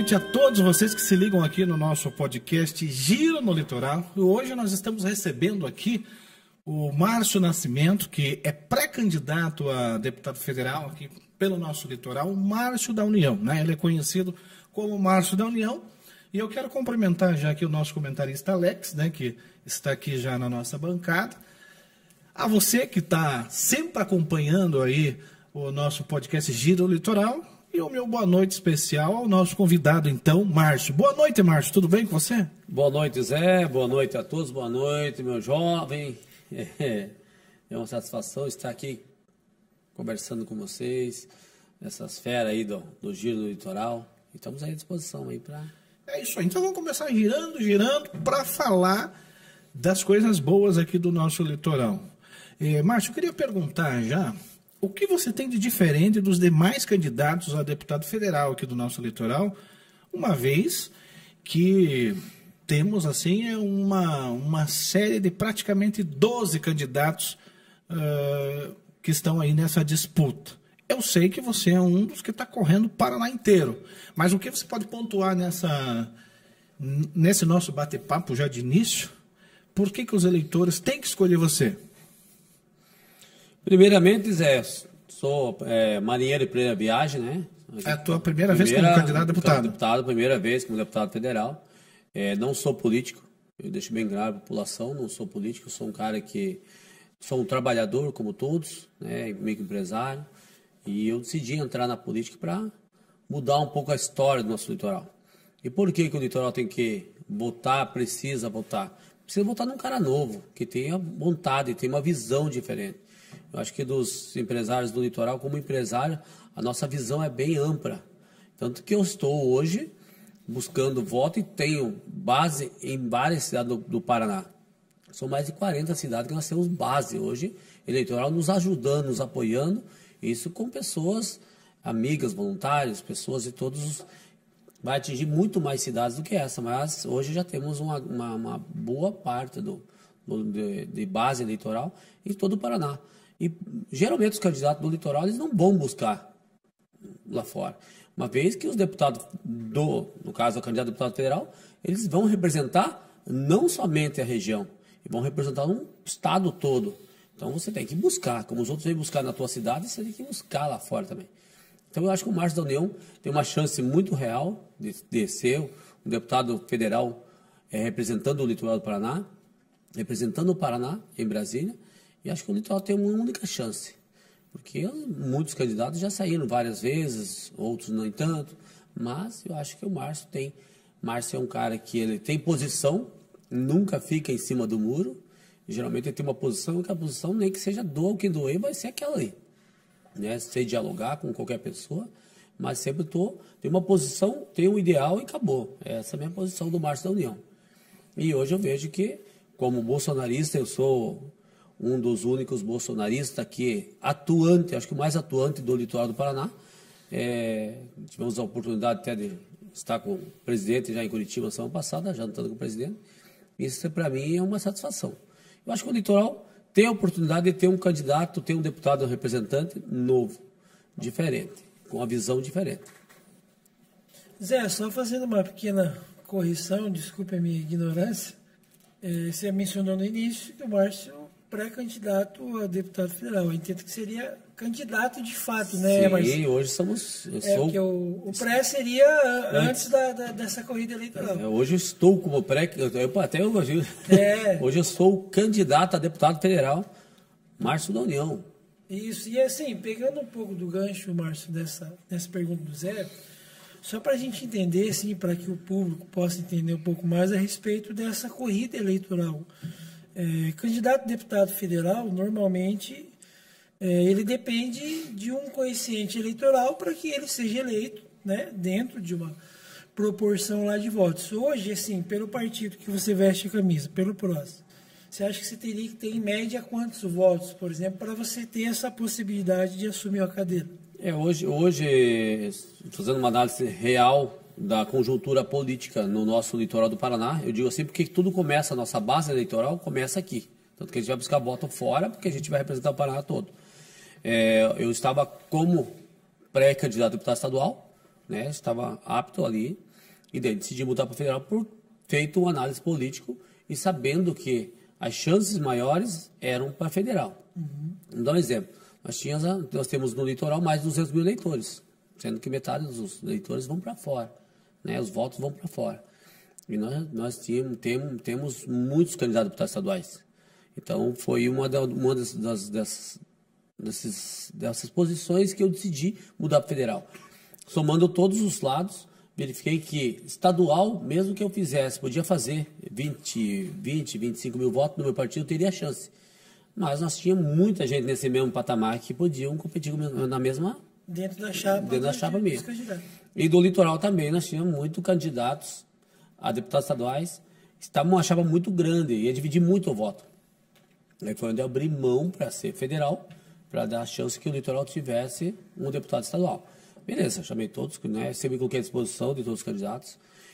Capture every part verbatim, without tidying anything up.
noite a todos vocês que se ligam aqui no nosso podcast Giro no Litoral. E hoje nós estamos recebendo aqui o Márcio Nascimento, que é pré-candidato a deputado federal aqui pelo nosso litoral, o Márcio da União, né? Ele é conhecido como Márcio da União. E eu quero cumprimentar já aqui o nosso comentarista Alex, né, que está aqui já na nossa bancada. A você que está sempre acompanhando aí o nosso podcast Giro no Litoral. E o meu boa noite especial ao nosso convidado, então, Márcio. Boa noite, Márcio. Tudo bem com você? Boa noite, Zé. Boa noite a todos. Boa noite, meu jovem. É uma satisfação estar aqui conversando com vocês, essas feras aí do, do Giro do Litoral. E estamos aí à disposição aí para... É isso aí. Então vamos começar girando, girando, para falar das coisas boas aqui do nosso litoral. É, Márcio, eu queria perguntar já... O que você tem de diferente dos demais candidatos a deputado federal aqui do nosso litoral, uma vez que temos assim uma, uma série de praticamente doze candidatos uh, que estão aí nessa disputa. Eu sei que você é um dos que está correndo o Paraná inteiro, mas o que você pode pontuar nessa, nesse nosso bate-papo já de início? Por que que os eleitores têm que escolher você? Primeiramente, Zé, sou é, marinheiro de primeira viagem, né? É a tua primeira, primeira vez como candidato a deputado? deputado? Primeira vez como deputado federal. É, não sou político, eu deixo bem claro a população, não sou político, sou um cara que... Sou um trabalhador, como todos, né? Microempresário. E eu decidi entrar na política para mudar um pouco a história do nosso litoral. E por que que o litoral tem que votar, precisa votar? Precisa votar num cara novo, que tenha vontade, tenha uma visão diferente. Eu acho que dos empresários do litoral, como empresário, a nossa visão é bem ampla. Tanto que eu estou hoje buscando voto e tenho base em várias cidades do, do Paraná. São mais de quarenta cidades que nós temos base hoje, eleitoral, nos ajudando, nos apoiando. Isso com pessoas, amigas, voluntários, pessoas de todos os... Vai atingir muito mais cidades do que essa, mas hoje já temos uma, uma, uma boa parte do, do, de, de base eleitoral em todo o Paraná. E geralmente os candidatos do litoral eles não vão buscar lá fora. Uma vez que os deputados do, no caso o candidato a deputado federal, eles vão representar não somente a região, vão representar um estado todo. Então você tem que buscar, como os outros vêm buscar na tua cidade, você tem que buscar lá fora também. Então eu acho que o Márcio da União tem uma chance muito real de, de ser um deputado federal é, representando o litoral do Paraná, representando o Paraná em Brasília. E acho que o litoral tem uma única chance, porque muitos candidatos já saíram várias vezes, outros não entanto, mas eu acho que o Márcio tem. Márcio é um cara que ele tem posição, nunca fica em cima do muro, geralmente ele tem uma posição, que a posição nem que seja doa ou que doer, vai ser aquela aí. Né? Sei dialogar com qualquer pessoa, mas sempre tô, tem uma posição, tem um ideal e acabou. Essa é a minha posição do Márcio da União. E hoje eu vejo que, como bolsonarista, eu sou... um dos únicos bolsonaristas aqui, atuante, acho que o mais atuante do litoral do Paraná. É, tivemos a oportunidade até de estar com o presidente já em Curitiba na semana passada, jantando com o presidente. Isso, para mim, é uma satisfação. Eu acho que o litoral tem a oportunidade de ter um candidato, ter um deputado representante novo, diferente, com uma visão diferente. Zé, só fazendo uma pequena correção, desculpe a minha ignorância, é, você mencionou no início que o Márcio pré-candidato a deputado federal. Eu entendo que seria candidato de fato, né, Márcio? Sim, hoje somos... Eu é, sou... porque o, o pré seria antes, antes da, da, dessa corrida eleitoral. É, hoje eu estou como pré... Eu, até eu, hoje, é. hoje eu sou candidato a deputado federal, Márcio da União. Isso, e assim, pegando um pouco do gancho, Márcio, dessa, dessa pergunta do Zé, só para a gente entender, assim, para que o público possa entender um pouco mais a respeito dessa corrida eleitoral. É, candidato a deputado federal, normalmente, é, ele depende de um coeficiente eleitoral para que ele seja eleito, né, dentro de uma proporção lá de votos. Hoje, assim, pelo partido que você veste a camisa, pelo PROS, você acha que você teria que ter, em média, quantos votos, por exemplo, para você ter essa possibilidade de assumir a cadeira? É, hoje, hoje, fazendo uma análise real da conjuntura política no nosso litoral do Paraná, eu digo assim porque tudo começa, a nossa base eleitoral começa aqui. Tanto que a gente vai buscar voto fora, porque a gente vai representar o Paraná todo. É, eu estava como pré-candidato a deputado estadual, né, estava apto ali, E daí decidi mudar para federal por feito uma análise político e sabendo que as chances maiores eram para federal. Uhum. Vou dar um exemplo. Nós, tínhamos, nós temos no litoral mais de duzentos mil eleitores, sendo que metade dos eleitores vão para fora, né? Os votos vão para fora. E nós, nós tínhamos, temos, temos muitos candidatos a deputados estaduais. Então, foi uma, da, uma das, das, das, desses, dessas posições que eu decidi mudar para federal. Somando todos os lados, verifiquei que estadual, mesmo que eu fizesse, podia fazer vinte, vinte, vinte e cinco mil votos no meu partido, eu teria chance. Mas nós tínhamos muita gente nesse mesmo patamar que podiam competir na mesma... Dentro da chapa. Dentro da chapa mesmo. E do litoral também, nós tínhamos muitos candidatos a deputados estaduais. Estava uma chapa muito grande, ia dividir muito o voto. Aí foi onde eu abri mão para ser federal, para dar a chance que o litoral tivesse um deputado estadual. Beleza, chamei todos, né, sempre coloquei à disposição de todos os candidatos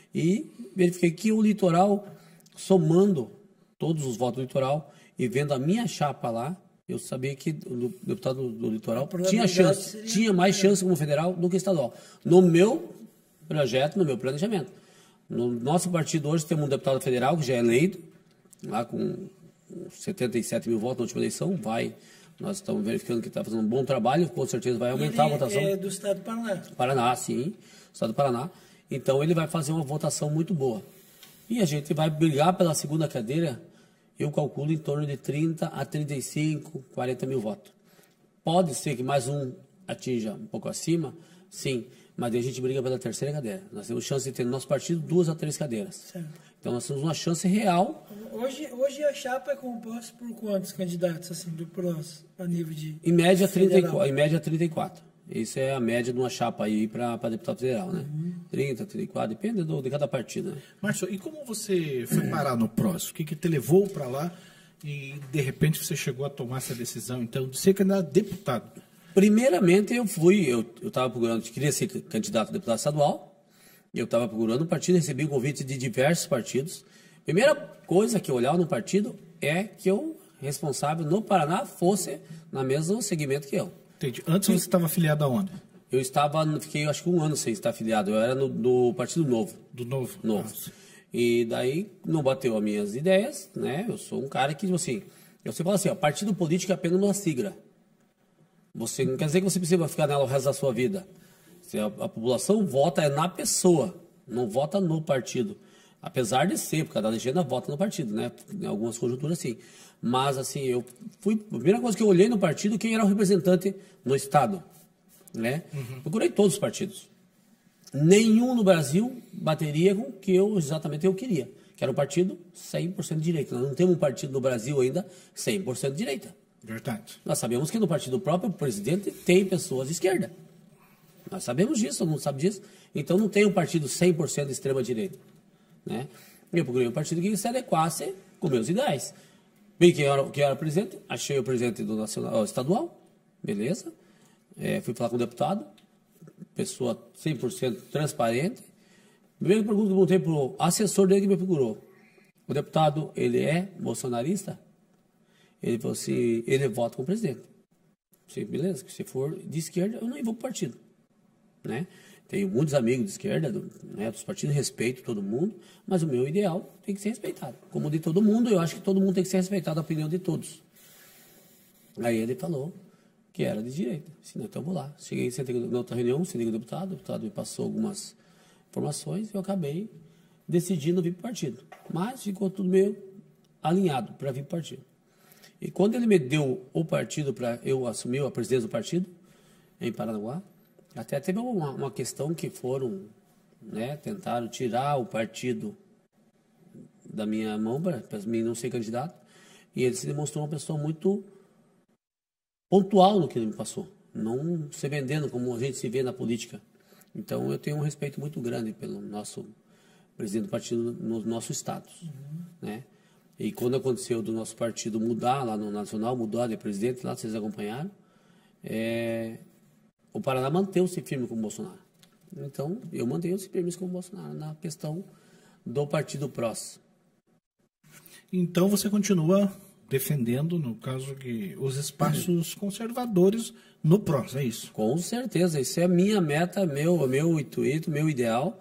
e verifiquei que o litoral, somando todos os votos do litoral e vendo a minha chapa lá, eu sabia que o deputado do litoral tinha chance, tinha mais chance como federal do que estadual. No meu projeto, no meu planejamento. No nosso partido hoje temos um deputado federal que já é eleito, lá com setenta e sete mil votos na última eleição, vai... Nós estamos verificando que está fazendo um bom trabalho, com certeza vai aumentar ele a votação. É do estado do Paraná. Paraná, sim, estado do Paraná. Então ele vai fazer uma votação muito boa. E a gente vai brigar pela segunda cadeira, eu calculo em torno de trinta a trinta e cinco, quarenta mil votos. Pode ser que mais um atinja um pouco acima, sim, mas daí a gente briga pela terceira cadeira. Nós temos chance de ter no nosso partido duas a três cadeiras. Certo. Então nós temos uma chance real. Hoje, hoje a chapa é composta por quantos candidatos assim, do P R O S, a nível de. Em média, trinta e quatro, em média trinta e quatro. Isso é a média de uma chapa aí para deputado federal, né? Uhum. trinta, trinta e quatro, depende do, de cada partido. Né? Márcio, e como você foi parar no P R O S? O que, que te levou para lá e de repente você chegou a tomar essa decisão, então, de ser candidato a deputado? Primeiramente, eu fui, eu estava procurando, queria ser candidato a deputado estadual. Eu estava procurando um partido, recebi um convite de diversos partidos. Primeira coisa que eu olhava no partido é que o responsável no Paraná fosse no mesmo segmento que eu. Entendi. Antes você estava afiliado aonde? Eu estava, fiquei acho que um ano sem estar afiliado. Eu era no, do Partido Novo. Do Novo? Novo. Nossa. E daí não bateu as minhas ideias, né? Eu sou um cara que, tipo assim, eu sempre falo assim, ó, partido político é apenas uma sigla. Você não quer dizer que você precisa ficar nela o resto da sua vida. A, a população vota é na pessoa, não vota no partido. Apesar de ser, porque cada legenda vota no partido, né? Em algumas conjunturas, sim. Mas, assim, eu fui... A primeira coisa que eu olhei no partido, quem era o representante no Estado, né? Uhum. Procurei todos os partidos. Nenhum no Brasil bateria com o que eu exatamente eu queria, que era um partido cem por cento de direita. Nós não temos um partido no Brasil ainda cem por cento de direita. Verdade. Nós sabemos que no partido próprio, o presidente tem pessoas de esquerda. Nós sabemos disso, todo mundo sabe disso. Então não tem um partido cem por cento de extrema-direita. Né? Eu procurei um partido que se adequasse com meus ideais. Vi quem era, quem era o presidente, achei o presidente do nacional, estadual, beleza. É, fui falar com o deputado, pessoa cem por cento transparente. Primeira pergunta que eu perguntei para o assessor dele que me procurou. O deputado, ele é bolsonarista? Ele falou assim, ele vota com o presidente. Sim, beleza, se for de esquerda, eu não vou para o partido. Né? Tenho muitos amigos de esquerda, do, né, dos partidos, respeito todo mundo, mas o meu ideal tem que ser respeitado. Como de todo mundo, eu acho que todo mundo tem que ser respeitado, a opinião de todos. Aí ele falou que era de direita. Disse, então eu vou lá. Cheguei, sentei na outra reunião, sentei com o deputado, o deputado me passou algumas informações e eu acabei decidindo vir para o partido. Mas ficou tudo meio alinhado para vir para o partido. E quando ele me deu o partido para eu assumir a presidência do partido, em Paranaguá, até teve uma, uma questão que foram, né, tentaram tirar o partido da minha mão para mim não ser candidato, e ele se demonstrou uma pessoa muito pontual no que ele me passou, não se vendendo como a gente se vê na política. Então eu tenho um respeito muito grande pelo nosso presidente do partido no nosso status, uhum. né? E quando aconteceu do nosso partido mudar lá no Nacional, mudar de presidente, lá vocês acompanharam, é, o Paraná manteve-se firme com o Bolsonaro. Então, eu mantenho-se firme com o Bolsonaro na questão do partido P R O S. Então, você continua defendendo, no caso, que os espaços uhum. conservadores no P R O S, é isso? Com certeza, isso é a minha meta, meu, meu intuito, meu ideal.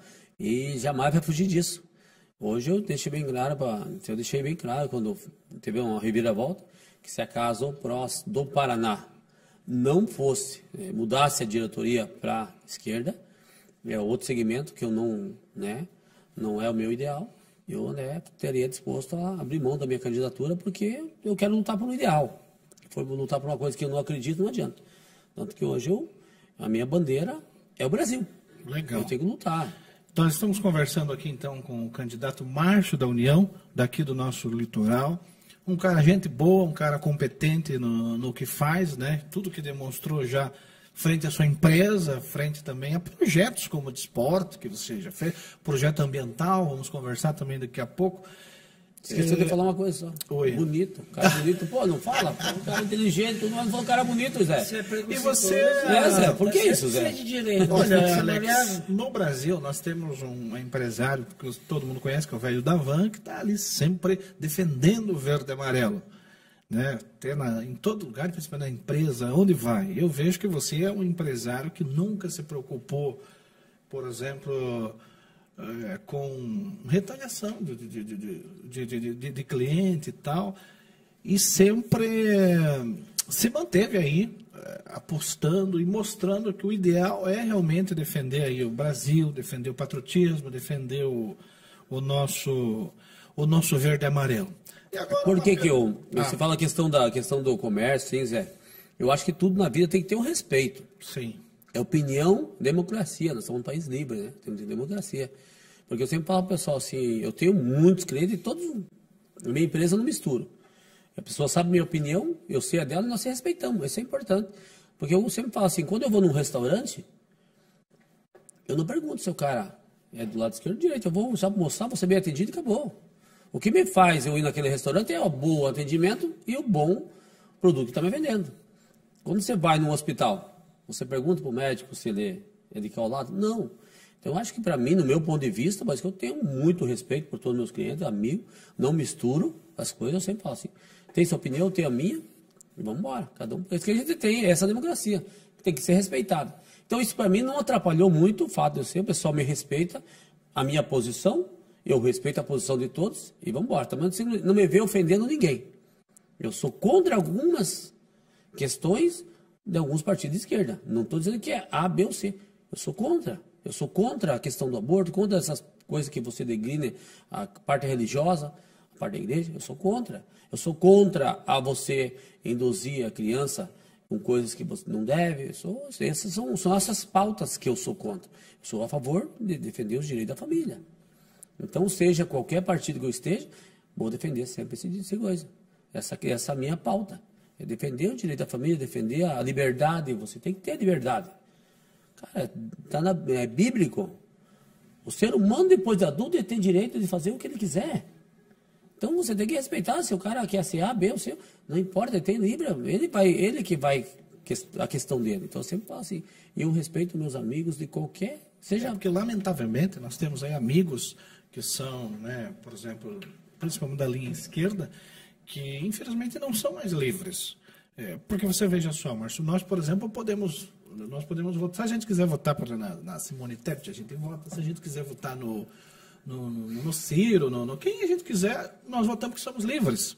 e jamais vai fugir disso. Hoje eu deixei bem claro, pra, eu deixei bem claro quando teve uma reviravolta, que se acaso o P R O S do Paraná não fosse, eh, mudasse a diretoria para a esquerda, é outro segmento que eu não, né, não é o meu ideal, eu, né, teria disposto a abrir mão da minha candidatura, porque eu quero lutar por um ideal. Se for lutar por uma coisa que eu não acredito, não adianta. Tanto que hoje eu, a minha bandeira é o Brasil. Legal. Eu tenho que lutar. Nós estamos conversando aqui, então, com o candidato Márcio da União, daqui do nosso litoral. Um cara, gente boa, um cara competente no, no que faz, né? Tudo que demonstrou já frente à sua empresa, frente também a projetos como de esporte, que você já fez, projeto ambiental, vamos conversar também daqui a pouco. Esqueci de falar uma coisa só. Oi. Bonito. Cara bonito, pô, não fala. Pô, um cara inteligente, todo mundo falou um cara bonito, Zé. Você é E você... É, Zé, por que Você isso, Você é Zé? de direito. Olha, Você é Alex, maleável. no Brasil nós temos um empresário que todo mundo conhece, que é o velho Davan, que está ali sempre defendendo o verde e amarelo. Né? Tem na, em todo lugar, principalmente na empresa, onde vai. Eu vejo que você é um empresário que nunca se preocupou, por exemplo, é, com retaliação de, de, de, de, de, de, de cliente e tal, e sempre é, se manteve aí é, apostando e mostrando que o ideal é realmente defender aí o Brasil, defender o patriotismo, defender o, o, nosso, o nosso verde e amarelo. E agora, Por que que eu... Você Ah. fala a questão, da, questão do comércio, sim, Zé. Eu acho que tudo na vida tem que ter um respeito. Sim. É opinião, democracia. Nós somos um país livre, né? Temos democracia. Porque eu sempre falo para o pessoal assim, eu tenho muitos clientes e todos... Na minha empresa eu não misturo. A pessoa sabe minha opinião, eu sei a dela e nós se respeitamos. Isso é importante. Porque eu sempre falo assim, quando eu vou num restaurante, eu não pergunto se o cara é do lado esquerdo ou direito. Eu vou só mostrar, vou ser bem atendido e acabou. O que me faz eu ir naquele restaurante é o bom atendimento e o bom produto que está me vendendo. Quando você vai num hospital, você pergunta para o médico se ele é de qual lado? Não. Então, eu acho que para mim, no meu ponto de vista, mas que eu tenho muito respeito por todos os meus clientes, amigos, não misturo as coisas, eu sempre falo assim, tem sua opinião, eu tenho a minha, e vamos embora. Cada um, é isso que a gente tem, essa democracia, tem que ser respeitada. Então, isso para mim não atrapalhou muito o fato de eu ser, o pessoal me respeita, a minha posição, eu respeito a posição de todos e vamos embora. Também não me vê ofendendo ninguém. Eu sou contra algumas questões de alguns partidos de esquerda. Não estou dizendo que é A, B ou C. Eu sou contra. Eu sou contra a questão do aborto, contra essas coisas que você degrina, a parte religiosa, a parte da igreja. Eu sou contra. Eu sou contra a você induzir a criança com coisas que você não deve. Eu sou, essas são, são essas pautas que eu sou contra. Eu sou a favor de defender os direitos da família. Então, seja qualquer partido que eu esteja, vou defender sempre esse, esse coisa. Essa, essa é a minha pauta. É defender o direito da família, defender a liberdade. Você tem que ter liberdade. Cara, tá na, é bíblico. O ser humano, depois de adulto, ele tem direito de fazer o que ele quiser. Então, você tem que respeitar. Se o cara quer ser A, B ou C, não importa, ele tem livre. Ele, vai, ele que vai, a questão dele. Então, eu sempre falo assim, eu respeito meus amigos de qualquer... Seja... É porque, lamentavelmente, nós temos aí amigos que são, né, por exemplo, principalmente da linha esquerda, que infelizmente não são mais livres. É, porque você veja só, Márcio, nós, por exemplo, podemos, nós podemos votar, se a gente quiser votar por, na, na Simone Tebet, a gente vota, se a gente quiser votar no, no, no, no Ciro, no, no quem a gente quiser, nós votamos que somos livres.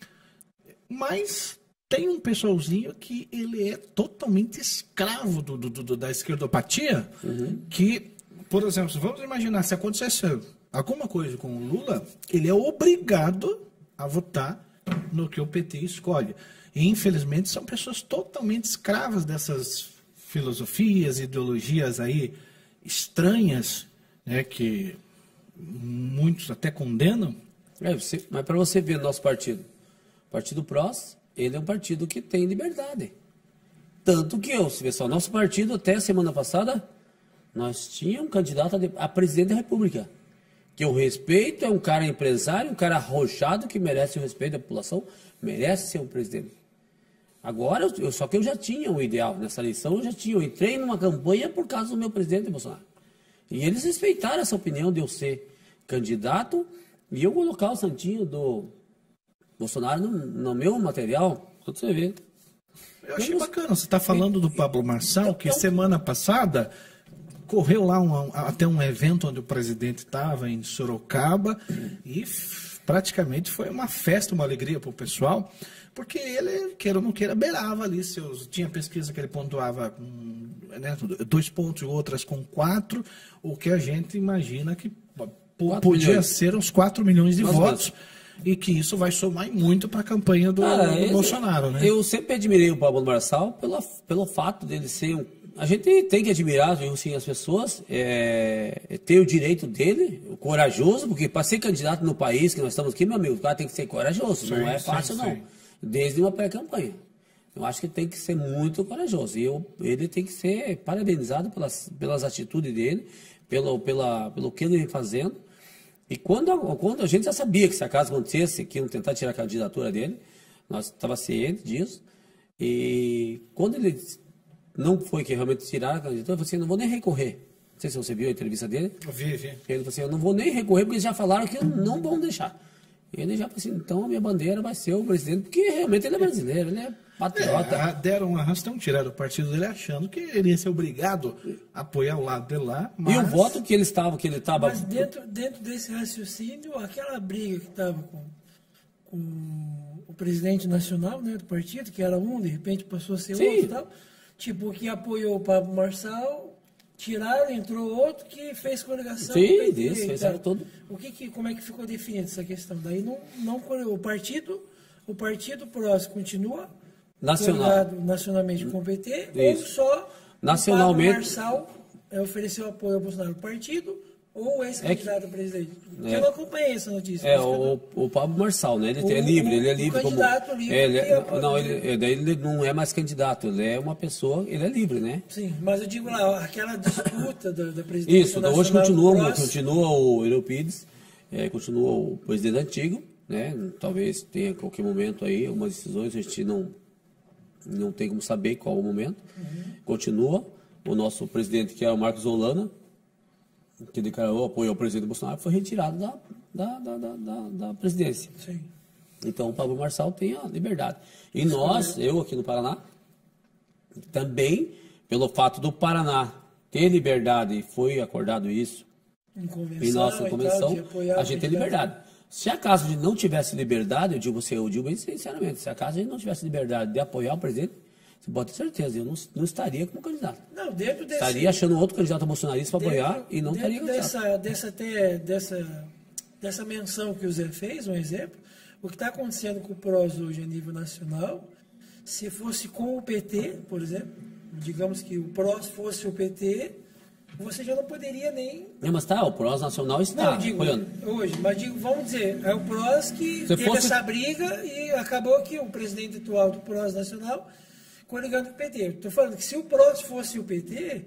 Mas tem um pessoalzinho que ele é totalmente escravo do, do, do, da esquerdopatia, uhum. que, por exemplo, vamos imaginar, se acontecesse alguma coisa com o Lula, ele é obrigado a votar no que o P T escolhe. E, infelizmente, são pessoas totalmente escravas dessas filosofias, ideologias aí estranhas, né, que muitos até condenam. É, você, mas para você ver o nosso partido, o Partido P R O S, ele é um partido que tem liberdade. Tanto que eu, se vê só, nosso partido, até a semana passada, nós tínhamos um candidato a, a presidente da República. Que eu respeito, é um cara empresário, um cara arrojado, que merece o respeito da população, merece ser um presidente. Agora, eu, só que eu já tinha um ideal nessa eleição, eu já tinha, eu entrei numa campanha por causa do meu presidente Bolsonaro. E eles respeitaram essa opinião de eu ser candidato e eu colocar o santinho do Bolsonaro no, no meu material, pra você ver. Eu achei bacana, você está falando do Pablo Marçal, que semana passada correu lá um, até um evento onde o presidente estava, em Sorocaba, e f- praticamente foi uma festa, uma alegria para o pessoal, porque ele, queira ou não queira, beirava ali seus... Tinha pesquisa que ele pontuava com, né, dois pontos, outras com quatro, o que a gente imagina que p- podia milhões. ser uns quatro milhões de Mas, votos, e que isso vai somar muito para a campanha do, Cara, do esse- Bolsonaro, né? Eu sempre admirei o Pablo Marçal pela, pelo fato dele ser um... A gente tem que admirar, assim, as pessoas, é, ter o direito dele, o corajoso, porque para ser candidato no país que nós estamos aqui, meu amigo, o cara tem que ser corajoso, não Sim, é sim, fácil sim. não, desde uma pré-campanha. Eu acho que tem que ser muito corajoso, e eu, ele tem que ser parabenizado pelas, pelas atitudes dele, pelo, pela, pelo que ele vem fazendo. E quando, quando a gente já sabia que se acaso acontecesse, que iam tentar tirar a candidatura dele, nós estávamos cientes disso. E quando ele não foi que realmente tiraram a candidatura, eu falei assim, não vou nem recorrer. Não sei se você viu a entrevista dele. Eu vi, vi. Ele falou assim, eu não vou nem recorrer, porque eles já falaram que não vão deixar. Ele já falou assim, então a minha bandeira vai ser o presidente, porque realmente ele é brasileiro, ele é patriota. É, deram um arrastão, tiraram o partido dele achando que ele ia ser obrigado a apoiar o lado dele lá. Mas... E o voto que ele estava, que ele estava... Mas dentro, dentro desse raciocínio, aquela briga que estava com, com o presidente nacional, né, do partido, que era um, de repente passou a ser Sim. outro e tal, tipo, que apoiou o Pablo Marçal, tiraram, entrou outro que fez coligação. Sim, com o P T isso, e fez tal. todo. O que que, como é que ficou definida essa questão? Daí não, não o partido, o partido próximo continua Nacional. coligado nacionalmente com o P T, Isso. ou só Nacionalmente- o Pablo Marçal é, ofereceu apoio ao Bolsonaro, o partido, ou esse É que- candidato a presidente? Porque é. eu não acompanhei essa notícia. É, mas o, o Pablo Marçal, né? Ele O- é livre, ele é o livre como... candidato livre É, ele é- que é- não, ele, é, daí ele não é mais candidato, ele é uma pessoa, ele é livre, né? Sim, mas eu digo lá, aquela disputa da, da presidência Isso, então hoje nacional continua, próximo, continua o Euripides, é, continua o presidente antigo, né? Talvez tenha a qualquer momento aí algumas decisões, a gente não, não tem como saber qual o momento. Uhum. Continua o nosso presidente, que é o Marcos Holanda, que declarou apoio ao presidente Bolsonaro, foi retirado da, da, da, da, da, da presidência. Sim. Então o Pablo Marçal tem a liberdade. E nós, eu aqui no Paraná, também, pelo fato do Paraná ter liberdade, e foi acordado isso Em convenção, em nossa e tal, convenção, de apoiar a o gente tem candidato. liberdade. Se acaso a gente não tivesse liberdade, eu digo você, eu digo bem sinceramente, se acaso a gente não tivesse liberdade de apoiar o presidente, você pode ter certeza, eu não, não estaria como candidato. Não, dentro desse... Estaria achando outro candidato bolsonarista para apoiar dentro- e não estaria dentro candidato. dessa, dessa, até, dessa, dessa menção que o Zé fez, um exemplo, o que está acontecendo com o P R O S hoje a nível nacional, se fosse com o P T, por exemplo, digamos que o P R O S fosse o P T, você já não poderia nem... Não, mas tá, o P R O S Nacional está Não, digo, apoiando. hoje, mas digo, vamos dizer, é o P R O S que Se teve fosse- essa briga e acabou que o presidente atual do P R O S Nacional coligando com o P T. Estou falando que se o P R O S fosse o P T,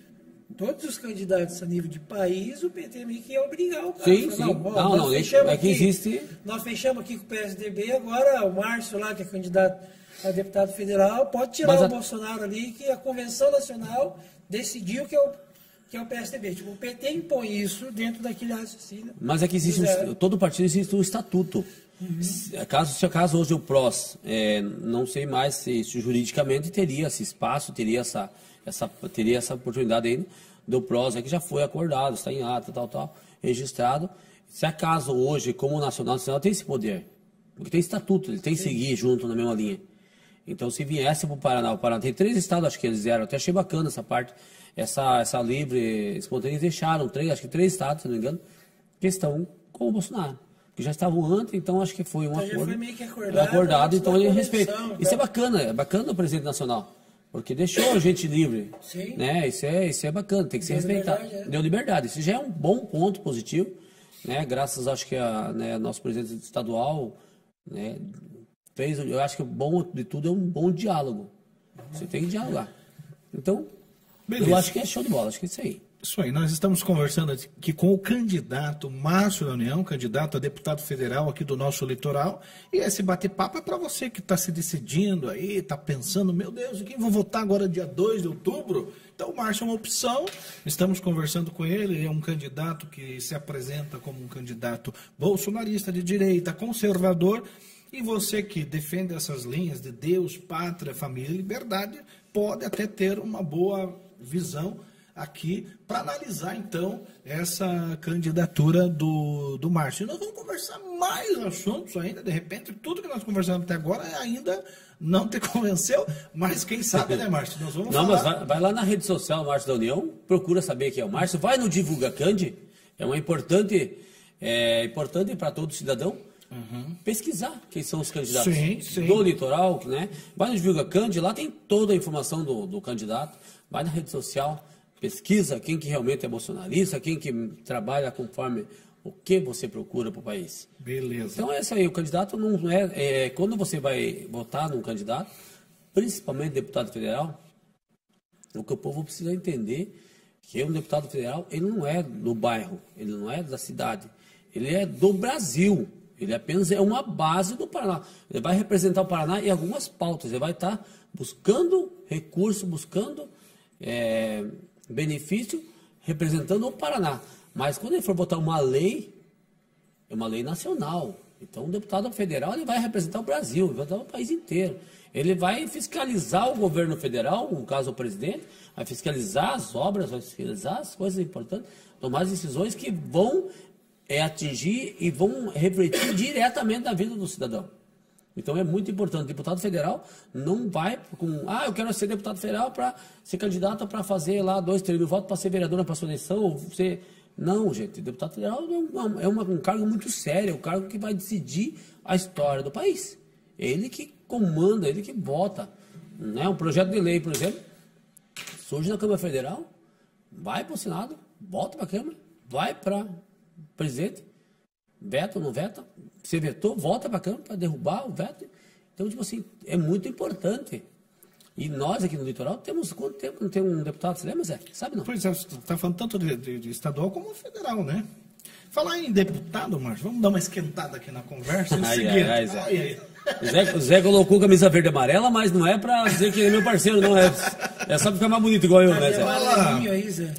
todos os candidatos a nível de país, o P T meio que ia obrigar o cara. Sim, Falar, sim. ó, Não, nós não, é fechamos que aqui- existe- Nós fechamos aqui com o P S D B, agora o Márcio lá, que é candidato a deputado federal, pode tirar Mas o a- Bolsonaro ali, que a Convenção Nacional decidiu que é o, que é o P S D B. Tipo, o P T impõe isso dentro daquele raciocínio. Mas é que existe, Pois é. um, todo partido existe um estatuto. Se, caso, se acaso hoje o P R O S, é, não sei mais se, se juridicamente teria esse espaço, teria essa, essa, teria essa oportunidade ainda do P R O S, é que já foi acordado, está em ata, tal, tal, registrado. Se acaso hoje, como o Nacional, o Nacional tem esse poder, porque tem estatuto, ele tem que seguir junto na mesma linha. Então, se viesse para o Paraná, o Paraná tem três estados, acho que eles eram, até achei bacana essa parte, essa, essa livre espontânea, eles deixaram três, acho que três estados, se não me engano, que estão com o Bolsonaro. Que já estavam antes, então acho que foi um Então, já acordo. foi meio que acordado, acordado, antes então da ele convenção, respeita. então. Isso é bacana, é bacana o presidente nacional. Porque deixou a gente livre. Sim. Né? Isso, é, isso é bacana, tem que ser Deu respeitado. liberdade, é. Deu liberdade. Isso já é um bom ponto positivo. Né? Graças, acho que, a né, nosso presidente estadual né, fez. Eu acho que o bom de tudo é um bom diálogo. Você tem que dialogar. Então, Beleza. eu acho que é show de bola, acho que é isso aí. Isso aí, nós estamos conversando aqui com o candidato Márcio da União, candidato a deputado federal aqui do nosso litoral. E esse bate-papo é para você que está se decidindo aí, está pensando, meu Deus, em quem vou votar agora dia dois de outubro? Então o Márcio é uma opção, estamos conversando com ele, ele é um candidato que se apresenta como um candidato bolsonarista de direita, conservador. E você que defende essas linhas de Deus, pátria, família e liberdade, pode até ter uma boa visão aqui para analisar, então, essa candidatura do, do Márcio. E nós vamos conversar mais assuntos ainda, de repente, tudo que nós conversamos até agora ainda não te convenceu, mas quem sabe, né, Márcio? Nós vamos Não, falar... mas vai, vai lá na rede social, Márcio da União, procura saber quem é o Márcio, vai no Divulga Candi, é uma importante, é importante para todo cidadão, uhum. pesquisar quem são os candidatos sim, sim. do litoral, né? Vai no Divulga Candi, lá tem toda a informação do, do candidato, vai na rede social, pesquisa quem que realmente é bolsonarista, quem que trabalha conforme o que você procura para o país. Beleza. Então, esse aí, o candidato não é, é... Quando você vai votar num candidato, principalmente deputado federal, o que o povo precisa entender que um deputado federal, ele não é do bairro, ele não é da cidade, ele é do Brasil. Ele apenas é uma base do Paraná. Ele vai representar o Paraná em algumas pautas. Ele vai estar buscando recurso, buscando... É, benefício representando o Paraná. Mas quando ele for botar uma lei, é uma lei nacional. Então, o deputado federal ele vai representar o Brasil, ele vai representar o país inteiro. Ele vai fiscalizar o governo federal, no caso o presidente, vai fiscalizar as obras, vai fiscalizar as coisas importantes, tomar as decisões que vão é, atingir e vão refletir diretamente na vida do cidadão. Então é muito importante. Deputado federal não vai com... Ah, eu quero ser deputado federal para ser candidato para fazer lá dois, três mil votos para ser vereador na sua eleição. Ou ser... Não, gente. Deputado federal é, uma, um cargo muito sério. É um cargo que vai decidir a história do país. Ele que comanda, ele que vota. Né? Um projeto de lei, por exemplo, surge na Câmara Federal, vai para o Senado, volta para a Câmara, vai para o presidente, veta ou não veta, você vetou, volta para a Câmara para derrubar o veto. Então, tipo assim, é muito importante. E nós aqui no litoral temos quanto tempo não tem um deputado, você lembra, Zé? Sabe não? Pois é, você está falando tanto de, de, de estadual como federal, né? Falar em deputado, Márcio, vamos dar uma esquentada aqui na conversa. É o ai, seguinte, ai, ai, Zé. ai, ai. O, Zé, o Zé colocou camisa verde e amarela, mas não é para dizer que ele é meu parceiro, não. É, é só ficar mais bonito igual eu, né, Zé? Amarelinho aí, Zé.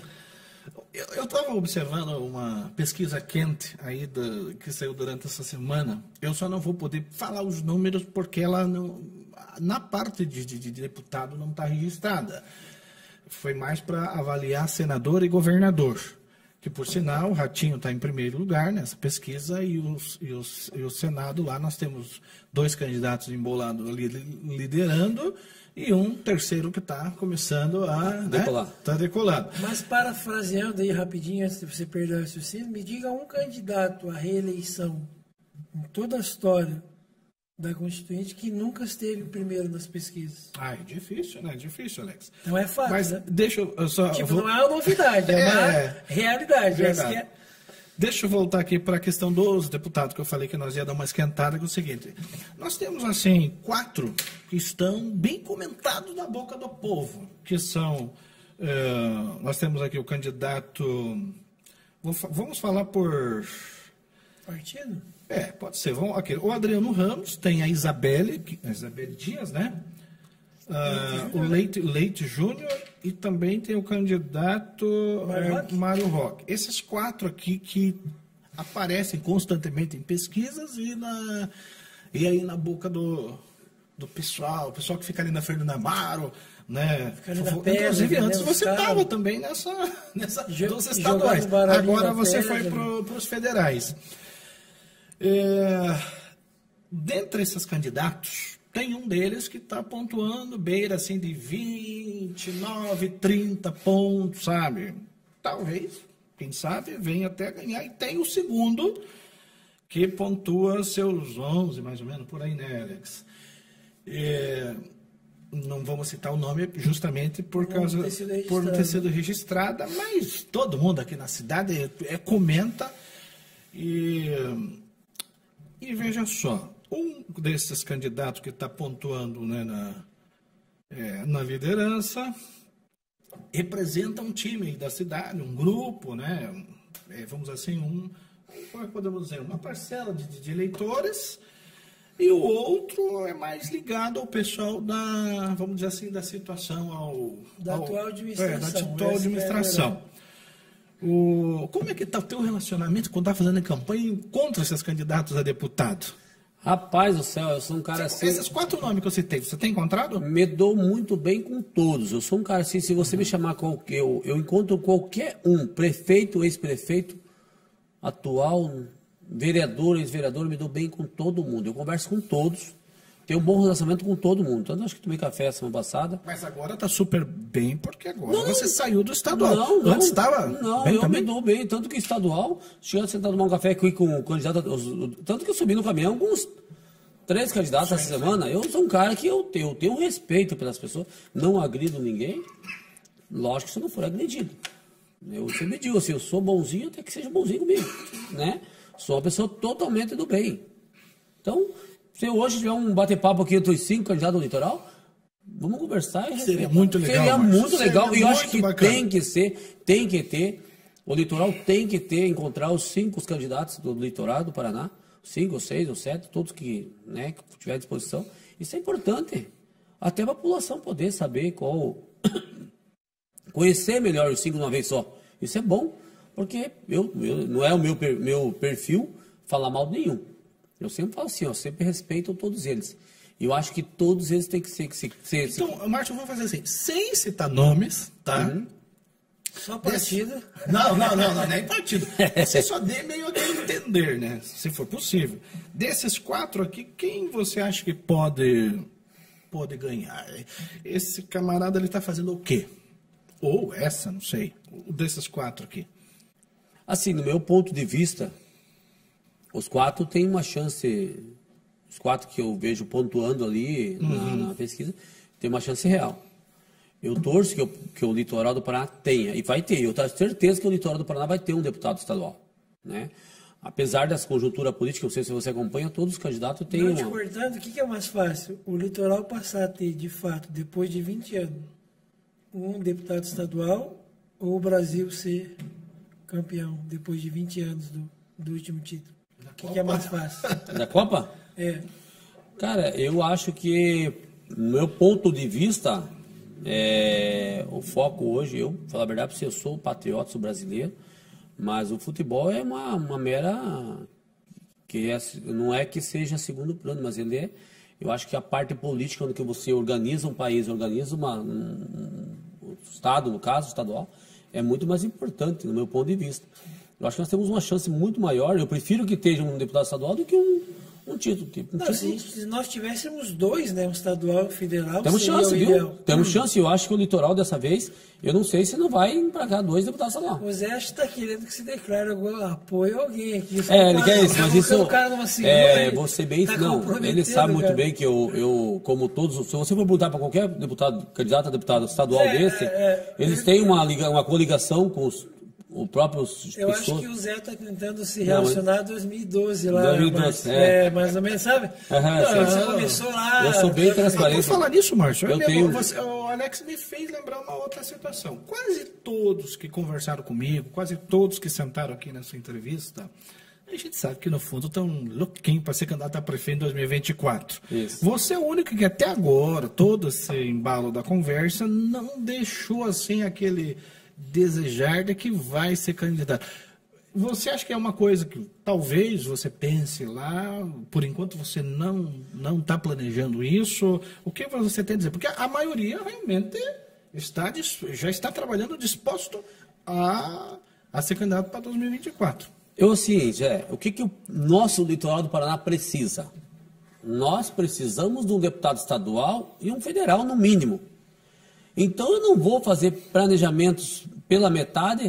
Eu estava observando uma pesquisa quente aí do, que saiu durante essa semana. Eu só não vou poder falar os números porque ela não, na parte de, de, de deputado não está registrada. Foi mais para avaliar senador e governador. Que, por sinal, o Ratinho está em primeiro lugar nessa pesquisa e, os, e, os, e o Senado lá nós temos dois candidatos embolados ali liderando e um terceiro que está começando a decolar. Né, tá decolado. Mas parafraseando aí rapidinho, antes de você perder o raciocínio, me diga um candidato à reeleição em toda a história da Constituinte que nunca esteve primeiro nas pesquisas. Ah, é difícil, né? É difícil, Alex. Não é fácil, Mas né? deixa eu só... Tipo, vou... não é uma novidade, é, uma É, realidade. verdade. Essa que é... Deixa eu voltar aqui para a questão dos deputados, que eu falei que nós ia dar uma esquentada, que é o seguinte. Nós temos, assim, quatro que estão bem comentados na boca do povo, que são... Uh, nós temos aqui o candidato... Vamos falar por... Partido? É, pode ser. Vamos, aqui, o Adriano Ramos, tem a Isabelle, a Isabelle Dias, né? Uh, o Leite, Leite Júnior e também tem o candidato Mário, é, Mário Roque. Esses quatro aqui que aparecem constantemente em pesquisas e, na, e aí na boca do, do pessoal, o pessoal que fica ali na Fernanda Amaro, né? Inclusive, antes você estava também nessa, nessa dos estaduais. Agora você foi para os federais. É, dentre esses candidatos, tem um deles que está pontuando beira assim de vinte e nove, trinta pontos, sabe? Talvez, quem sabe, venha até ganhar. E tem o segundo, que pontua seus onze, mais ou menos, por aí, né, Alex? É, não vamos citar o nome justamente por causa por não ter sido registrada, mas todo mundo aqui na cidade é, é, comenta e... E veja só, um desses candidatos que está pontuando, né, na, é, na liderança representa um time da cidade, um grupo, né, é, vamos assim, um, como podemos dizer, uma parcela de, de eleitores, e o outro é mais ligado ao pessoal da, vamos dizer assim, da situação ao... Da ao, atual administração. É, da atual administração. O, como é que está o teu relacionamento quando está fazendo campanha contra esses candidatos a deputado? Rapaz do céu, eu sou um cara Você, assim... esses quatro nomes que eu citei, você tem encontrado? Me dou muito bem com todos. Eu sou um cara assim, se você me chamar qualquer... Eu, eu encontro qualquer um, prefeito, ex-prefeito, atual, vereador, ex-vereador, me dou bem com todo mundo. Eu converso com todos, tenho um bom relacionamento com todo mundo. Então, eu acho que tomei café semana passada. Mas agora tá super bem, porque agora Não, você saiu do estadual. Não, não. Antes estava Não, bem eu também? me dou bem, tanto que estadual, chegando a sentar tomar um café aqui com o candidato, os- tanto que eu subi no caminhão com uns três candidatos essa semana. Eu sou um cara que eu tenho, eu tenho respeito pelas pessoas, não agrido ninguém, lógico que se eu não for agredido. Eu sempre digo assim, eu sou bonzinho até que seja bonzinho comigo, né? Sou uma pessoa totalmente do bem. Então, se hoje tiver um bate-papo aqui entre os cinco candidatos do litoral, vamos conversar e Seria respeitar. muito legal, Seria Márcio. muito legal. Seria E eu acho muito que bacana. tem que ser, tem que ter, o litoral tem que ter, encontrar os cinco candidatos do litoral do Paraná, cinco, ou seis, ou sete, todos que, né, que tiver à disposição. Isso é importante. Até para a população poder saber qual... conhecer melhor os cinco de uma vez só. Isso é bom, porque eu, eu, não é o meu, per- meu perfil falar mal de nenhum. Eu sempre falo assim, eu sempre respeito todos eles. E eu acho que todos eles têm que ser... Que se, ser se- Então, Márcio, eu vou fazer assim, sem citar nomes, tá? Uhum. Só partido. Não, não, não, não, nem partido. Você só dê meio a entender, né? Se for possível. Desses quatro aqui, quem você acha que pode, pode ganhar? Esse camarada, ele tá fazendo o quê? Ou essa, não sei. O desses quatro aqui. Assim, no meu ponto de vista, os quatro têm uma chance, os quatro que eu vejo pontuando ali na, na pesquisa, tem uma chance real. Eu torço que, eu- que o litoral do Paraná tenha, e vai ter, eu tenho certeza que o litoral do Paraná vai ter um deputado estadual, né? Apesar dessa conjuntura política, não sei se você acompanha, todos os candidatos têm Não te uma... cortando, o que que é mais fácil? O litoral passar a ter, de fato, depois de vinte anos, um deputado estadual ou o Brasil ser campeão depois de vinte anos do, do último título? O que, que é mais fácil? Da Copa? É. Cara, eu acho que, no meu ponto de vista, é, o foco hoje, eu, falar a verdade, porque eu sou patriota, sou brasileiro, mas o futebol é uma, uma mera... que é, não é que seja segundo plano, mas ele é... Eu acho que a parte política, onde que você organiza um país, organiza uma, um, um estado, no caso, estadual, é muito mais importante, no meu ponto de vista. Eu acho que nós temos uma chance muito maior, eu prefiro que esteja um deputado estadual do que um, um título. Tipo, um Não, título. se, se nós tivéssemos dois, né, um estadual e um federal, Temos seria chance, o viu? ideal. Temos chance. Eu acho que o litoral dessa vez, eu não sei se não vai emplacar dois deputados estaduais. O Zé acho que está querendo que se declare algum apoio a alguém aqui. É, ele quer isso, mas isso. O cara numa segunda, É, ele você bem. tá Não, ele comprometendo, sabe muito cara. bem que eu, eu, como todos. Se você for perguntar para qualquer deputado, candidato a deputado estadual É, desse, é, eles é. têm uma, liga- uma coligação com os, o próprios Eu acho pessoas. que o Zé está tentando se Não, relacionar em dois mil e doze lá. dois mil e doze, mas, é. é, mais ou menos, sabe? Aham, Não, sim. você começou lá. Eu sou bem transparente. Por falar nisso, Márcio, Eu eu tenho- você- o Alex me fez lembrar uma outra situação. Quase todos que conversaram comigo, quase todos que sentaram aqui nessa entrevista, a gente sabe que no fundo estão louquinhos para ser candidato a prefeito em dois mil e vinte e quatro. Isso. Você é o único que até agora, todo esse embalo da conversa, não deixou assim aquele desejar de que vai ser candidato. Você acha que é uma coisa que talvez você pense lá, por enquanto você não não está planejando isso? O que você tem a dizer? Porque a maioria realmente está dis- já está trabalhando disposto a, a ser candidato para dois mil e vinte e quatro. Eu, assim, Zé, o que, que o nosso litoral do Paraná precisa? Nós precisamos de um deputado estadual e um federal, no mínimo. Então, eu não vou fazer planejamentos pela metade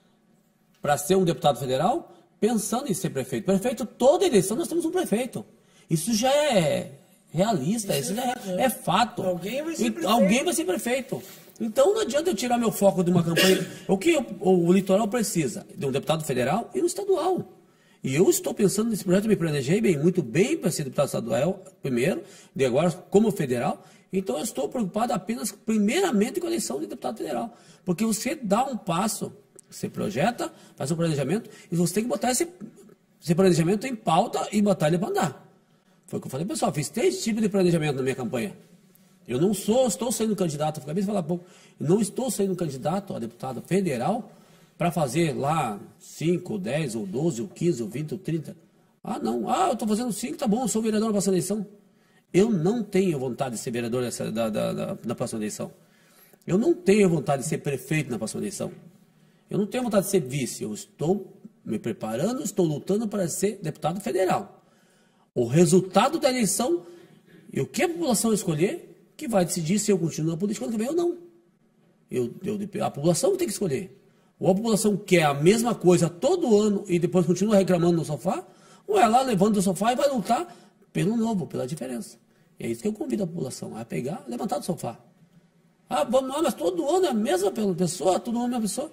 para ser um deputado federal pensando em ser prefeito. Prefeito, toda eleição nós temos um prefeito. Isso já é realista, isso, já é, é fato. Alguém vai ser E prefeito. Alguém vai ser prefeito. Então não adianta eu tirar meu foco de uma campanha. O que o, o, o litoral precisa? De um deputado federal e um estadual. E eu estou pensando nesse projeto, me planejei bem, muito bem para ser deputado estadual primeiro, de agora como federal. Então eu estou preocupado apenas, primeiramente, com a eleição de deputado federal. Porque você dá um passo, você projeta, faz um planejamento, e você tem que botar esse, esse planejamento em pauta e botar ele para andar. Foi o que eu falei, pessoal, fiz três tipos de planejamento na minha campanha. Eu não sou, estou sendo candidato, acabei de falar há pouco, eu não estou sendo candidato a deputado federal para fazer lá cinco, dez, ou doze, ou quinze, ou vinte, ou trinta. Ah, não. Ah, eu estou fazendo cinco, tá bom, eu sou vereador na próxima eleição. Eu não tenho vontade de ser vereador nessa, da, da, da, na próxima eleição. Eu não tenho vontade de ser prefeito na próxima eleição. Eu não tenho vontade de ser vice. Eu estou me preparando, estou lutando para ser deputado federal. O resultado da eleição e o que a população escolher, que vai decidir se eu continuo na política ano que vem ou não. Eu, eu, a população tem que escolher. Ou a população quer a mesma coisa todo ano e depois continua reclamando no sofá, ou ela levanta do sofá e vai lutar pelo novo, pela diferença. E é isso que eu convido a população, a pegar, levantar do sofá. Ah, vamos lá, mas todo ano é a mesma pessoa, todo ano é a mesma pessoa.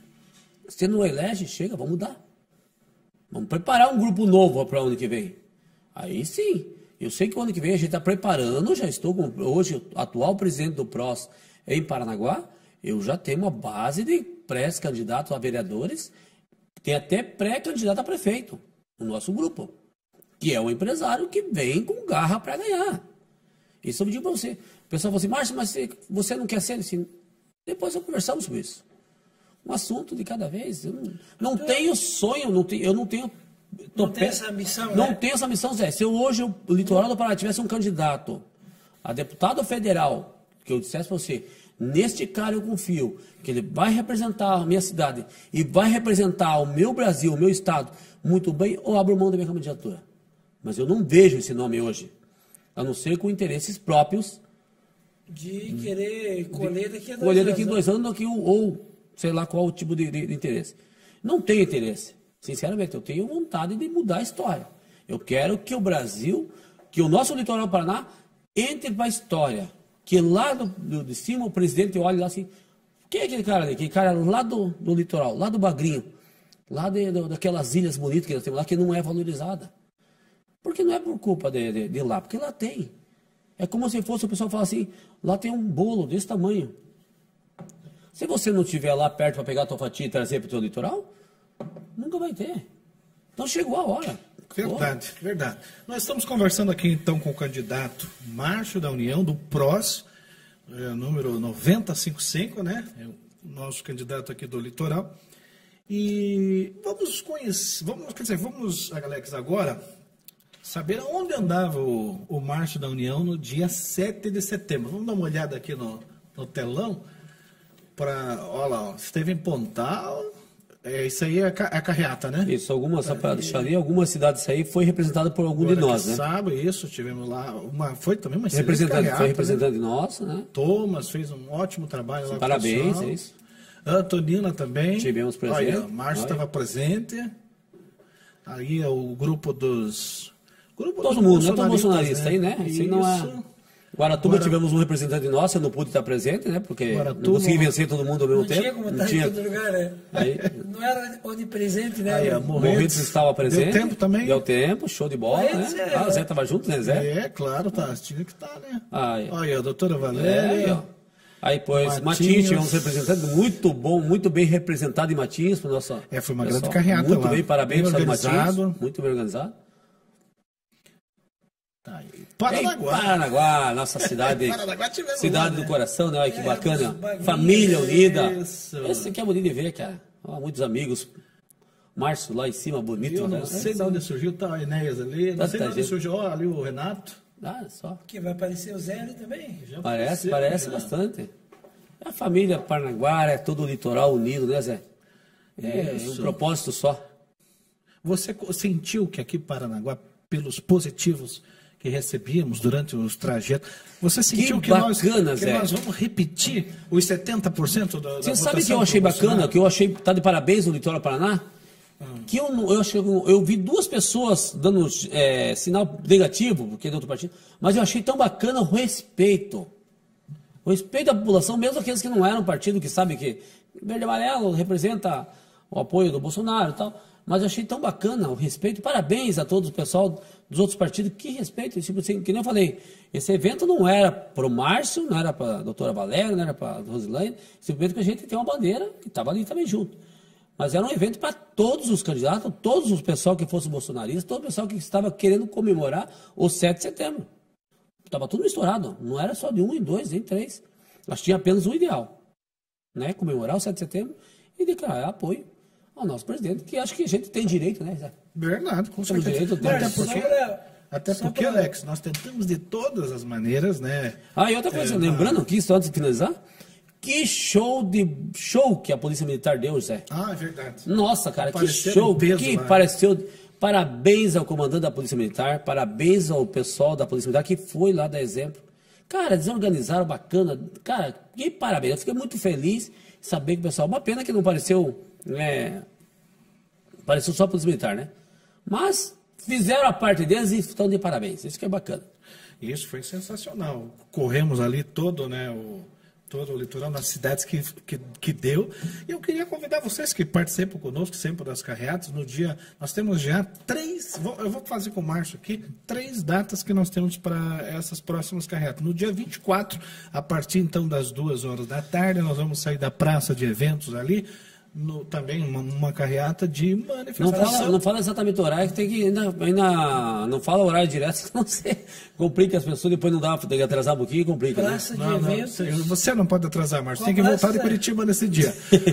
Se não elege, chega, vamos mudar. Vamos preparar um grupo novo para o ano que vem. Aí sim, eu sei que o ano que vem a gente está preparando, já estou com, hoje, o atual presidente do P R O S em Paranaguá, eu já tenho uma base de pré-candidatos a vereadores, tem até pré-candidato a prefeito no nosso grupo, que é um empresário que vem com garra para ganhar. Isso eu digo para você. O pessoal fala assim, Márcio, mas você não quer ser assim? Depois nós conversamos sobre isso. Um assunto de cada vez. Eu não, não então, tenho sonho, não tenho, eu não tenho... Não tem essa missão, Não né? tenho essa missão, Zé. Se eu hoje, o litoral do Paraná, tivesse um candidato a deputado federal, que eu dissesse para você, neste cara eu confio, que ele vai representar a minha cidade e vai representar o meu Brasil, o meu estado, muito bem, ou abro mão da minha candidatura. Mas eu não vejo esse nome hoje, a não ser com interesses próprios. De querer colher daqui a dois colher anos. daqui a dois anos, daqui, ou sei lá qual o tipo de, de, de interesse. Não tenho interesse. Sinceramente, eu tenho vontade de mudar a história. Eu quero que o Brasil, que o nosso litoral do Paraná, entre para a história. Que lá do, do, de cima o presidente olhe lá assim, quem é aquele cara ali? Aquele cara lá do, do litoral, lá do Bagrinho, lá de, do, daquelas ilhas bonitas que nós temos lá, que não é valorizada. Porque não é por culpa de, de, de lá, porque lá tem. É como se fosse o pessoal falar assim, lá tem um bolo desse tamanho. Se você não estiver lá perto para pegar a tua fatia e trazer para o teu litoral, nunca vai ter. Então chegou a hora. Verdade, Porra. verdade. Nós estamos conversando aqui então com o candidato Márcio da União, do P R O S, é, número noventa e cinquenta e cinco, né? É o nosso candidato aqui do litoral. E vamos conhecer, vamos, quer dizer, vamos, Alex, agora saber aonde andava o, o Márcio da União no dia sete de setembro. Vamos dar uma olhada aqui no, no telão para, olha lá, esteve em Pontal. É, isso aí é a carreata, né? Isso, algumas, só para deixar ali, algumas cidades aí foi representada por algum Agora de nós, né? Sabe, isso, tivemos lá, uma, foi também uma excelente representante, carreata, foi representante né? nossa, né? Thomas fez um ótimo trabalho lá. Parabéns, com o é isso. Antonina também. Tivemos presente. Olha, Márcio estava presente. Aí é o grupo dos... Grupo Todo dos mundo, né? Todo bolsonaristas, bolsonarista aí, né? Isso aí não é... Guaratuba Guara... tivemos um representante nosso, eu não pude estar presente, né? Porque Guaratuba, não consegui vencer todo mundo ao mesmo não tempo. Tinha como não estar tinha em todo lugar, né? Aí... Não era onipresente, né? Aí, Morretes estava presente. Deu tempo também? Deu tempo, show de bola, Morretes, né? é... Ah, o Zé estava junto, né, Zé? É, claro, tá. Tinha que estar, né? Aí, Olha, a doutora Valéria. É, aí, ó. Aí, pois, Matinhos, tivemos um representante muito bom, muito bem representado em Matinhos. Para nossa, é, foi uma pessoal. grande carreata Muito lá. bem, parabéns para o Matinhos. Muito bem organizado. Tá aí. Paranaguá. Paranaguá, nossa cidade. Paranaguá cidade lá, do né? coração, né? Olha que É, bacana. bagulho, Família unida. Isso. Esse aqui é bonito de ver, cara. Ó, muitos amigos. Márcio lá em cima, bonito. Eu não né? sei de onde surgiu, tá a Enéas ali. Não Tanta sei de onde gente. surgiu. Ó, ali o Renato. Ah, só. Que vai aparecer o Zé ali também. Já Parece, apareceu, parece já. bastante. A família Paranaguá é todo o litoral unido, né, Zé? É Isso. um propósito só. Você sentiu que aqui em Paranaguá, pelos positivos que recebíamos durante os trajetos, você sentiu que, que bacana, nós, que Zé. nós vamos repetir os setenta por cento da, da Você votação sabe que eu achei pro bacana, Bolsonaro? que eu achei, tá de parabéns no Litoral do Paraná? Que eu, não- eu, achei, eu vi duas pessoas dando é, sinal negativo, porque é de outro partido, mas eu achei tão bacana o respeito. O respeito da população, mesmo aqueles que não eram partido, que sabem que verde e amarelo representa o apoio do Bolsonaro e tal. Mas eu achei tão bacana o respeito. Parabéns a todos o pessoal dos outros partidos. Que respeito. Tipo assim, que nem eu falei, esse evento não era para o Márcio, não era para a doutora Valéria, não era para a Rosilane. Simplesmente que a gente tem uma bandeira que estava ali também junto. Mas era um evento para todos os candidatos, todos os pessoal que fosse bolsonarista, todo o pessoal que estava querendo comemorar o sete de setembro. Estava tudo misturado. Não era só de um, em dois, em três. Nós tínhamos apenas um ideal. Né? Comemorar o sete de setembro e declarar apoio ao nosso presidente, que acho que a gente tem direito, né, Zé? Verdade, com Temos certeza. direito, temos. Até Só porque, pra- até só porque pra- Alex, nós tentamos de todas as maneiras, né? Ah, e outra coisa, É, lembrando aqui, só antes de finalizar, que show de show que a Polícia Militar deu, Zé. Ah, é verdade. Nossa, cara, que Apareceram show, em peso que lá. pareceu. Parabéns ao comandante da Polícia Militar, parabéns ao pessoal da Polícia Militar que foi lá dar exemplo. Cara, desorganizaram, bacana. Cara, que parabéns. Eu fiquei muito feliz em saber que o pessoal. Uma pena que não pareceu. É, pareceu só a Polícia Militar, né? Mas fizeram a parte deles e estão de parabéns. Isso que é bacana. Isso foi sensacional. Corremos ali todo, né, o, todo o litoral, nas cidades que, que, que deu. E eu queria convidar vocês que participam conosco sempre das carreatas. No dia, nós temos já três, vou- eu vou fazer com o Márcio aqui, três datas que nós temos para essas próximas carreatas. No dia vinte e quatro, a partir então das duas horas da tarde, nós vamos sair da praça de eventos ali, no, também uma, uma carreata de Não manifestação. fala, não fala exatamente o horário, que tem que ainda, ainda não fala o horário direto, senão você complica as pessoas, depois não dá, tem que atrasar um pouquinho e complica, né? Praça de Não, não, eventos. você não pode atrasar, Márcio. Qual Tem que voltar de praça? Curitiba nesse dia.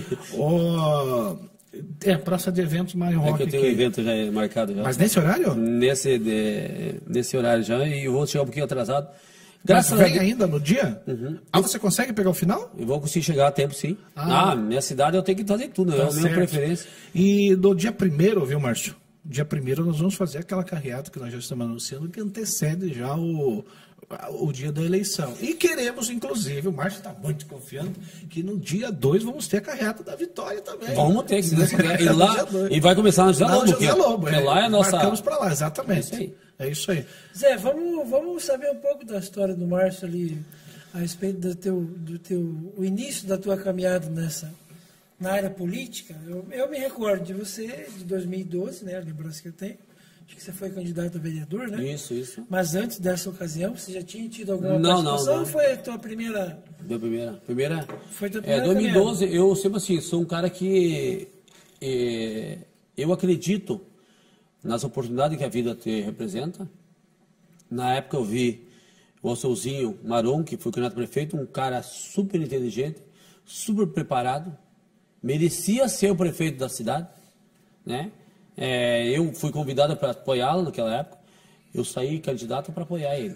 Ó, é, praça de eventos Mário É que Rock. eu tenho um aqui. evento já marcado já. Mas nesse horário? Nesse, de- nesse horário já, e eu vou chegar um pouquinho atrasado. Mas Graças a vem Deus, ainda no dia? Ah, você consegue pegar o final? eu vou conseguir chegar a tempo, sim. Ah. Ah, minha cidade eu tenho que fazer tudo, é Tá a minha certo. preferência. E do dia primeiro, viu, Márcio? Dia primeiro nós vamos fazer aquela carreata que nós já estamos anunciando, que antecede já o, o dia da eleição. E queremos, inclusive, o Márcio está muito confiante, que no dia dois vamos ter a carreata da vitória também. Vamos ter, se Deus quiser. E, No lá, dia dois. e vai começar no José Não, Lobo, José porque, Lobo, porque é. lá é a nossa... Marcamos para lá, exatamente. É isso aí. É isso aí. Zé, vamos, vamos saber um pouco da história do Márcio ali, a respeito do teu, do teu, o início da tua caminhada nessa, na área política. Eu, eu me recordo de você, de dois mil e doze, né, a lembrança que eu tenho. Acho que você foi candidato a vereador, né? Isso, isso. Mas antes dessa ocasião, você já tinha tido alguma Não, não, participação não. ou foi a tua primeira... Deu primeira. Primeira. Foi tua É, primeira dois mil e doze, eu sempre assim, sou um cara que é, eu acredito nas oportunidades que a vida te representa. Na época eu vi o Alceuzinho Maron, que foi candidato a prefeito, um cara super inteligente, super preparado, merecia ser o prefeito da cidade, né? É, eu fui convidado para apoiá-lo naquela época, eu saí candidato para apoiar ele,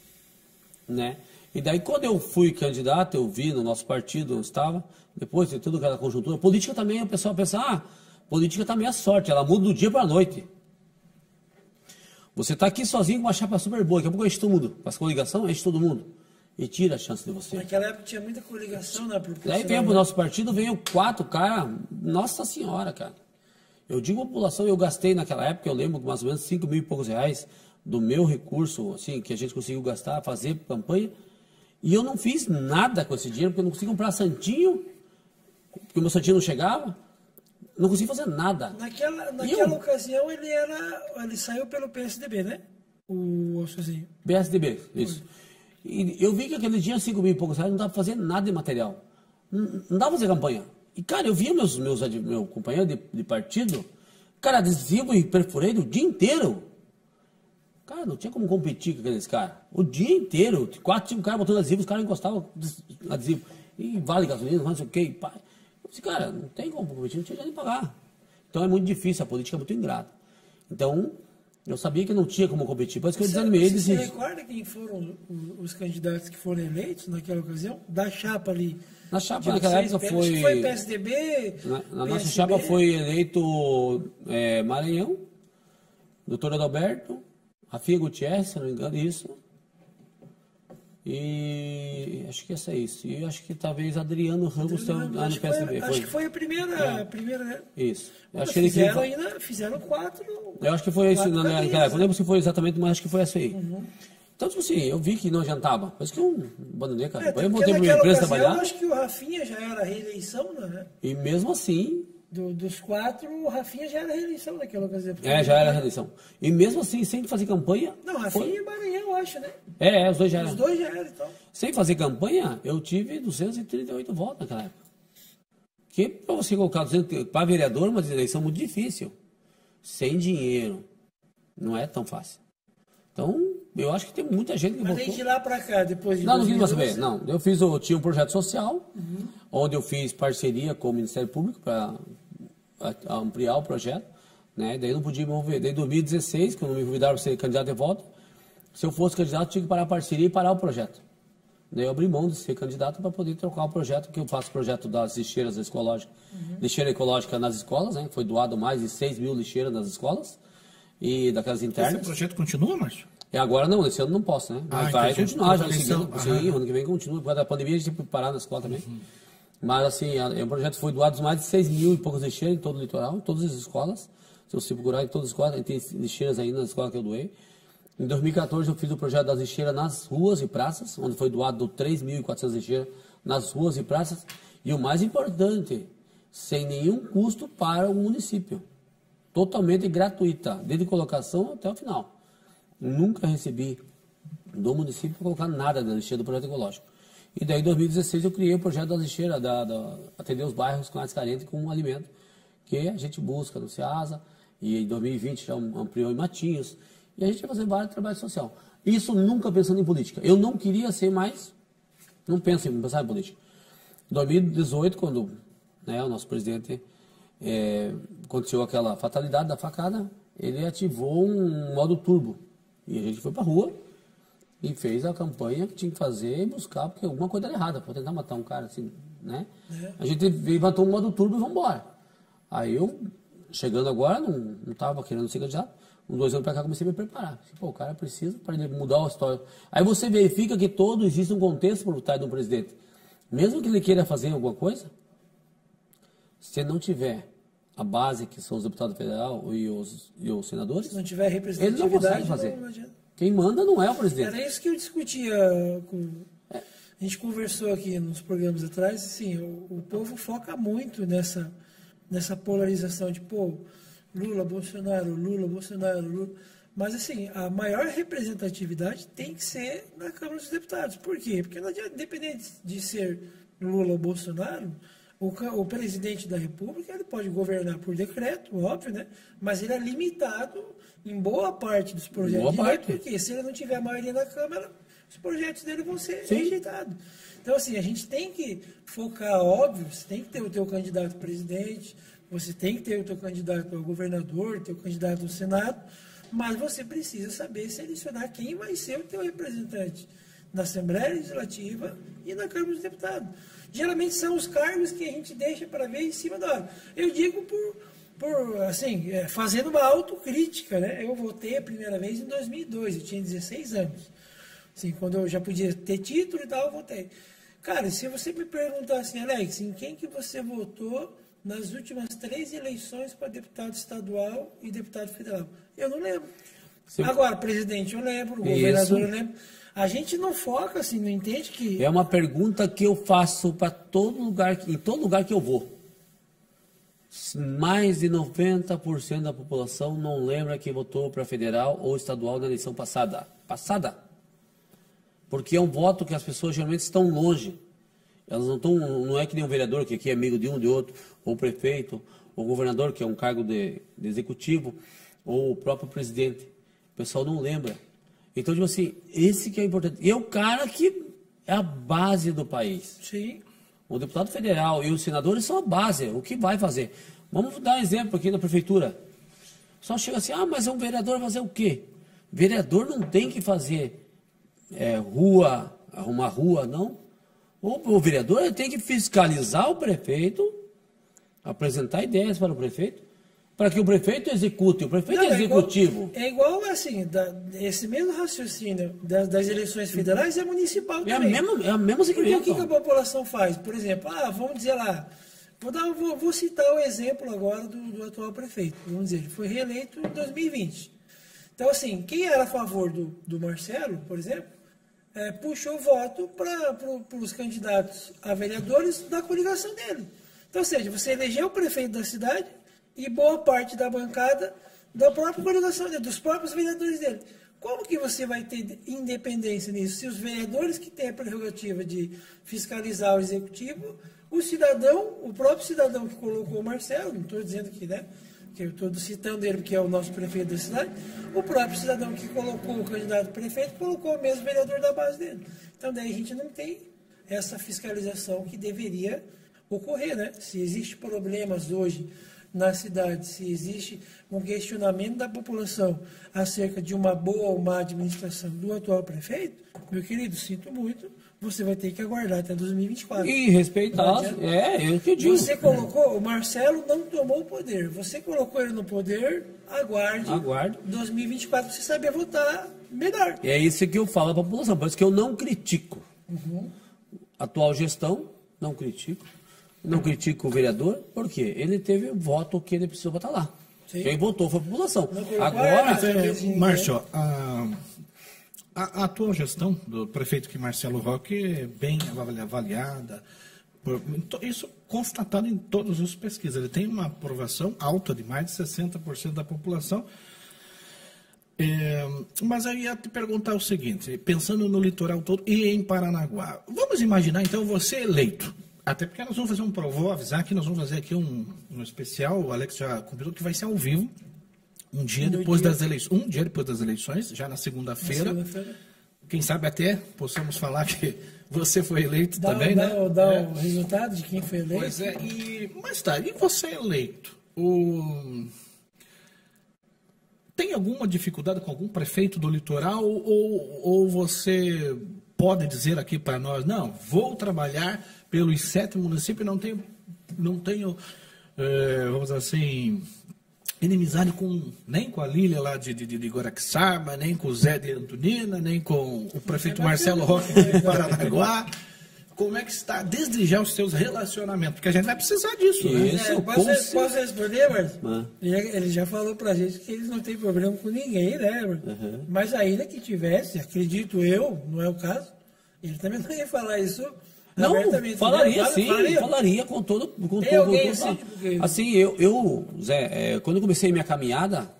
né? E daí quando eu fui candidato, eu vi no nosso partido onde estava, depois de toda aquela conjuntura, política também, o pessoal pensa, ah, política também é sorte, ela muda do dia para a noite. Você está aqui sozinho com uma chapa super boa, daqui a pouco enche todo mundo, faz coligação, enche todo mundo, e tira a chance de você. Naquela época tinha muita coligação na proporção. Daí veio pro nosso partido, veio quatro caras, nossa senhora, cara. Eu digo população, eu gastei naquela época, eu lembro mais ou menos cinco mil e poucos reais do meu recurso, assim, que a gente conseguiu gastar, fazer campanha, e eu não fiz nada com esse dinheiro, porque eu não consegui comprar santinho, porque o meu santinho não chegava, não consegui fazer nada. Naquela, E naquela eu? ocasião ele era. Ele saiu pelo P S D B, né? O Alceuzinho. P S D B, isso. E eu vi que aquele dia, cinco mil e poucos reais, não dava pra fazer nada de material. Não, não dava pra fazer campanha. E, cara, eu via meus, meus, ad- meu companheiro de, de partido, cara, adesivo e perfureiro o dia inteiro. Cara, não tinha como competir com aqueles caras. O dia inteiro. Quatro, cinco caras botando adesivo, os caras encostavam adesivo. E vale gasolina, não sei o quê. E pá. Eu disse, cara, não tem como competir, não tinha nem pagar. Então é muito difícil, a política é muito ingrata. Então, eu sabia que não tinha como competir, por isso que eu desanimei e Você, você desisti. recorda quem foram os, os candidatos que foram eleitos naquela ocasião? Da chapa ali. Na chapa, de naquela vocês? época, Acho que foi- foi P S D B. Na, na nossa P S D B. chapa foi eleito é, Maranhão, doutor Adalberto, Rafinha Gutierrez, se não me engano, isso. E acho que essa é isso. E acho que talvez Adriano Ramos tenha lá Acho no que foi- P S D B. Acho que foi a primeira. É. A primeira, né? Isso. Eu Mas acho que ele fizeram queria- ainda, fizeram quatro. Eu acho que foi esse, quatro na, naquela cadeiras, época. Eu não lembro se foi exatamente, mas acho que foi essa aí. Uhum. Então, tipo assim, eu vi que não adiantava. Por isso que eu abandonei, cara. É, Depois eu porque voltei pra minha naquela empresa ocasião, trabalhar. acho que o Rafinha já era a reeleição, né? E mesmo assim, Do- dos quatro, o Rafinha já era a reeleição naquela ocasião. é, já era a reeleição. E mesmo assim, sem fazer campanha. Não, Rafinha foi- e Maranhão, eu acho, né? É, é, os dois já Os eram. dois já eram, então. Sem fazer campanha, eu tive duzentos e trinta e oito votos naquela época. Que para você colocar duzentos para vereador, uma eleição muito difícil. Sem dinheiro. Não é tão fácil. Então, eu acho que tem muita gente que Mas votou. nem de lá pra cá, depois de Não, não quis mais dois mil e saber. doze. Não, eu fiz, eu tinha um projeto social, Uhum. onde onde eu fiz parceria com o Ministério Público para ampliar o projeto. né? Daí eu não podia me mover. Daí em dois mil e dezesseis, quando me convidaram para ser candidato de volta, se eu fosse candidato, eu tinha que parar a parceria e parar o projeto. Daí eu abri mão de ser candidato para poder trocar o projeto, que eu faço o projeto das lixeiras ecológicas, uhum. lixeira ecológica nas escolas, né? Foi doado mais de seis mil lixeiras nas escolas e daquelas internas. Esse projeto continua, Márcio? E agora não, esse ano não posso, né? Mas ah, vai continuar, já seguindo. Sim, ano que vem continua, por causa da pandemia a gente tem que parar na escola também. Uhum. Mas assim, o projeto foi doado mais de seis mil e poucas lixeiras em todo o litoral, em todas as escolas. Se você procurar em todas as escolas, tem lixeiras aí nas escolas que eu doei. Em dois mil e quatorze eu fiz o projeto das lixeiras nas ruas e praças, onde foi doado três mil e quatrocentas lixeiras nas ruas e praças. E o mais importante, sem nenhum custo para o município. Totalmente gratuita, desde a colocação até o final. Nunca recebi do município para colocar nada da lixeira do projeto ecológico. E daí em dois mil e dezesseis eu criei o projeto da lixeira, da, da, atender os bairros mais carentes com um alimento, que a gente busca no SEASA, e em dois mil e vinte já ampliou em Matinhos. E a gente vai fazer vários trabalhos sociais. Isso nunca pensando em política. Eu não queria ser mais, não penso em pensar em política. Em dois mil e dezoito, quando né, o nosso presidente é, aconteceu aquela fatalidade da facada, ele ativou um modo turbo. E a gente foi para a rua e fez a campanha que tinha que fazer e buscar, porque alguma coisa era errada, para tentar matar um cara assim, né? É. A gente levantou um modo turbo e vamos embora. Aí eu, chegando agora, não estava querendo ser candidato. Uns dois anos para cá, comecei a me preparar. Pô, o cara precisa para ele mudar a história. Aí você verifica que todo existe um contexto por trás de um presidente. Mesmo que ele queira fazer alguma coisa, se não tiver a base, que são os deputados federais e os, e os senadores, se não tiver representatividade, ele não consegue fazer. Não, não Quem manda não é o presidente. Era isso que eu discutia com... É. A gente conversou aqui nos programas atrás, assim, o, o povo foca muito nessa, nessa polarização de, pô, Lula, Bolsonaro, Lula, Bolsonaro, Lula. Mas, assim, a maior representatividade tem que ser na Câmara dos Deputados. Por quê? Porque, não adianta, independente de ser Lula ou Bolsonaro, o, o presidente da República ele pode governar por decreto, óbvio, né? Mas ele é limitado em boa parte dos projetos boa de lei, parte. Porque se ele não tiver a maioria na Câmara, os projetos dele vão ser Sim. rejeitados. Então, assim, a gente tem que focar, óbvio, você tem que ter o teu candidato a presidente, você tem que ter o teu candidato ao governador, o teu candidato ao Senado, mas você precisa saber selecionar quem vai ser o teu representante na Assembleia Legislativa e na Câmara dos Deputados. Geralmente são os cargos que a gente deixa para ver em cima da hora. Eu digo por, por assim, é, fazendo uma autocrítica, né? Eu votei a primeira vez em dois mil e dois, eu tinha dezesseis anos. Assim, quando eu já podia ter título e tal, eu votei. Cara, se você me perguntar assim, Alex, em quem que você votou nas últimas três eleições para deputado estadual e deputado federal? Eu não lembro. Sim. Agora, presidente, eu lembro, governador, eu lembro. A gente não foca, assim, não entende que... É uma pergunta que eu faço para todo lugar, em todo lugar que eu vou. Mais de noventa por cento da população não lembra que votou para federal ou estadual na eleição passada. Passada. Porque é um voto que as pessoas geralmente estão longe. Elas não estão, não é que nem um vereador, que aqui é amigo de um, de outro, ou o prefeito, ou o governador, que é um cargo de, de executivo, ou o próprio presidente. O pessoal não lembra. Então, tipo assim, esse que é importante. E é o cara que é a base do país. Sim. O deputado federal e os senadores são a base, o que vai fazer. Vamos dar um exemplo aqui da prefeitura. Só chega assim, ah, mas é um vereador fazer o quê? Vereador não tem que fazer é, rua, arrumar rua, não. O, o vereador ele tem que fiscalizar o prefeito, apresentar ideias para o prefeito, para que o prefeito execute. O prefeito não, é executivo. É igual, é igual assim, da, esse mesmo raciocínio das, das eleições federais é municipal é também. A mesma, é a mesma Porque o que, que a população faz? Por exemplo, ah, vamos dizer lá, vou, dar, vou, vou citar o exemplo agora do, do atual prefeito. Vamos dizer, ele foi reeleito em dois mil e vinte. Então, assim, quem era a favor do, do Marcelo, por exemplo, é, puxou voto para pro, os candidatos a vereadores da coligação dele. Então, ou seja, você elegeu o prefeito da cidade e boa parte da bancada da própria coligação dele, dos próprios vereadores dele. Como que você vai ter independência nisso? Se os vereadores que têm a prerrogativa de fiscalizar o executivo, o cidadão, o próprio cidadão que colocou o Marcelo, não estou dizendo que, né, que eu estou citando ele porque é o nosso prefeito da cidade, o próprio cidadão que colocou o candidato prefeito, colocou o mesmo vereador da base dele. Então, daí a gente não tem essa fiscalização que deveria ocorrer, né? Se existem problemas hoje na cidade, se existe um questionamento da população acerca de uma boa ou má administração do atual prefeito, meu querido, sinto muito, você vai ter que aguardar até dois mil e vinte e quatro. E respeitar, é, eu que digo. Você colocou, o Marcelo não tomou o poder, você colocou ele no poder, aguarde. Aguarde. dois mil e vinte e quatro você saber votar melhor. É isso que eu falo à população, por isso que eu não critico. Uhum. Atual gestão, não critico. Não critico o vereador, porque ele teve o voto que ele precisou votar lá. Sim. Quem votou foi a população. Agora, Agora, É, Márcio, a, a, a atual gestão do prefeito que Marcelo Roque é bem avaliada, por, isso constatado em todas as pesquisas. Ele tem uma aprovação alta de mais de sessenta por cento da população. É, mas aí ia te perguntar o seguinte, pensando no litoral todo e em Paranaguá, vamos imaginar então você eleito. Até porque nós vamos fazer um, vou avisar que nós vamos fazer aqui um, um especial, o Alex já combinou que vai ser ao vivo, um dia depois das eleições, um dia depois das eleições, já na segunda-feira. Segunda Quem sabe até possamos falar que você foi eleito dá, também, dá, né? Dá é. o resultado de quem foi eleito. Pois é, e, mas tá, e você eleito? O... Tem alguma dificuldade com algum prefeito do litoral ou, ou você pode dizer aqui para nós, não, vou trabalhar pelos sete municípios, não tenho, não tenho é, vamos dizer assim, inimizade com, nem com a Lília lá de, de, de Guaraxaba, nem com o Zé de Antonina, nem com o prefeito Marcelo Roque de Paranaguá. Como é que está desde já os seus relacionamentos? Porque a gente vai precisar disso, né? Isso, É, posso, posso responder, Marcos? Ah. Ele, ele já falou pra gente que eles não têm problema com ninguém, né, Marcos? Uhum. Mas ainda que tivesse, acredito eu, não é o caso, ele também não ia falar isso não, abertamente. falaria Né? sim, falaria. falaria com todo... Com Tem todo, alguém com assim, todo, tipo que- assim, eu, eu Zé, é, quando eu comecei minha caminhada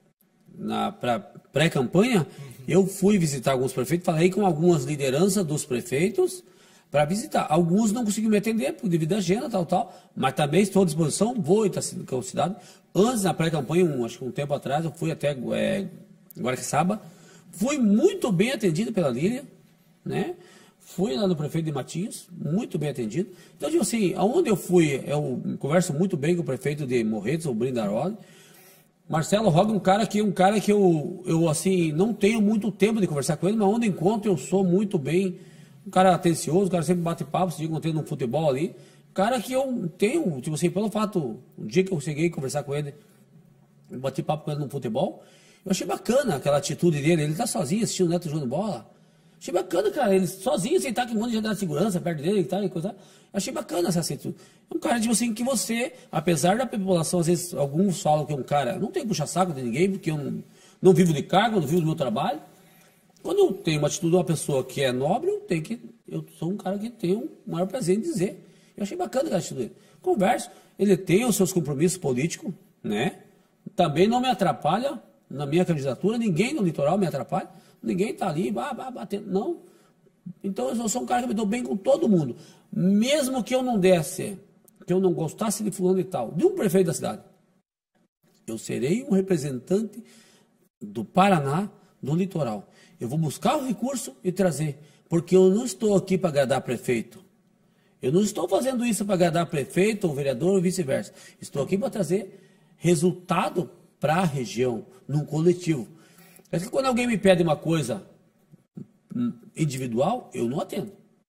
para pré-campanha, uhum. eu fui visitar alguns prefeitos, falei com algumas lideranças dos prefeitos para visitar. Alguns não conseguiram me atender por devido à agenda, tal, tal, mas também estou à disposição, vou estar com a cidade. Antes, na pré-campanha, um, acho que um tempo atrás, eu fui até é, Guaraxaba, fui muito bem atendido pela Lília, né? Fui lá no prefeito de Matinhos, muito bem atendido. Então, tipo assim, aonde eu fui, eu converso muito bem com o prefeito de Morretes, o Brindaroli. Marcelo Roque é um cara que, um cara que eu, eu, assim, não tenho muito tempo de conversar com ele, mas onde encontro eu sou muito bem, um cara atencioso, um cara sempre bate papo, se diga contando no futebol ali. Um cara que eu tenho, tipo assim, pelo fato, um dia que eu cheguei a conversar com ele, eu bati papo com ele no futebol, eu achei bacana aquela atitude dele, ele tá sozinho assistindo o Neto jogando bola. Achei bacana, cara, ele sozinho, sem estar com um monte de gente da segurança perto dele e tal, e coisa. Achei bacana essa atitude. É um cara, tipo assim, que você, apesar da população, às vezes, alguns falam que é um cara, não tem puxa-saco de ninguém, porque eu não, não vivo de cargo, não vivo do meu trabalho. Quando eu tenho uma atitude de uma pessoa que é nobre, eu tenho que, eu sou um cara que tem o maior prazer em dizer. Eu achei bacana aquela atitude dele. Converso, ele tem os seus compromissos políticos, né? Também não me atrapalha na minha candidatura, ninguém no litoral me atrapalha. Ninguém está ali, bah, bah, batendo. Não. Então, eu sou um cara que me dou bem com todo mundo. Mesmo que eu não desse, que eu não gostasse de fulano e tal, de um prefeito da cidade, eu serei um representante do Paraná, do litoral. Eu vou buscar o recurso e trazer. Porque eu não estou aqui para agradar prefeito. Eu não estou fazendo isso para agradar prefeito ou vereador ou vice-versa. Estou aqui para trazer resultado para a região, num coletivo. É que quando alguém me pede uma coisa individual, eu não atendo.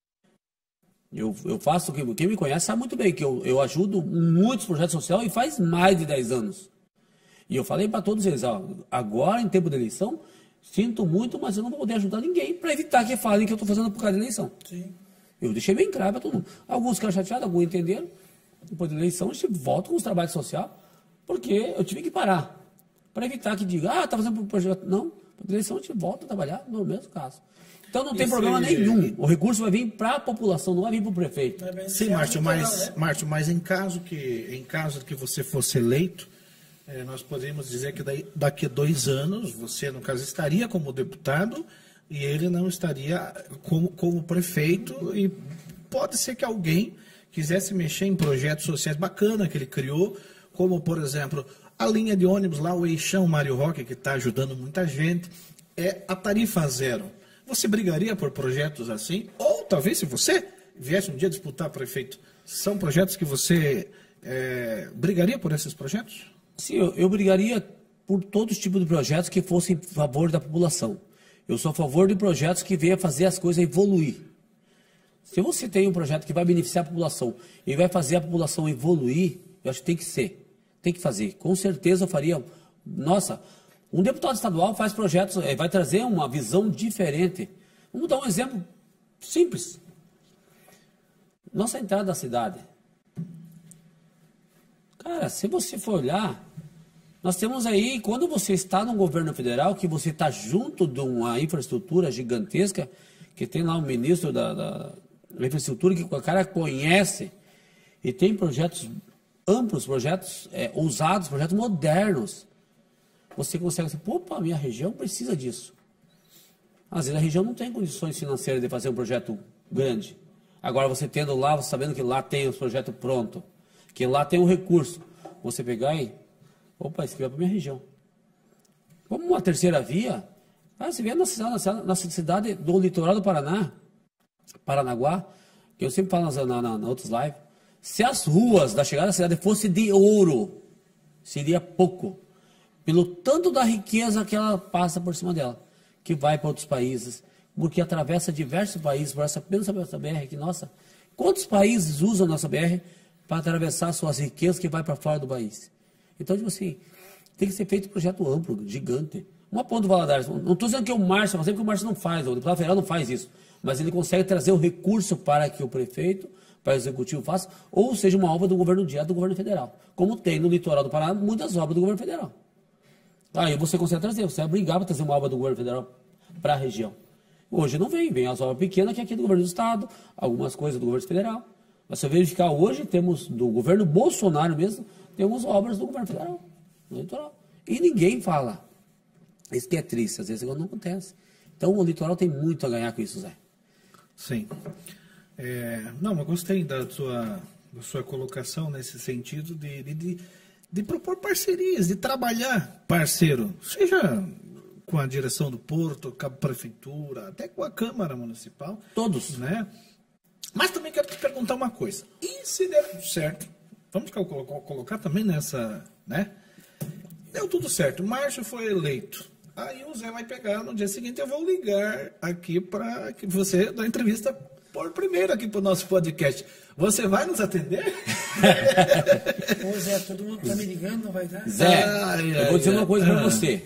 Eu, eu faço, quem me conhece sabe muito bem que eu, eu ajudo muitos projetos sociais e faz mais de dez anos. E eu falei para todos eles, ó, agora em tempo de eleição, sinto muito, mas eu não vou poder ajudar ninguém para evitar que falem que eu estou fazendo por causa da eleição. Sim. Eu deixei bem claro para todo mundo. Alguns ficaram chateados, alguns entenderam. Depois da eleição, a gente volta com os trabalhos sociais, porque eu tive que parar. Para evitar que diga, ah, está fazendo um projeto. Não, para a eleição a gente volta a trabalhar no mesmo caso. Então não tem Esse... problema nenhum. O recurso vai vir para a população, não vai vir para o prefeito. Sim, Márcio, mas, Márcio, mas em caso que, em caso que você fosse eleito, eh, nós poderíamos dizer que daí, daqui a dois anos, você, no caso, estaria como deputado e ele não estaria como, como prefeito, e pode ser que alguém quisesse mexer em projetos sociais bacanas que ele criou, como, por exemplo, a linha de ônibus lá, o Eixão Mário Roque, que está ajudando muita gente, é a tarifa zero. Você brigaria por projetos assim? Ou talvez se você viesse um dia disputar prefeito, são projetos que você é, brigaria por esses projetos? Sim, eu, eu brigaria por todos os tipos de projetos que fossem em favor da população. Eu sou a favor de projetos que venham fazer as coisas evoluir. Se você tem um projeto que vai beneficiar a população e vai fazer a população evoluir, eu acho que tem que ser. Tem que fazer. Com certeza eu faria. Nossa, um deputado estadual faz projetos, vai trazer uma visão diferente. Vamos dar um exemplo simples. Nossa entrada da cidade. Cara, se você for olhar, nós temos aí, quando você está no governo federal, que você está junto de uma infraestrutura gigantesca, que tem lá um ministro da, da infraestrutura que o cara conhece, e tem projetos amplos, projetos é, ousados, projetos modernos, você consegue dizer, opa, minha região precisa disso. Às vezes a região não tem condições financeiras de fazer um projeto grande. Agora você tendo lá, você sabendo que lá tem os projetos prontos, que lá tem um recurso, você pegar e, opa, escreva para minha região. Como uma terceira via, ah, você vê na cidade, na cidade do litoral do Paraná, Paranaguá, que eu sempre falo nas, na, na, na outras lives, se as ruas da chegada da cidade fossem de ouro, seria pouco, pelo tanto da riqueza que ela passa por cima dela, que vai para outros países, porque atravessa diversos países, por essa, apenas essa B R, que, nossa, quantos países usam a nossa B R para atravessar suas riquezas que vai para fora do país? Então, tipo assim, tem que ser feito um projeto amplo, gigante. Uma ponta do Valadares, não estou dizendo que é o Márcio, mas sempre que o Márcio não faz, o deputado federal não faz isso, mas ele consegue trazer o recurso para que o prefeito, para o executivo faça, ou seja, uma obra do governo direto do governo federal. Como tem no litoral do Paraná muitas obras do governo federal. Aí você consegue trazer, você vai brigar para trazer uma obra do governo federal para a região. Hoje não vem, vem as obras pequenas que é aqui do governo do estado, algumas coisas do governo federal. Mas se eu verificar hoje, temos do governo Bolsonaro mesmo, temos obras do governo federal, no litoral. E ninguém fala. Isso que é triste, às vezes não acontece. Então o litoral tem muito a ganhar com isso, Zé. Sim. É, não, eu gostei da sua, da sua colocação nesse sentido de, de, de, de propor parcerias, de trabalhar parceiro, seja com a direção do Porto, com a prefeitura, até com a Câmara Municipal. Todos. Né? Mas também quero te perguntar uma coisa. E se der tudo certo? Vamos colocar, colocar também nessa, né? Deu tudo certo. O Márcio foi eleito. Aí o Zé vai pegar no dia seguinte, eu vou ligar aqui para que você dê entrevista por primeiro aqui para o nosso podcast. Você vai nos atender? Ô Zé, todo mundo está me ligando, não vai dar? Zé, ai, eu ai, vou dizer ai, uma coisa para ah. você.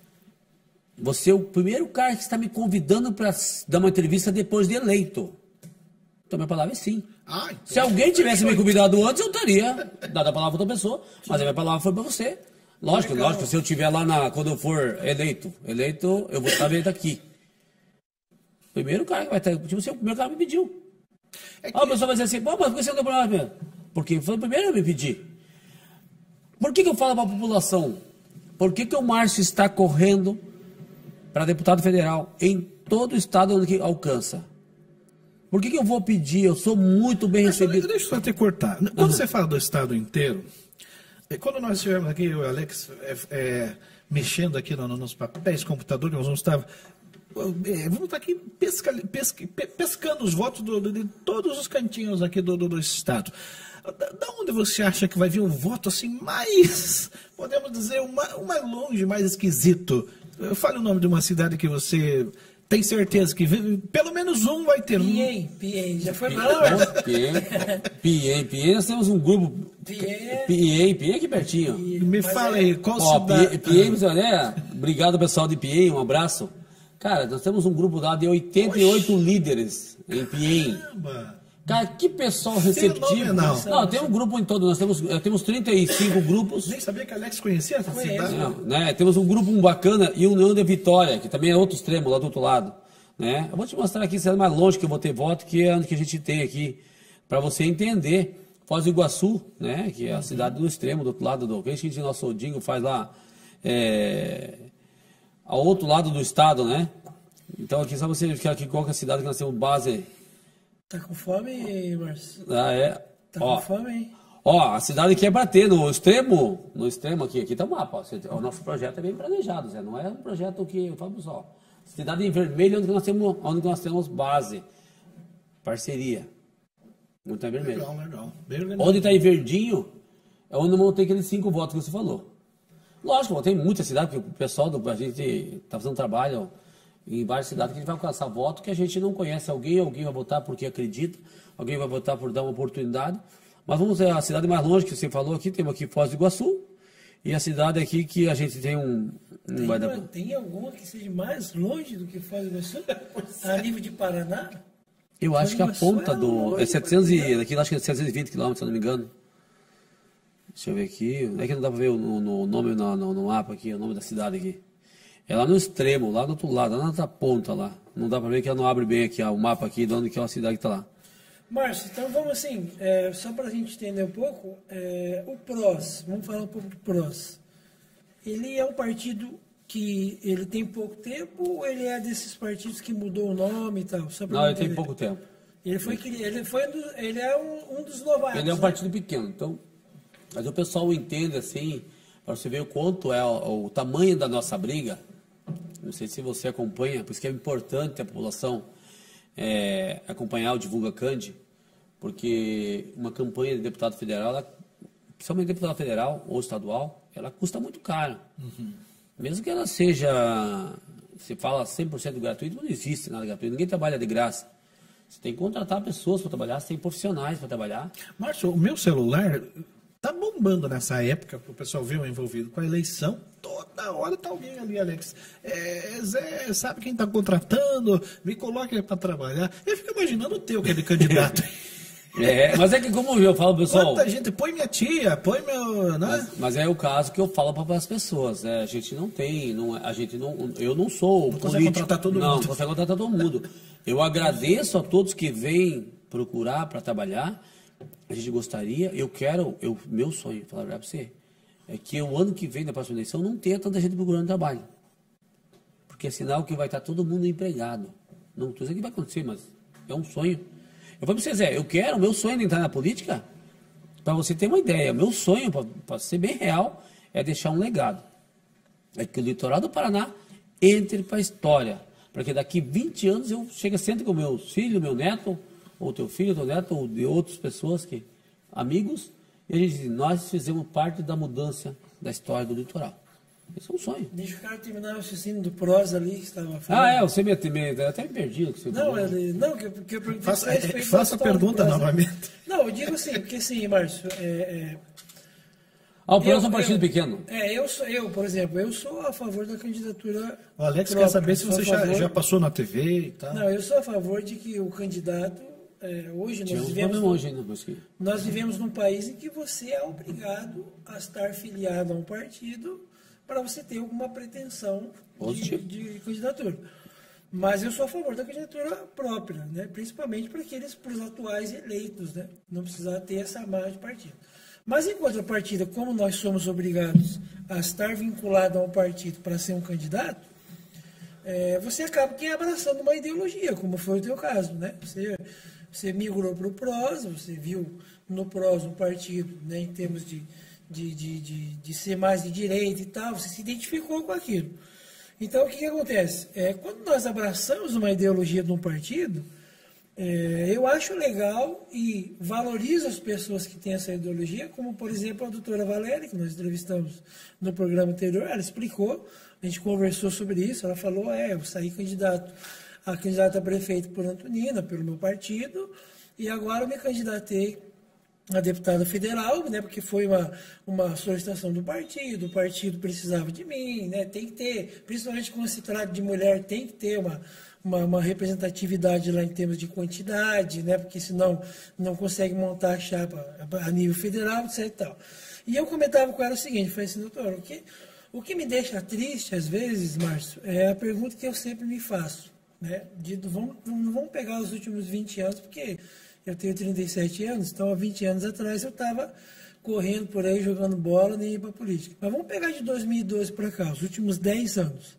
Você é o primeiro cara que está me convidando para dar uma entrevista depois de eleito. Então, minha palavra é sim. Ah, então, se alguém tivesse me convidado antes, eu teria dado a palavra para outra pessoa, mas a minha palavra foi para você. Lógico, Legal. lógico, se eu estiver lá, na, quando eu for eleito, eleito, eu vou estar eleito aqui. Primeiro cara que vai estar, tipo, você, o primeiro cara me pediu. É que... Ah, a pessoa vai dizer assim, pô, mas por que você não deu problema mesmo? Porque foi o primeiro a me pedir. Por que, que eu falo para a população? Por que, que o Márcio está correndo para deputado federal em todo o estado onde que alcança? Por que, que eu vou pedir? Eu sou muito bem Mas, recebido. Deixa eu só te cortar. Quando uhum. você fala do estado inteiro, quando nós estivemos aqui, eu e o Alex, é, é, mexendo aqui no, nos papéis, computador, nós vamos estar, é, vamos estar aqui pesca, pesca, pescando os votos do, de todos os cantinhos aqui do, do, do estado. Da, da onde você acha que vai vir um voto assim mais, podemos dizer, o mais, o mais longe, mais esquisito? Fale o nome de uma cidade que você tem certeza que pelo menos um vai ter. Piem, Piem, já foi mal. Piem, Piem, Piem, nós temos um grupo. Piem, Piem, Piem aqui pertinho. Me fala aí, qual Ó, cidade? Piem, né? Obrigado, pessoal de Piem, um abraço. Cara, nós temos um grupo lá de oitenta e oito Oxi. líderes em Piem. Caramba. Cara, que pessoal receptivo. Não, não, tem um grupo em todo. Nós temos, temos trinta e cinco grupos. Nem sabia que Alex conhecia essa cidade. Não, né? Temos um grupo bacana e o União de Vitória, que também é outro extremo, lá do outro lado. Né? Eu vou te mostrar aqui, sendo mais longe que eu vou ter voto, que é onde que a gente tem aqui, para você entender. Foz do Iguaçu, né? Que é a cidade do extremo, do outro lado do. Que a gente, nosso Odingo faz lá, é, ao outro lado do estado, né? Então aqui só você verificar aqui qual que é a cidade que nós temos base. Tá com fome, Márcio? Ah, é. Tá ó, com fome, hein? Ó, a cidade aqui é bater no extremo, no extremo aqui, aqui tá o mapa. Ó, o nosso projeto é bem planejado, Zé. Não é um projeto que, eu falo só, cidade em vermelho onde nós temos, onde nós temos base, parceria. Muito em vermelho. Legal, legal. Bem onde está em verdinho, é onde não tem aqueles cinco votos que você falou. Lógico, tem muita cidade, que o pessoal, do, a gente está fazendo trabalho em várias cidades que a gente vai alcançar voto que a gente não conhece alguém, alguém vai votar porque acredita, alguém vai votar por dar uma oportunidade. Mas vamos ver, a cidade mais longe que você falou aqui, temos aqui Foz do Iguaçu, e a cidade aqui que a gente tem um... um Tem, vai uma, dar... tem alguma que seja mais longe do que Foz do Iguaçu? A nível de Paraná? Eu acho que a ponta do... É setecentos e... Aqui eu acho que é setecentos e vinte quilômetros, se eu não me engano. Deixa eu ver aqui. É que não dá para ver o no, no nome no, no, no mapa aqui, o nome da cidade aqui. É lá no extremo, lá do outro lado, lá na outra ponta lá. Não dá para ver que ela não abre bem aqui ó, o mapa aqui de onde que é a cidade que está lá. Márcio, então vamos assim, é, só para a gente entender um pouco, é, o P R O S, vamos falar um pouco do P R O S. Ele é um partido que ele tem pouco tempo ou ele é desses partidos que mudou o nome e tal? Só não, ele tem pouco tempo. Ele, foi, ele, foi, ele é um, um dos novatos. Ele é um né? partido pequeno, então... Mas o pessoal entende assim, para você ver o quanto é o, o tamanho da nossa briga. Não sei se você acompanha, por isso que é importante a população é, acompanhar o Divulga Candi, porque uma campanha de deputado federal, ela, principalmente deputado federal ou estadual, ela custa muito caro. Uhum. Mesmo que ela seja, se fala cem por cento gratuito, não existe nada gratuito, ninguém trabalha de graça. Você tem que contratar pessoas para trabalhar, você tem profissionais para trabalhar. Márcio, o meu celular... Tá bombando nessa época, o pessoal viu envolvido com a eleição. Toda hora tá alguém ali, Alex. É, Zé, sabe quem tá contratando? Me coloca aí para trabalhar. Eu fico imaginando o teu, que é de candidato. É, mas é que como eu falo, pessoal... Quanta gente, põe minha tia, põe meu... Né? Mas, mas é o caso que eu falo para as pessoas. Né? A gente não tem, não, a gente não, eu não sou não político. Consegue contratar todo não, mundo. Não, consegue contratar todo mundo. Eu agradeço a todos que vêm procurar para trabalhar. A gente gostaria, eu quero, eu, meu sonho, falar para você, é que o ano que vem, na próxima eleição, não tenha tanta gente procurando trabalho. Porque é sinal que vai estar todo mundo empregado. Não estou dizendo que vai acontecer, mas é um sonho. Eu vou para você, Zé, eu quero, o meu sonho de entrar na política, para você ter uma ideia, meu sonho, para ser bem real, é deixar um legado. É que o litoral do Paraná entre para a história. Para que daqui vinte anos eu chegue sempre com meu filho, meu neto, ou teu filho, teu neto, ou de outras pessoas, que, amigos, e a gente diz, nós fizemos parte da mudança da história do litoral. Esse é um sonho. Deixa o cara terminar o raciocínio do P R O S ali que estava falando. Ah, é, você me, me até me perdi. Que você não, ele, não, que, que eu perguntei. Faça, é, faça a pergunta novamente. Não, eu digo assim, porque assim, Márcio, é, é, ah, o P R O S é um partido eu, pequeno. É, eu, sou, eu, por exemplo, eu sou a favor da candidatura. O Alex própria. quer saber se você já, já passou na T V e tal. Não, eu sou a favor de que o candidato. É, hoje nós vivemos, hoje, né, nós vivemos num país em que você é obrigado a estar filiado a um partido para você ter alguma pretensão de, de candidatura. Mas eu sou a favor da candidatura própria, né? Principalmente para aqueles, para os atuais eleitos, né? Não precisar ter essa margem de partido. Mas em contrapartida, como nós somos obrigados a estar vinculado a um partido para ser um candidato, é, você acaba que abraçando uma ideologia, como foi o teu caso, né? Você, você migrou para o P R O S, você viu no P R O S um partido, né, em termos de, de, de, de, de ser mais de direita e tal, você se identificou com aquilo. Então, o que, que acontece? É, quando nós abraçamos uma ideologia de um partido, é, eu acho legal e valorizo as pessoas que têm essa ideologia, como, por exemplo, a doutora Valéria, que nós entrevistamos no programa anterior, ela explicou, a gente conversou sobre isso, ela falou, é, eu saí candidato a candidata a prefeito por Antonina, pelo meu partido, e agora eu me candidatei a deputada federal, né, porque foi uma, uma solicitação do partido, o partido precisava de mim, né, tem que ter, principalmente quando se trata de mulher, tem que ter uma, uma, uma representatividade lá em termos de quantidade, né, porque senão não consegue montar a chapa a nível federal, etc e tal. E eu comentava com ela o seguinte, falei assim, doutor, o que, o que me deixa triste às vezes, Márcio, é a pergunta que eu sempre me faço, né, de, vamos, não vamos pegar os últimos vinte anos, porque eu tenho trinta e sete anos, então há vinte anos atrás eu estava correndo por aí, jogando bola, nem ia para a política. Mas vamos pegar de dois mil e doze para cá, os últimos dez anos.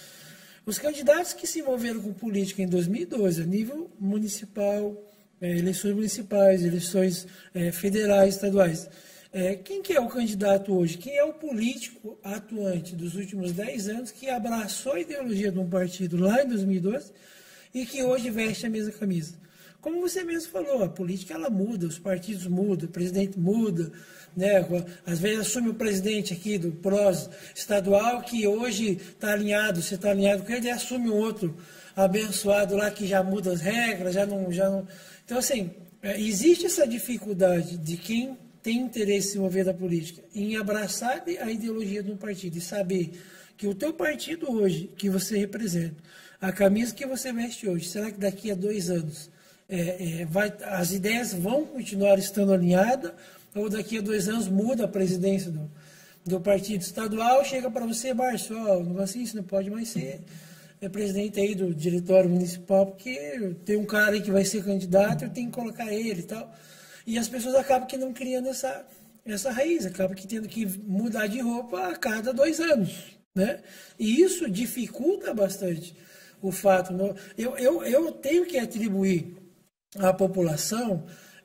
Os candidatos que se envolveram com política em dois mil e doze, a nível municipal, é, eleições municipais, eleições é, federais, estaduais, é, quem que é o candidato hoje? Quem é o político atuante dos últimos dez anos que abraçou a ideologia de um partido lá em dois mil e doze e que hoje veste a mesma camisa? como você mesmo falou, a política ela muda, os partidos mudam, o presidente muda, né? Às vezes assume o presidente aqui do P R O S estadual, que hoje está alinhado, você está alinhado com ele, e assume um outro abençoado lá que já muda as regras, já não... Já não... Então, assim, existe essa dificuldade de quem tem interesse em se mover da política, em abraçar a ideologia de um partido e saber que o teu partido hoje, que você representa, a camisa que você veste hoje, será que daqui a dois anos é, é, vai, as ideias vão continuar estando alinhadas ou daqui a dois anos muda a presidência do, do partido estadual, chega para você, Márcio, ó, não assim, isso não pode mais ser é presidente aí do diretório municipal, porque tem um cara aí que vai ser candidato, eu tenho que colocar ele e tal. E as pessoas acabam que não criando essa, essa raiz, acabam que tendo que mudar de roupa a cada dois anos, né? E isso dificulta bastante o fato. Eu, eu, eu tenho que atribuir à população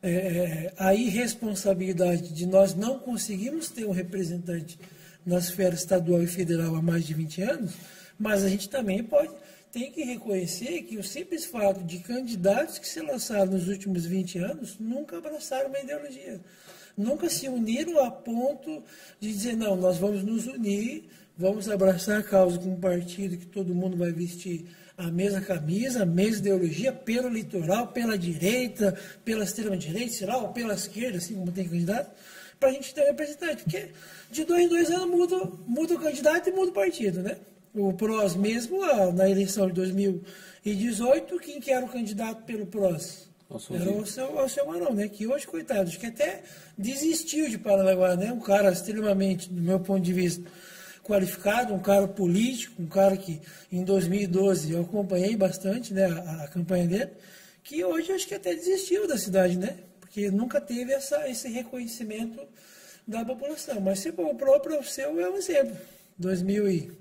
é, a irresponsabilidade de nós não conseguirmos ter um representante na esfera estadual e federal há mais de vinte anos, mas a gente também pode, tem que reconhecer que o simples fato de candidatos que se lançaram nos últimos vinte anos nunca abraçaram uma ideologia. Nunca se uniram a ponto de dizer, não, nós vamos nos unir, vamos abraçar a causa com um partido que todo mundo vai vestir a mesma camisa, a mesma ideologia, pelo litoral, pela direita, pela extrema-direita, sei lá, ou pela esquerda, assim como tem candidato, para a gente ter um representante. Porque de dois em dois anos muda, muda o candidato e muda o partido, né? O P R O S mesmo, na eleição de dois mil e dezoito, quem que era o candidato pelo P R O S? Nossa, era o seu, o seu Marão, né? Que hoje, coitado, acho que até desistiu de Paranaguá, né? Um cara extremamente, do meu ponto de vista, qualificado, um cara político, um cara que em dois mil e doze eu acompanhei bastante, né, a, a campanha dele, que hoje acho que até desistiu da cidade, né? Porque nunca teve essa, esse reconhecimento da população. Mas se for o próprio seu é um exemplo. dois mil e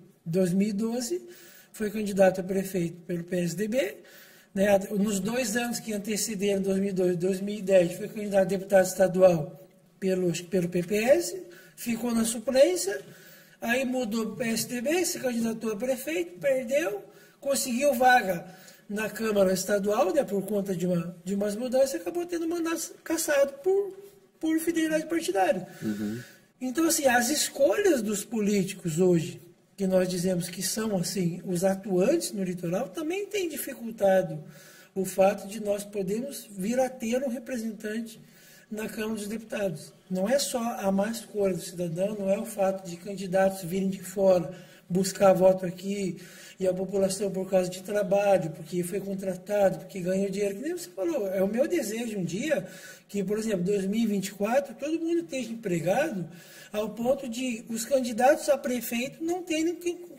doze foi candidato a prefeito pelo P S D B, né? Nos dois anos que antecederam dois mil e doze, dois mil e dez, foi candidato a deputado estadual pelo, pelo P P S, ficou na suplência, aí mudou para o P S D B, se candidatou a prefeito, perdeu, conseguiu vaga na Câmara Estadual, né, por conta de, uma, de umas mudanças, acabou tendo mandato cassado por, por fidelidade partidária. Uhum. Então, assim, as escolhas dos políticos hoje, que nós dizemos que são, assim, os atuantes no litoral, também tem dificultado o fato de nós podermos vir a ter um representante na Câmara dos Deputados. Não é só a má escolha do cidadão, não é o fato de candidatos virem de fora, buscar voto aqui, e a população por causa de trabalho, porque foi contratado, porque ganhou dinheiro, que nem você falou. É o meu desejo um dia que, por exemplo, dois mil e vinte e quatro, todo mundo esteja empregado ao ponto de os candidatos a prefeito não terem,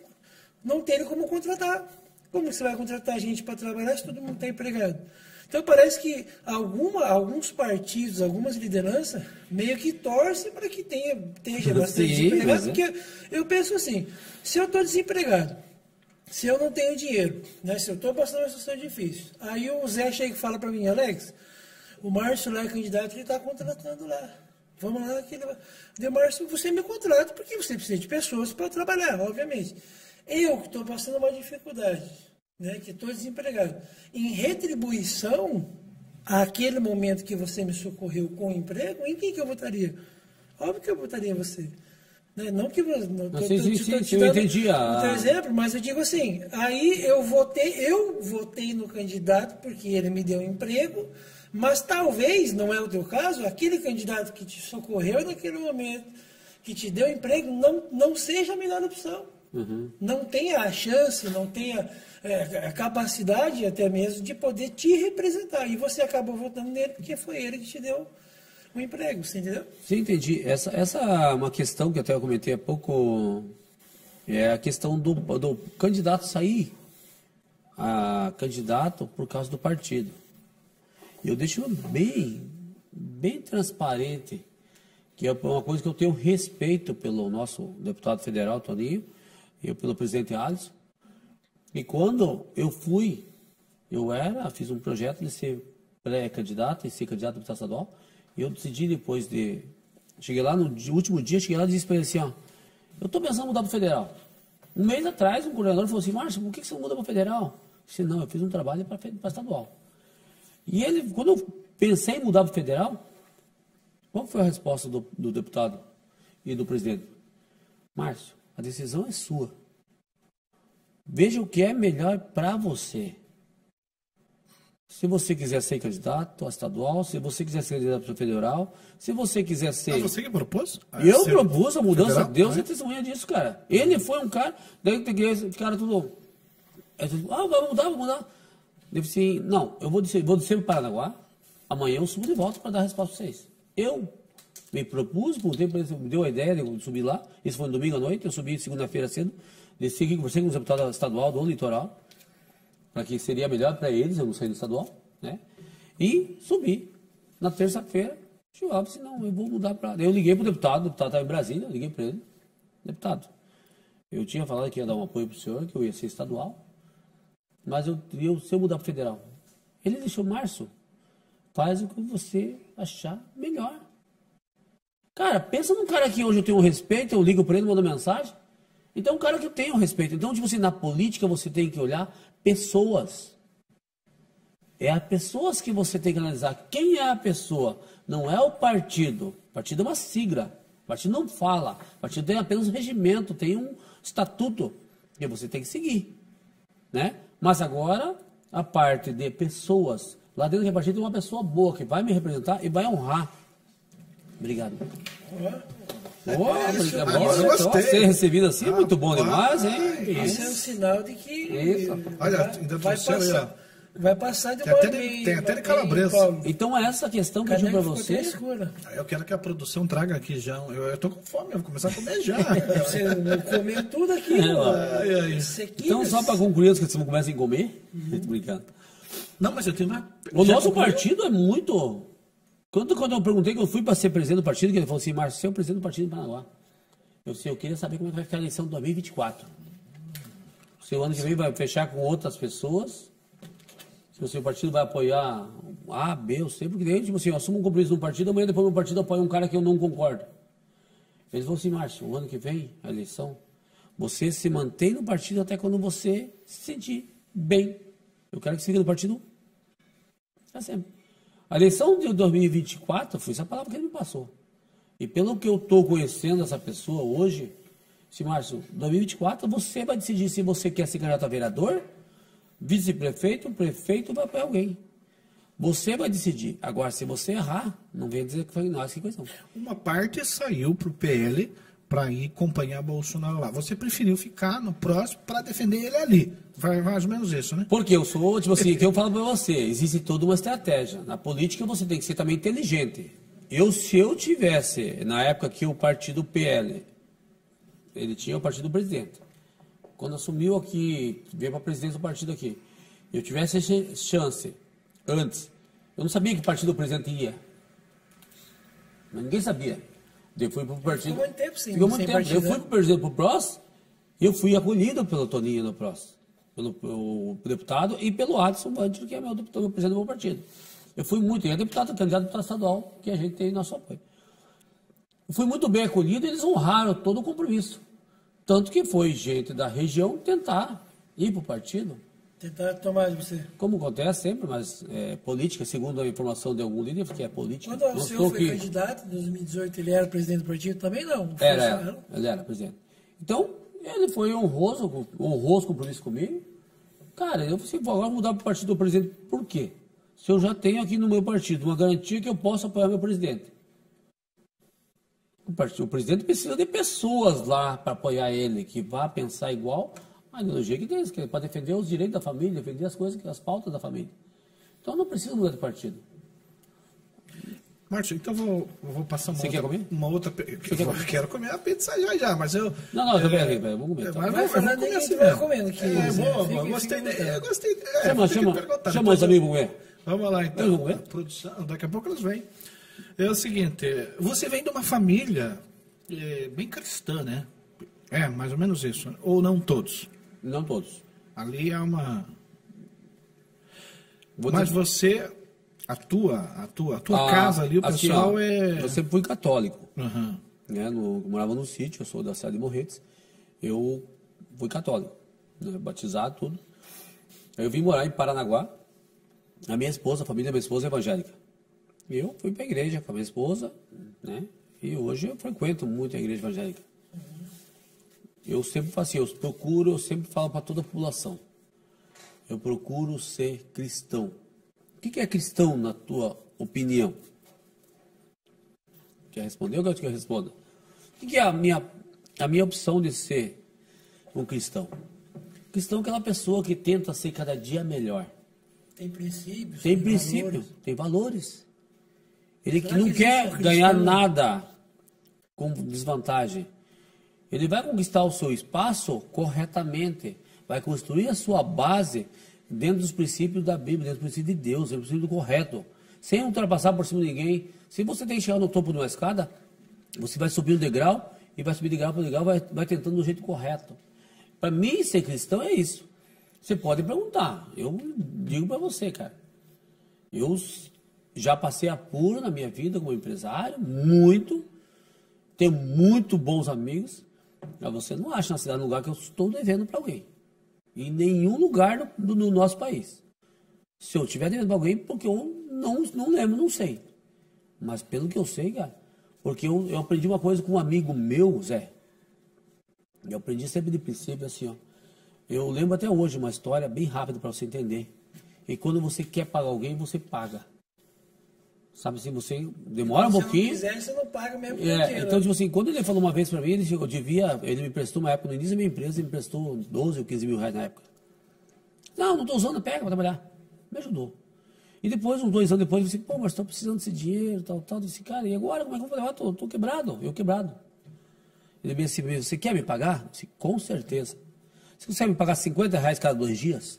não terem como contratar. Como você vai contratar gente para trabalhar se todo mundo está empregado? Então, parece que alguma, alguns partidos, algumas lideranças, meio que torcem para que tenha, esteja bastante Sim, desempregado. É. Porque eu penso assim, se eu estou desempregado, se eu não tenho dinheiro, né, se eu estou passando uma situação difícil, aí o Zé chega e fala para mim, Alex, o Márcio lá é candidato, ele está contratando lá. Vamos lá, que ele vai... De Márcio, você me contrata porque você precisa de pessoas para trabalhar, obviamente. Eu que estou passando uma dificuldade, né, que estou desempregado. Em retribuição àquele momento que você me socorreu com o emprego, em quem que eu votaria? Óbvio que eu votaria em você. Né? Não que eu não tô, sim, tô, sim, tô, sim, tô sim, eu entendi. Um exemplo, mas eu digo assim, aí eu votei, eu votei no candidato porque ele me deu um emprego, mas talvez, não é o teu caso, aquele candidato que te socorreu naquele momento, que te deu emprego, não, não seja a melhor opção. Uhum. Não tenha a chance, não tenha é, a capacidade até mesmo de poder te representar. E você acabou votando nele porque foi ele que te deu o emprego, você entendeu? Sim, entendi. Essa, essa é uma questão que até eu comentei há pouco, é a questão do, do candidato sair a candidato por causa do partido. E eu deixo bem, bem transparente que é uma coisa que eu tenho respeito pelo nosso deputado federal, Toninho, e pelo presidente Alisson. E quando eu fui, eu era, fiz um projeto de ser pré-candidato, de ser candidato a deputado estadual, e eu decidi depois de... Cheguei lá no último dia, cheguei lá e disse para ele assim, ó, eu estou pensando em mudar para o federal. Um mês atrás, um coordenador falou assim, Márcio, por que você não muda para o federal? Eu disse, não, eu fiz um trabalho para estadual. E ele, quando eu pensei em mudar para o federal, qual foi a resposta do, do deputado e do presidente? Márcio, a decisão é sua. Veja o que é melhor para você. Se você quiser ser candidato a estadual, se você quiser ser candidato a federal, se você quiser ser... Ah, você que propôs? E eu Ser propus a mudança, federal? Deus Ah, é testemunha disso, cara. Ele foi um cara, daí tem que esse cara tudo... Ah, vamos mudar, vamos mudar. Eu disse assim, não, eu vou descer, vou descer para o Paranaguá, amanhã eu subo de volta para dar a resposta para vocês. Eu me propus, por um tempo, me deu a ideia de subir lá, isso foi no domingo à noite, eu subi segunda-feira cedo, desci aqui, conversei com o deputado estadual do litoral, para que seria melhor para eles, eu não saí do estadual, né? E subi. Na terça-feira, eu disse, não, eu vou mudar para... Eu liguei para o deputado, o deputado estava em Brasília, eu liguei para ele, deputado, eu tinha falado que ia dar um apoio para o senhor, que eu ia ser estadual, mas eu, eu, se eu mudar para o federal, ele deixou, Márcio, faz o que você achar melhor. Cara, pensa num cara que hoje eu tenho um respeito, eu ligo para ele, mando mensagem. Então, um cara que eu tenho respeito. Então, tipo assim, na política você tem que olhar pessoas. É as pessoas que você tem que analisar. Quem é a pessoa? Não é o partido. O partido é uma sigla. O partido não fala. O partido tem apenas um regimento, tem um estatuto que você tem que seguir. Né? Mas agora, a parte de pessoas. Lá dentro do partido tem uma pessoa boa que vai me representar e vai honrar. Obrigado. Oh, obrigado. Agora eu gostei. Ser recebido assim é muito bom Ah, demais, hein? Isso é um sinal de que Isso. Olha, vai, ainda vai, trouxeram aí, passar, ó. vai passar de Tem uma até de- meia, tem até de uma calabresa. meia, Paulo. Então, essa questão que eu digo Caneco para ficou até você. escura. Eu quero que a produção traga aqui já. um- Eu, eu tô com fome, eu vou começar a comer já. Você não comeu tudo aqui, É, ó. Ai, ai. Sequinhas. Então, só para concluir, antes que vocês comecem a comer, tô brincando. Não, mas eu tenho uma. O já nosso concluiu? partido é muito. Quando, quando eu perguntei que eu fui para ser presidente do partido, que ele falou assim, Márcio, você é o presidente do partido do Paranaguá. Eu disse, eu queria saber como é que vai ficar a eleição de dois mil e vinte e quatro. Se o ano que vem vai fechar com outras pessoas, se o seu partido vai apoiar A, B ou C, porque daí, tipo assim, eu assumo um compromisso no partido, amanhã depois meu partido apoia um cara que eu não concordo. Eles falaram assim, Márcio, o ano que vem, a eleição, você se mantém no partido até quando você se sentir bem. Eu quero que você fique no partido para sempre. A eleição de dois mil e vinte e quatro foi essa palavra que ele me passou. E pelo que eu estou conhecendo essa pessoa hoje, se Márcio, dois mil e vinte e quatro você vai decidir se você quer ser candidato a vereador, vice-prefeito, prefeito, vai apoiar alguém. Você vai decidir. Agora, se você errar, não vem dizer que foi nós que coisa. Uma parte saiu pro P L para ir acompanhar Bolsonaro lá. Você preferiu ficar no próximo para defender ele ali. Vai mais ou menos isso, né? Porque eu sou, tipo assim, que eu falo para você, existe toda uma estratégia. Na política você tem que ser também inteligente. Eu, se eu tivesse, na época que o partido P L, ele tinha o partido do presidente. Quando assumiu aqui, veio para a presidência do partido aqui, eu tivesse essa chance antes, eu não sabia que partido o presidente ia. Mas ninguém sabia. Eu fui para o partido. Ficou muito tempo sem- Ficou muito sem tempo. partido, Eu fui né? para o presidente para o P R O S, eu fui acolhido pelo Toninho no P R O S, pelo, pelo deputado e pelo Adson Bandir, que é meu deputado, meu presidente do meu partido. Eu fui muito, e é deputado, candidato a deputado estadual, que a gente tem nosso apoio. Eu fui muito bem acolhido e eles honraram todo o compromisso. Tanto que foi gente da região tentar ir para o partido, Tentar tomar de você. como acontece sempre, mas é, política, segundo a informação de algum líder, que é política. Quando o Não senhor estou foi aqui. candidato, em dois mil e dezoito, ele era presidente do partido? Também não. Foi Era, só- era, ele era presidente. Então, ele foi honroso, honroso compromisso comigo. Cara, eu falei, vou agora mudar para o partido do presidente, por quê? Se eu já tenho aqui no meu partido uma garantia que eu posso apoiar meu presidente. O, partido, o presidente precisa de pessoas lá para apoiar ele, que vá pensar igual a ideologia que tem, que é para defender os direitos da família, defender as coisas, as pautas da família. Então, não precisa mudar de partido. Márcio, então vou, vou passar uma Você outra... quer comer? Uma outra... pe- Eu quero comer a pizza já já, mas eu... Não, não, também, é, vamos comer. É, Tá? mas Vai vai, falar vai nem comer que assim vai mesmo. comendo aqui, É, Zé. boa, Fica- boa, gostei, fica de, à eu gostei. de- É, Chama, tem que chama, perguntar, chama depois os eu- amigos para comer. Vamos lá, então. Vamos comer? A produção, daqui a pouco eles vêm. É o seguinte, você vem de uma família é, bem cristã, né? É, mais ou menos isso. né? Ou não todos. Não todos. Ali há uma... Vou Mas ter- você, a tua, a tua, a tua Ah, casa ali, o assim, pessoal ó, é... Eu sempre fui católico. Aham. Né? No, eu morava no sítio, eu sou da cidade de Morretes. Eu fui católico, né? Batizado, tudo. Aí eu vim morar em Paranaguá, A minha esposa, a família da minha esposa é evangélica. Eu fui para a igreja com a minha esposa, né? E hoje eu frequento muito a igreja evangélica. Eu sempre faço assim, eu procuro, eu sempre falo para toda a população. Eu procuro ser cristão. O que é cristão na tua opinião? Quer responder ou quer que eu responda? O que é a minha, a minha opção de ser um cristão? Cristão é aquela pessoa que tenta ser cada dia melhor. Tem princípios. Tem, tem princípio, valores. tem valores. Ele Será não que quer existe um ganhar cristão? nada com desvantagem. Ele vai conquistar o seu espaço corretamente. Vai construir a sua base dentro dos princípios da Bíblia, dentro dos princípios de Deus, dentro do princípio correto. Sem ultrapassar por cima de ninguém. Se você tem que chegar no topo de uma escada, você vai subir um degrau e vai subir degrau por degrau, vai, vai tentando do jeito correto. Para mim, ser cristão é isso. Você pode perguntar. Eu digo para você, cara. Eu já passei apuro na minha vida como empresário, muito. Tenho muito bons amigos. Mas você não acha na cidade um lugar que eu estou devendo para alguém. Em nenhum lugar do, do nosso país. Se eu estiver devendo para alguém, porque eu não, não lembro, não sei. Mas pelo que eu sei, cara, porque eu, eu aprendi uma coisa com um amigo meu, Zé. Eu aprendi sempre de princípio assim, ó. Eu lembro até hoje uma história bem rápida para você entender. E quando você quer pagar alguém, você paga. Sabe assim, você demora um pouquinho. Se não quiser, você não paga mesmo. É, dinheiro, então, né? tipo assim, quando ele falou uma vez para mim, ele, eu devia, ele me prestou uma época, no início da minha empresa, ele me prestou doze ou quinze mil reais na época. Não, não estou usando, pega para trabalhar. Me ajudou. E depois, uns dois anos depois, eu disse, pô, mas estou precisando desse dinheiro, tal, tal. Eu disse, cara, e agora como é que eu vou levar? Estou quebrado, eu quebrado. Ele me disse, você quer me pagar? Eu disse, com certeza. Você consegue me pagar cinquenta reais cada dois dias?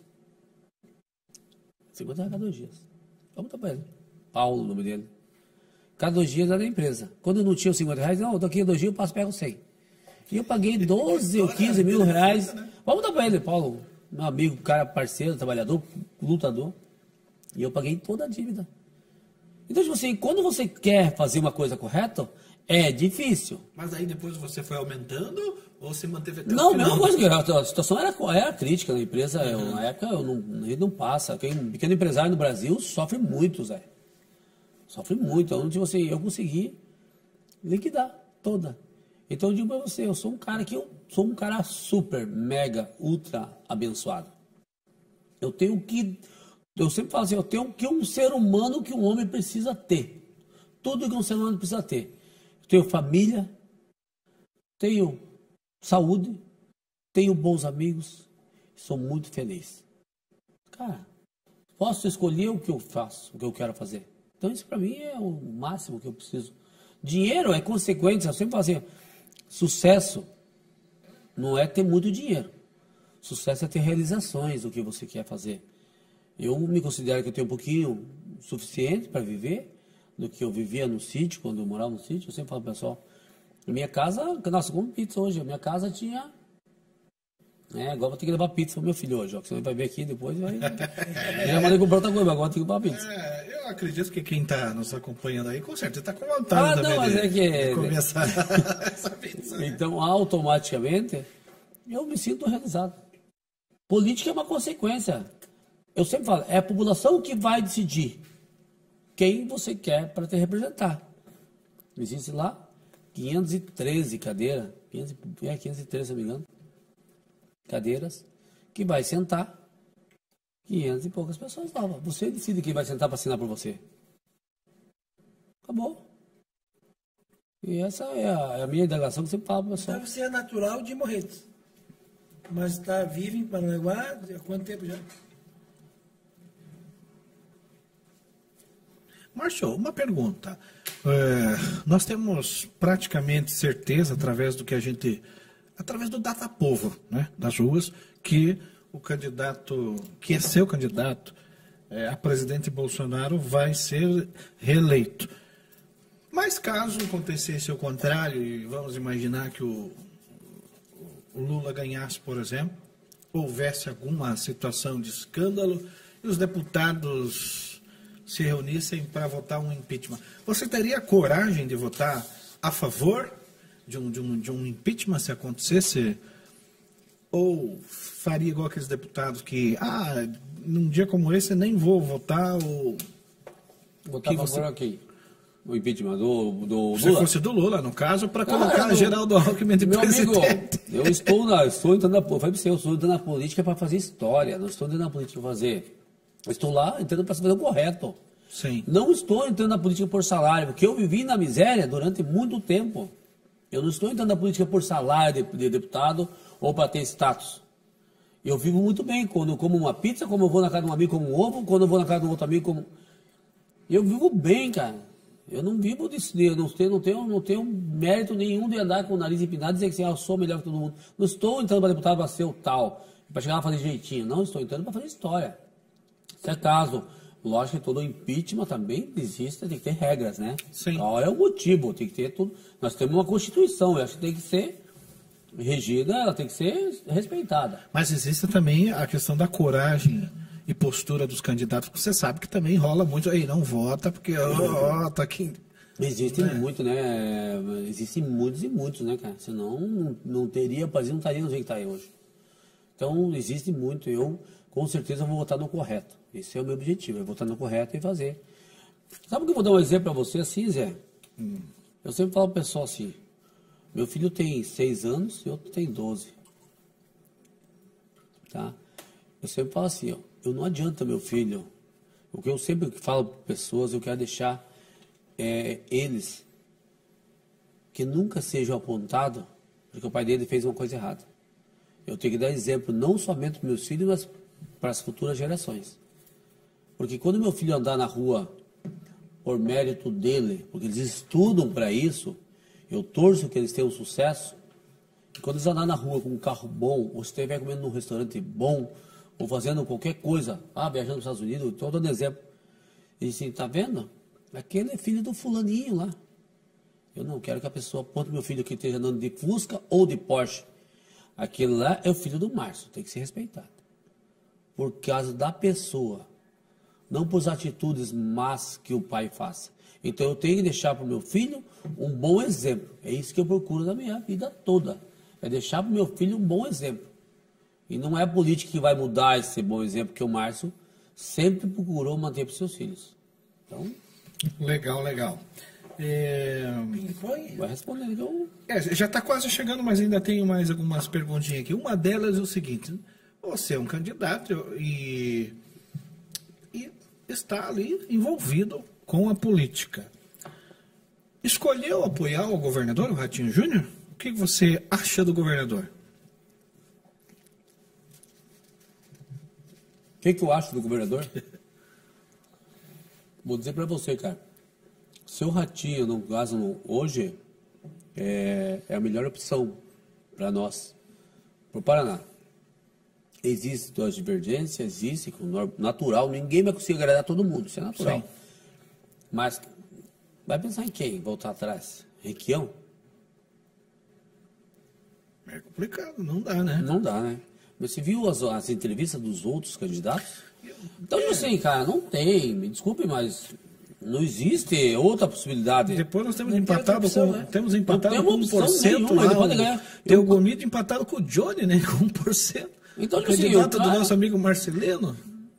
cinquenta reais cada dois dias. Vamos dar para ele. Paulo, o nome dele. Cada dois dias era da empresa. Quando eu não tinha os cinquenta reais, não, daqui a dois dias eu passo e pego cem. E eu paguei doze ou quinze mil reais. Vamos dar para ele, Paulo. Meu amigo, cara parceiro, trabalhador, lutador. E eu paguei toda a dívida. Então, tipo assim, quando você quer fazer uma coisa correta, é difícil. Mas aí depois você foi aumentando ou se manteve até Não, o final? mesma coisa que a, a situação era, era crítica na empresa. Eu, na época, eu não, ele não passa. Quem pequeno empresário no Brasil sofre muito, Zé. Sofre muito. Então, tipo assim, eu consegui liquidar toda. Então, eu digo pra você, eu sou um cara que eu sou um cara super, mega, ultra abençoado. Eu tenho que... Eu sempre falo assim, eu tenho o que um ser humano que um homem precisa ter. Tudo que um ser humano precisa ter. Eu tenho família, tenho saúde, tenho bons amigos, sou muito feliz. Cara, posso escolher o que eu faço, o que eu quero fazer. Então isso para mim é o máximo que eu preciso. Dinheiro é consequência, eu sempre falo assim, sucesso não é ter muito dinheiro. Sucesso é ter realizações do que você quer fazer. Eu me considero que eu tenho um pouquinho suficiente para viver do que eu vivia no sítio, quando eu morava no sítio. Eu sempre falo pro pessoal, a minha casa, nossa, como pizza hoje, a minha casa tinha... É, agora vou ter que levar pizza pro meu filho hoje, ó, que você vai ver aqui depois vai... Eu já mandei comprar outra coisa, mas agora tem que comprar pizza. É, eu acredito que quem está nos acompanhando aí, com certeza está com vontade Ah, não, mas de, é que... de começar essa pizza. Né? Então, automaticamente, eu me sinto realizado. Política é uma consequência. Eu sempre falo, é a população que vai decidir quem você quer para te representar. Existe lá quinhentas e treze cadeiras, quinhentas, é, quinhentas e treze, se não me engano, cadeiras, que vai sentar quinhentas e poucas pessoas novas. Você decide quem vai sentar para assinar por você. Acabou. E essa é a, é a minha indagação que você fala para o pessoal. Então você é natural de Morretes, mas está vivo em Paranaguá há quanto tempo já? Márcio, uma pergunta. É, nós temos praticamente certeza, através do que a gente... Através do Datapovo, né, das ruas, que o candidato, que é seu candidato, é, a presidente Bolsonaro, vai ser reeleito. Mas caso acontecesse o contrário, e vamos imaginar que o, o Lula ganhasse, por exemplo, houvesse alguma situação de escândalo, e os deputados se reunissem para votar um impeachment. Você teria coragem de votar a favor de um, de um, de um impeachment se acontecesse Ou faria igual aqueles deputados que, ah, num dia como esse eu nem vou votar, ou... Votar a favor você... aqui. O impeachment do, do Se Lula. fosse do Lula, no caso, para Ah, colocar eu- Geraldo Alckmin de Meu amigo, presidente. eu estou na, estou entrando na, eu falei pra você, eu estou entrando na política para fazer história, não estou entrando na política para fazer. Eu estou lá entrando para fazer o correto. Sim. Não estou entrando na política por salário, porque eu vivi na miséria durante muito tempo. Eu não estou entrando na política por salário de, de deputado ou para ter status. Eu vivo muito bem quando eu como uma pizza, como eu vou na casa de um amigo como um ovo, quando eu vou na casa de um outro amigo como... Eu vivo bem, cara. Eu não vivo disso, eu não tenho, não, tenho, não tenho mérito nenhum de andar com o nariz empinado e dizer que assim, ah, eu sou melhor que todo mundo. Não estou entrando para deputado para ser o tal, para chegar lá e fazer jeitinho. Não, estou entrando para fazer história. Se é caso, lógico que todo impeachment também existe, tem que ter regras, né? Sim. Qual é o motivo? Tem que ter tudo. Nós temos uma Constituição, eu acho que tem que ser regida, ela tem que ser respeitada. Mas existe também a questão da coragem e postura dos candidatos, que você sabe que também rola muito aí, não vota, porque, ó, ó, tá aqui... Existem É. muito, né? Existem muitos e muitos, né, cara? Senão não, não teria, Brasil não estaria no jeito que está aí hoje. Então, existe muito. Eu, com certeza, vou votar no correto. Esse é o meu objetivo, é votar no correto e fazer. Sabe o que eu vou dar um exemplo para você assim, Zé? Hum. Eu sempre falo pro pessoal assim, meu filho tem seis anos e outro tem doze. Tá? Eu sempre falo assim, ó, eu não adianta meu filho. O que eu sempre falo para pessoas, eu quero deixar é, eles que nunca sejam apontados porque o pai dele fez uma coisa errada. Eu tenho que dar exemplo não somente para meus filhos, mas para as futuras gerações. Porque quando meu filho andar na rua por mérito dele, porque eles estudam para isso, eu torço que eles tenham sucesso. E quando eles andarem na rua com um carro bom, ou se estiver comendo num restaurante bom, ou fazendo qualquer coisa, ah, viajando para os Estados Unidos, estou dando exemplo. E assim, tá vendo? Aquele é filho do fulaninho lá. Eu não quero que a pessoa aponte meu filho que esteja andando de Fusca ou de Porsche. Aquele lá é o filho do Márcio, tem que ser respeitado. Por causa da pessoa, não por atitudes más que o pai faça. Então eu tenho que deixar para o meu filho um bom exemplo. É isso que eu procuro na minha vida toda. É deixar para o meu filho um bom exemplo. E não é a política que vai mudar esse bom exemplo, que o Márcio sempre procurou manter para os seus filhos. Então... Legal, legal. É... Ping-pong? Vai respondendo. Eu... É, já está quase chegando, mas ainda tenho mais algumas perguntinhas aqui. Uma delas é o seguinte: você é um candidato e, e está ali envolvido com a política. Escolheu apoiar o governador, o Ratinho Júnior? O que você acha do governador? O que, que eu acho do governador? Vou dizer para você, cara. Seu Ratinho, no caso, hoje, é, é a melhor opção para nós, para o Paraná. Existe duas divergências, existe, natural, ninguém vai conseguir agradar todo mundo, isso é natural. Sim. Mas vai pensar em quem voltar atrás? Requião? É complicado, não dá, né? Não dá, né? Você viu as, as entrevistas dos outros candidatos? Então, assim, cara, não tem, me desculpe, mas não existe outra possibilidade. Depois nós temos Não tem empatado outra opção, com, né? temos empatado Não com temos um por opção cento nenhuma, lá. ele pode o- ganhar. Tem o Eu- Bonito empatado com o Johnny, né? Com um por cento. Então, o tipo assim, candidato o do cara- nosso amigo Marcelino.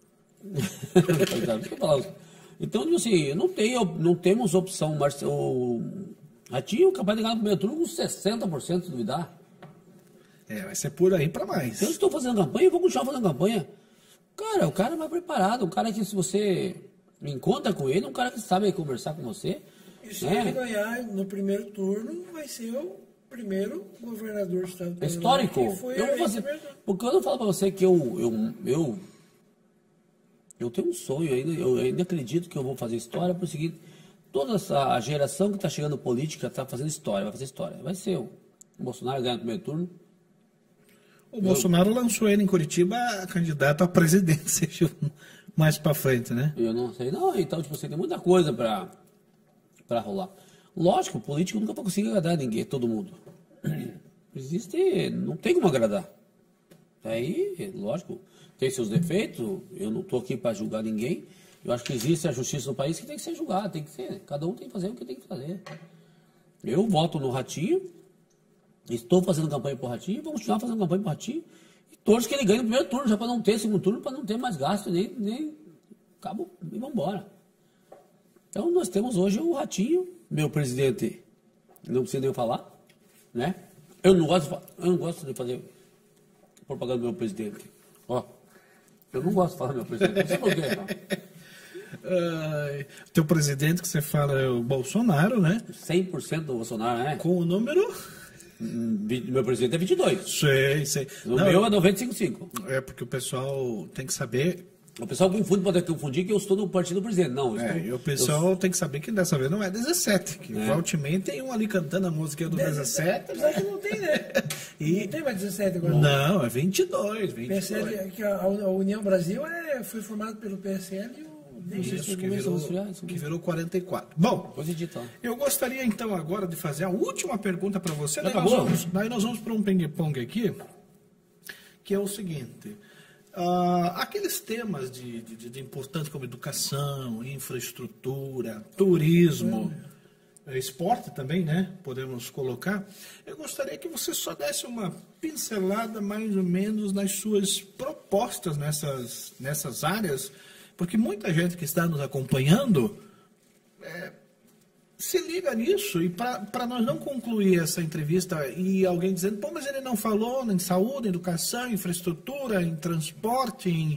Então, tipo assim, não, tem, não temos opção. Marce- O Ratinho é capaz de ganhar no primeiro turno com sessenta por cento, se duvidar. É, vai ser por aí para mais. Se eu estou fazendo campanha, eu vou continuar fazendo campanha. Cara, o cara é mais preparado, um cara que se você encontra com ele, um cara que sabe conversar com você. E se né? ele ganhar no primeiro turno, vai ser o primeiro governador do estado do Paraná Histórico. que foi Eu vou eleito fazer, em primeiro turno. porque eu não falo para você que eu, eu, eu, eu tenho um sonho, ainda, eu ainda acredito que eu vou fazer história por seguinte, toda essa geração que está chegando política está fazendo história, vai fazer história. Vai ser o Bolsonaro ganhar no primeiro turno. O Bolsonaro lançou ele em Curitiba candidato a presidência mais para frente, né? Eu não sei, não, então, tipo, você tem muita coisa para para rolar. Lógico, o político nunca vai conseguir agradar ninguém, todo mundo. Existe, não tem como agradar. Aí, lógico, tem seus defeitos, eu não estou aqui para julgar ninguém. Eu acho que existe a justiça no país que tem que ser julgada, tem que ser, cada um tem que fazer o que tem que fazer. Eu voto no Ratinho, Estou fazendo campanha pro Ratinho e vou continuar fazendo campanha pro Ratinho. E torço que ele ganhe no primeiro turno, já para não ter segundo turno, para não ter mais gasto, nem, nem cabo e vamos embora. Então nós temos hoje o Ratinho, meu presidente, não precisa nem eu falar, né? Eu não gosto, eu não gosto de fazer propaganda do meu presidente. Ó, eu não gosto de falar do meu presidente, não sei por quê, não. Uh, teu presidente que você fala é o Bolsonaro, né? cem por cento do Bolsonaro, né? Com o número? Meu presidente é vinte e dois. Sei, sei. O Não, meu é noventa e cinco vírgula cinco. É porque o pessoal tem que saber. O pessoal confunde, pode confundir que eu estou no partido do presidente. Não, eu É, estou, e o pessoal eu... tem que saber que dessa vez não é dezessete. Que É. Voltamente tem um ali cantando a música do dezessete. Apesar que não tem, né? E... Não tem mais dezessete agora. Não, é vinte e dois. vinte e dois. P S L, que a, a União Brasil é, foi formada pelo P S L e o Isso, que virou, isso, que virou quarenta e quatro. Bom, Pois edita. eu gostaria então agora de fazer a última pergunta para você. Daí nós, acabou? vamos, daí nós vamos para um ping-pong aqui, que é o seguinte. Uh, aqueles temas de, de, de importantes como educação, infraestrutura, turismo, é. esporte também, né? Podemos colocar. Eu gostaria que você só desse uma pincelada mais ou menos nas suas propostas nessas, nessas áreas, porque muita gente que está nos acompanhando é, se liga nisso, e para nós não concluir essa entrevista e alguém dizendo, pô, mas ele não falou em saúde, em educação, em infraestrutura, em transporte, em,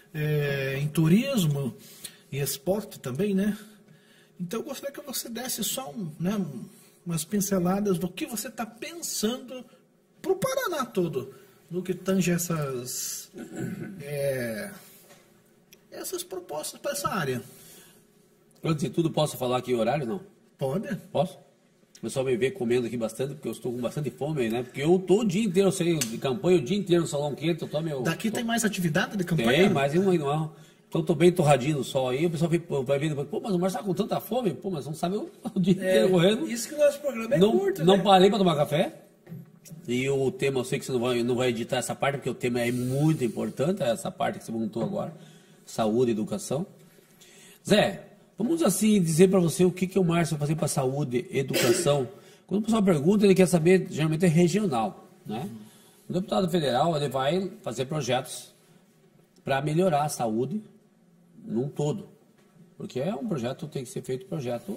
é, em turismo, em esporte também, né? Então eu gostaria que você desse só um, né, umas pinceladas do que você está pensando para o Paraná todo, no que tange essas... É, essas propostas para essa área. Antes de tudo, posso falar aqui o horário, não? Pode? Posso? O pessoal me vê comendo aqui bastante, porque eu estou com bastante fome, né? Porque eu estou o dia inteiro, eu sei, de campanha, o dia inteiro no salão quente, eu tô meu... Daqui tô... tem mais atividade de campanha? Tem, mais uma, não. Então eu tô bem torradinho no sol aí, o pessoal vai ver depois, pô, mas o Marcos tá com tanta fome, pô, mas não sabe o, o dia É, inteiro correndo. isso que o nosso programa é não, curto, Não né? parei para tomar café. E o tema, eu sei que você não vai, não vai editar essa parte, porque o tema é muito importante, essa parte que você montou agora. Saúde e educação. Zé, vamos assim dizer para você o que, que o Márcio vai fazer para saúde e educação. Quando o pessoal pergunta, ele quer saber, geralmente é regional, né? O deputado federal, ele vai fazer projetos para melhorar a saúde num todo. Porque é um projeto, tem que ser feito projeto...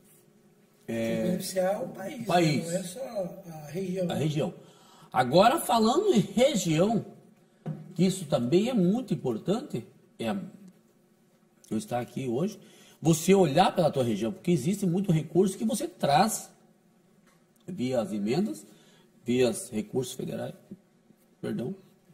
É, beneficiar o país, país. Né? Não é só a região. A região. Agora, falando em região, que isso também é muito importante, é eu estar aqui hoje, você olhar pela tua região, porque existe muito recurso que você traz via as emendas, via os recursos federais, perdão,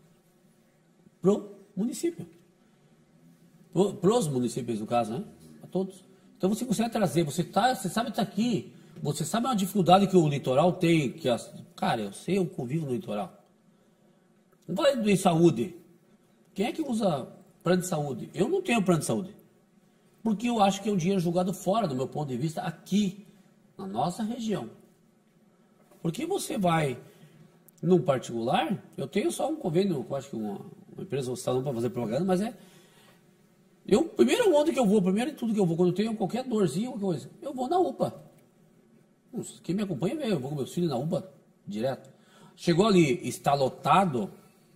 pro município. Pro, pros municípios, no caso, né? A todos. Então você consegue trazer, você, tá, você sabe estar aqui, você sabe a dificuldade que o litoral tem, que as, cara, eu sei, eu convivo no litoral. Não vai de saúde. Quem é que usa plano de saúde? Eu não tenho plano de saúde. Porque eu acho que é um dinheiro jogado fora, do meu ponto de vista, aqui, na nossa região. Porque você vai num particular, eu tenho só um convênio, eu acho que uma, uma empresa está não para fazer propaganda, mas é. Eu, primeiro onde que eu vou, primeiro de tudo que eu vou, quando eu tenho qualquer dorzinha, qualquer coisa, eu vou na U P A. Quem me acompanha vê, eu vou com meus filhos na U P A direto. Chegou ali, está lotado,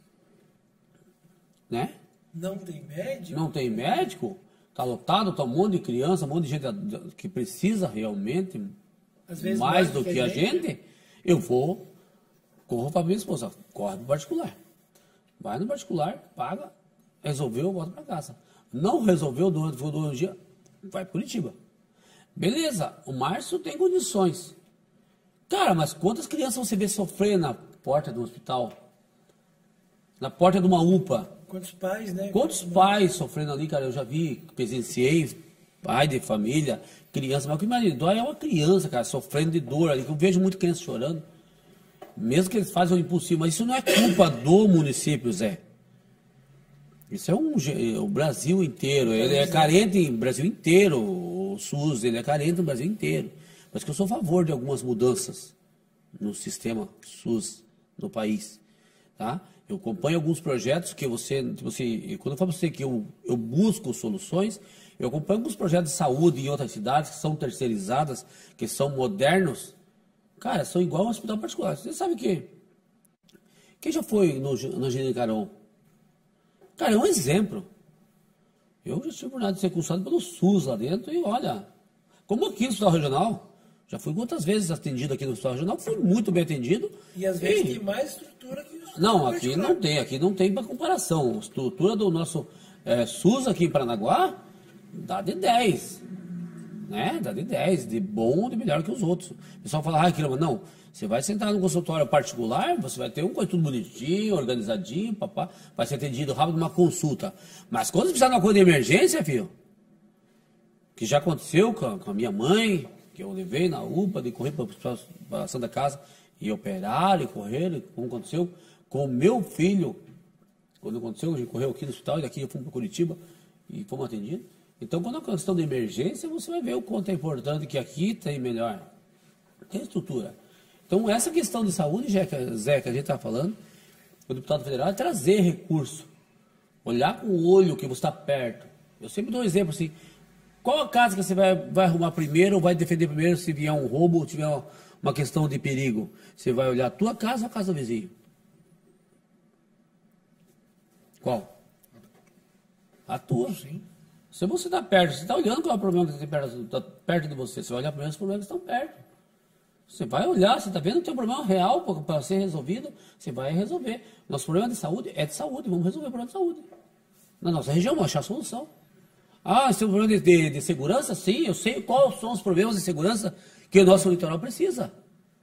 né? Não tem médico? Não tem médico, está lotado, está um monte de criança, um monte de gente que precisa realmente Às vezes mais mais do que a gente. Eu vou, corro para minha esposa, corre para o particular. Vai no particular, paga, resolveu, volta para casa. Não resolveu durante o dia, vai para Curitiba. Beleza, o Márcio tem condições. Cara, mas quantas crianças você vê sofrer na porta do hospital? Na porta de uma U P A? Quantos pais, né? Quantos pais sofrendo ali, cara? Eu já vi, presenciei, pai de família, criança. Mas o que me dói é uma criança, cara, sofrendo de dor ali. Que eu vejo muito criança chorando. Mesmo que eles fazem o impossível. Mas isso não é culpa do município, Zé. Isso é um, o Brasil inteiro. Ele é carente em Brasil inteiro. O SUS, ele é carente no Brasil inteiro. Mas que eu sou a favor de algumas mudanças no sistema SUS no país, tá? Eu acompanho alguns projetos que você, você quando eu falo para você que eu, eu busco soluções, eu acompanho alguns projetos de saúde em outras cidades que são terceirizadas, que são modernos, cara, são igual a um hospital particular. Você sabe que quem já foi no, na Gênero Caron? Cara, é um exemplo. Eu já tive a oportunidade de ser consultado pelo SUS lá dentro e olha, como aqui no Hospital Regional, já fui muitas vezes atendido aqui no Hospital Regional, fui muito bem atendido. E às vezes tem mais estrutura que o hospital Não, aqui particular. não tem, aqui não tem para comparação. A estrutura do nosso é, SUS aqui em Paranaguá dá de dez. Né? Dá de dez, de bom, de melhor que os outros. O pessoal fala, ah, Quirama, não. Você vai sentar no consultório particular, você vai ter um coisa tudo bonitinho, organizadinho, papá, vai ser atendido rápido numa consulta. Mas quando você precisar de uma coisa de emergência, filho, que já aconteceu com a, com a minha mãe, que eu levei na U P A, de correr para a Santa Casa, e operaram, e correram, como aconteceu com o meu filho, quando aconteceu, a gente correu aqui no hospital, e daqui eu fui para Curitiba, e fomos atendidos. Então, quando é uma questão de emergência, você vai ver o quanto é importante que aqui tem melhor, tem estrutura. Então, essa questão de saúde, Zé, que a gente está falando, o deputado federal, é trazer recurso. Olhar com o olho que você está perto. Eu sempre dou um exemplo assim, qual a casa que você vai, vai arrumar primeiro ou vai defender primeiro se vier um roubo ou tiver uma, uma questão de perigo? Você vai olhar a tua casa ou a casa do vizinho? Qual? A tua. Sim. Se você está perto, você está olhando qual é o problema que tem perto, tá perto de você, você vai olhar primeiro os problemas que estão perto. Você vai olhar, você está vendo que tem um problema real para ser resolvido, você vai resolver. Nosso problema de saúde é de saúde, vamos resolver o problema de saúde. Na nossa região, vamos achar a solução. Ah, você tem um problema de, de, de segurança? Sim, eu sei quais são os problemas de segurança que o nosso litoral precisa.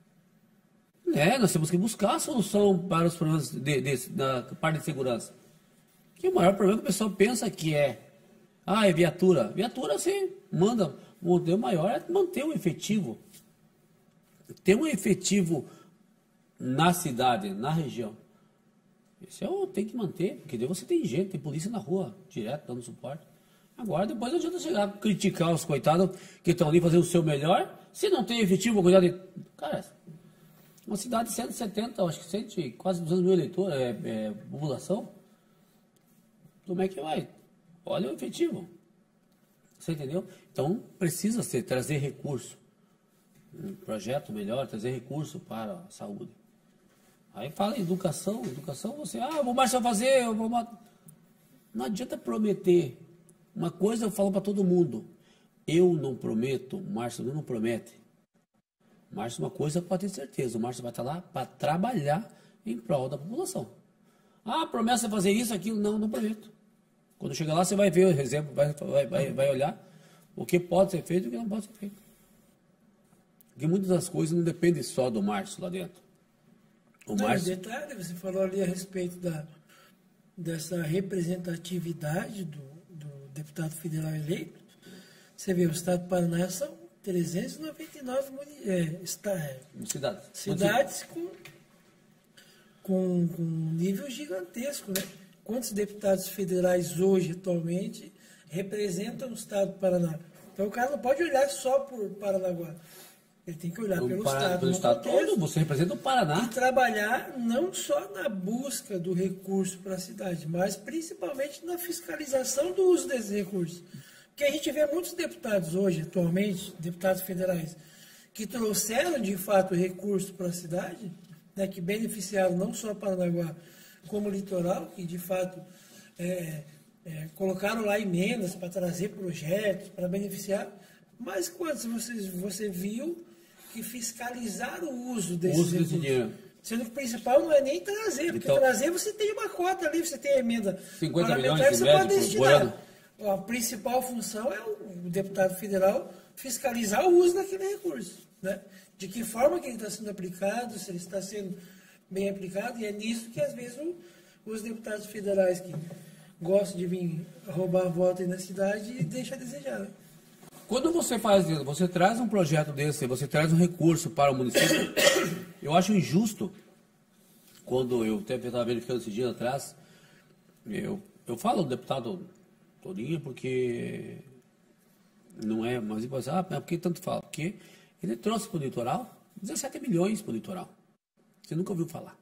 É, nós temos que buscar a solução para os problemas de, de, da parte de segurança. Que o maior problema que o pessoal pensa que é, ah, é viatura. Viatura, você manda, o modelo maior é manter o efetivo. Ter um efetivo na cidade, na região. Isso é o tem que manter, porque daí você tem gente, tem polícia na rua, direto, dando suporte. Agora, depois não adianta chegar a criticar os coitados que estão ali fazendo o seu melhor, se não tem efetivo, vou cuidar de... Cara, uma cidade de cento e setenta, acho que cem, quase duzentos mil eleitores, é, é, população, como é que vai? Olha o efetivo. Você entendeu? Então, precisa ser, trazer recurso. Um projeto melhor, trazer recurso para a saúde. Aí fala em educação, educação você, ah, o Márcio vai fazer, eu vou... Não adianta prometer. Uma coisa eu falo para todo mundo, eu não prometo, o Márcio não promete. O Márcio, uma coisa pode ter certeza, o Márcio vai estar lá para trabalhar em prol da população. Ah, promessa é fazer isso, aquilo, não, não prometo. Quando chegar lá, você vai ver o exemplo, vai, vai, vai, vai olhar o que pode ser feito e o que não pode ser feito. Porque muitas das coisas não dependem só do Márcio lá dentro. O não, Márcio... detalhe, você falou ali a respeito da, dessa representatividade do, do deputado federal eleito. Você vê, o estado do Paraná são trezentas e noventa e nove é, está, é, cidades, cidades com, com, com um nível gigantesco, né? Quantos deputados federais hoje, atualmente, representam o estado do Paraná? Então o cara não pode olhar só por Paranaguá. Ele tem que olhar pelo Paraná, estado, pelo estado todo, você representa o Paraná. E trabalhar não só na busca do recurso para a cidade, mas principalmente na fiscalização do uso desses recursos. Porque a gente vê muitos deputados hoje, atualmente, deputados federais, que trouxeram de fato recurso para a cidade, né, que beneficiaram não só Paranaguá, como o litoral, que de fato é, é, colocaram lá emendas para trazer projetos, para beneficiar. Mas quantos você, você viu que fiscalizar o uso desse uso desse dinheiro? Sendo que o principal não é nem trazer, porque então, trazer você tem uma cota ali, você tem a emenda cinquenta milhões de você pode destinar. A principal função é o deputado federal fiscalizar o uso daquele recurso. Né? De que forma que ele está sendo aplicado, se ele está sendo bem aplicado, e é nisso que às vezes o, os deputados federais que gostam de vir roubar voto aí na cidade deixam a desejar. Né? Quando você faz isso, você traz um projeto desse, você traz um recurso para o município, eu acho injusto, quando eu estava verificando esse dia atrás, eu, eu falo do deputado Torinho porque não é, mas você, ah, por que tanto fala? Porque ele trouxe para o litoral dezessete milhões para o litoral. Você nunca ouviu falar.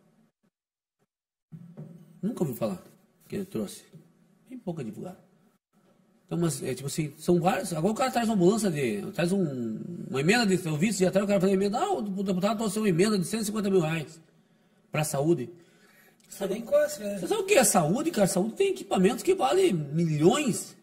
Nunca ouviu falar que ele trouxe. Bem pouco divulgado. Então, mas, é, tipo assim, são vários. Agora o cara traz uma ambulância de. Traz um, uma emenda de. Eu vi esse dia atrás o cara fazer emenda. Ah, o deputado trouxe uma emenda de cento e cinquenta mil reais para a saúde. Você nem conhece, né? Você sabe o que é saúde, cara? Saúde tem equipamentos que valem milhões.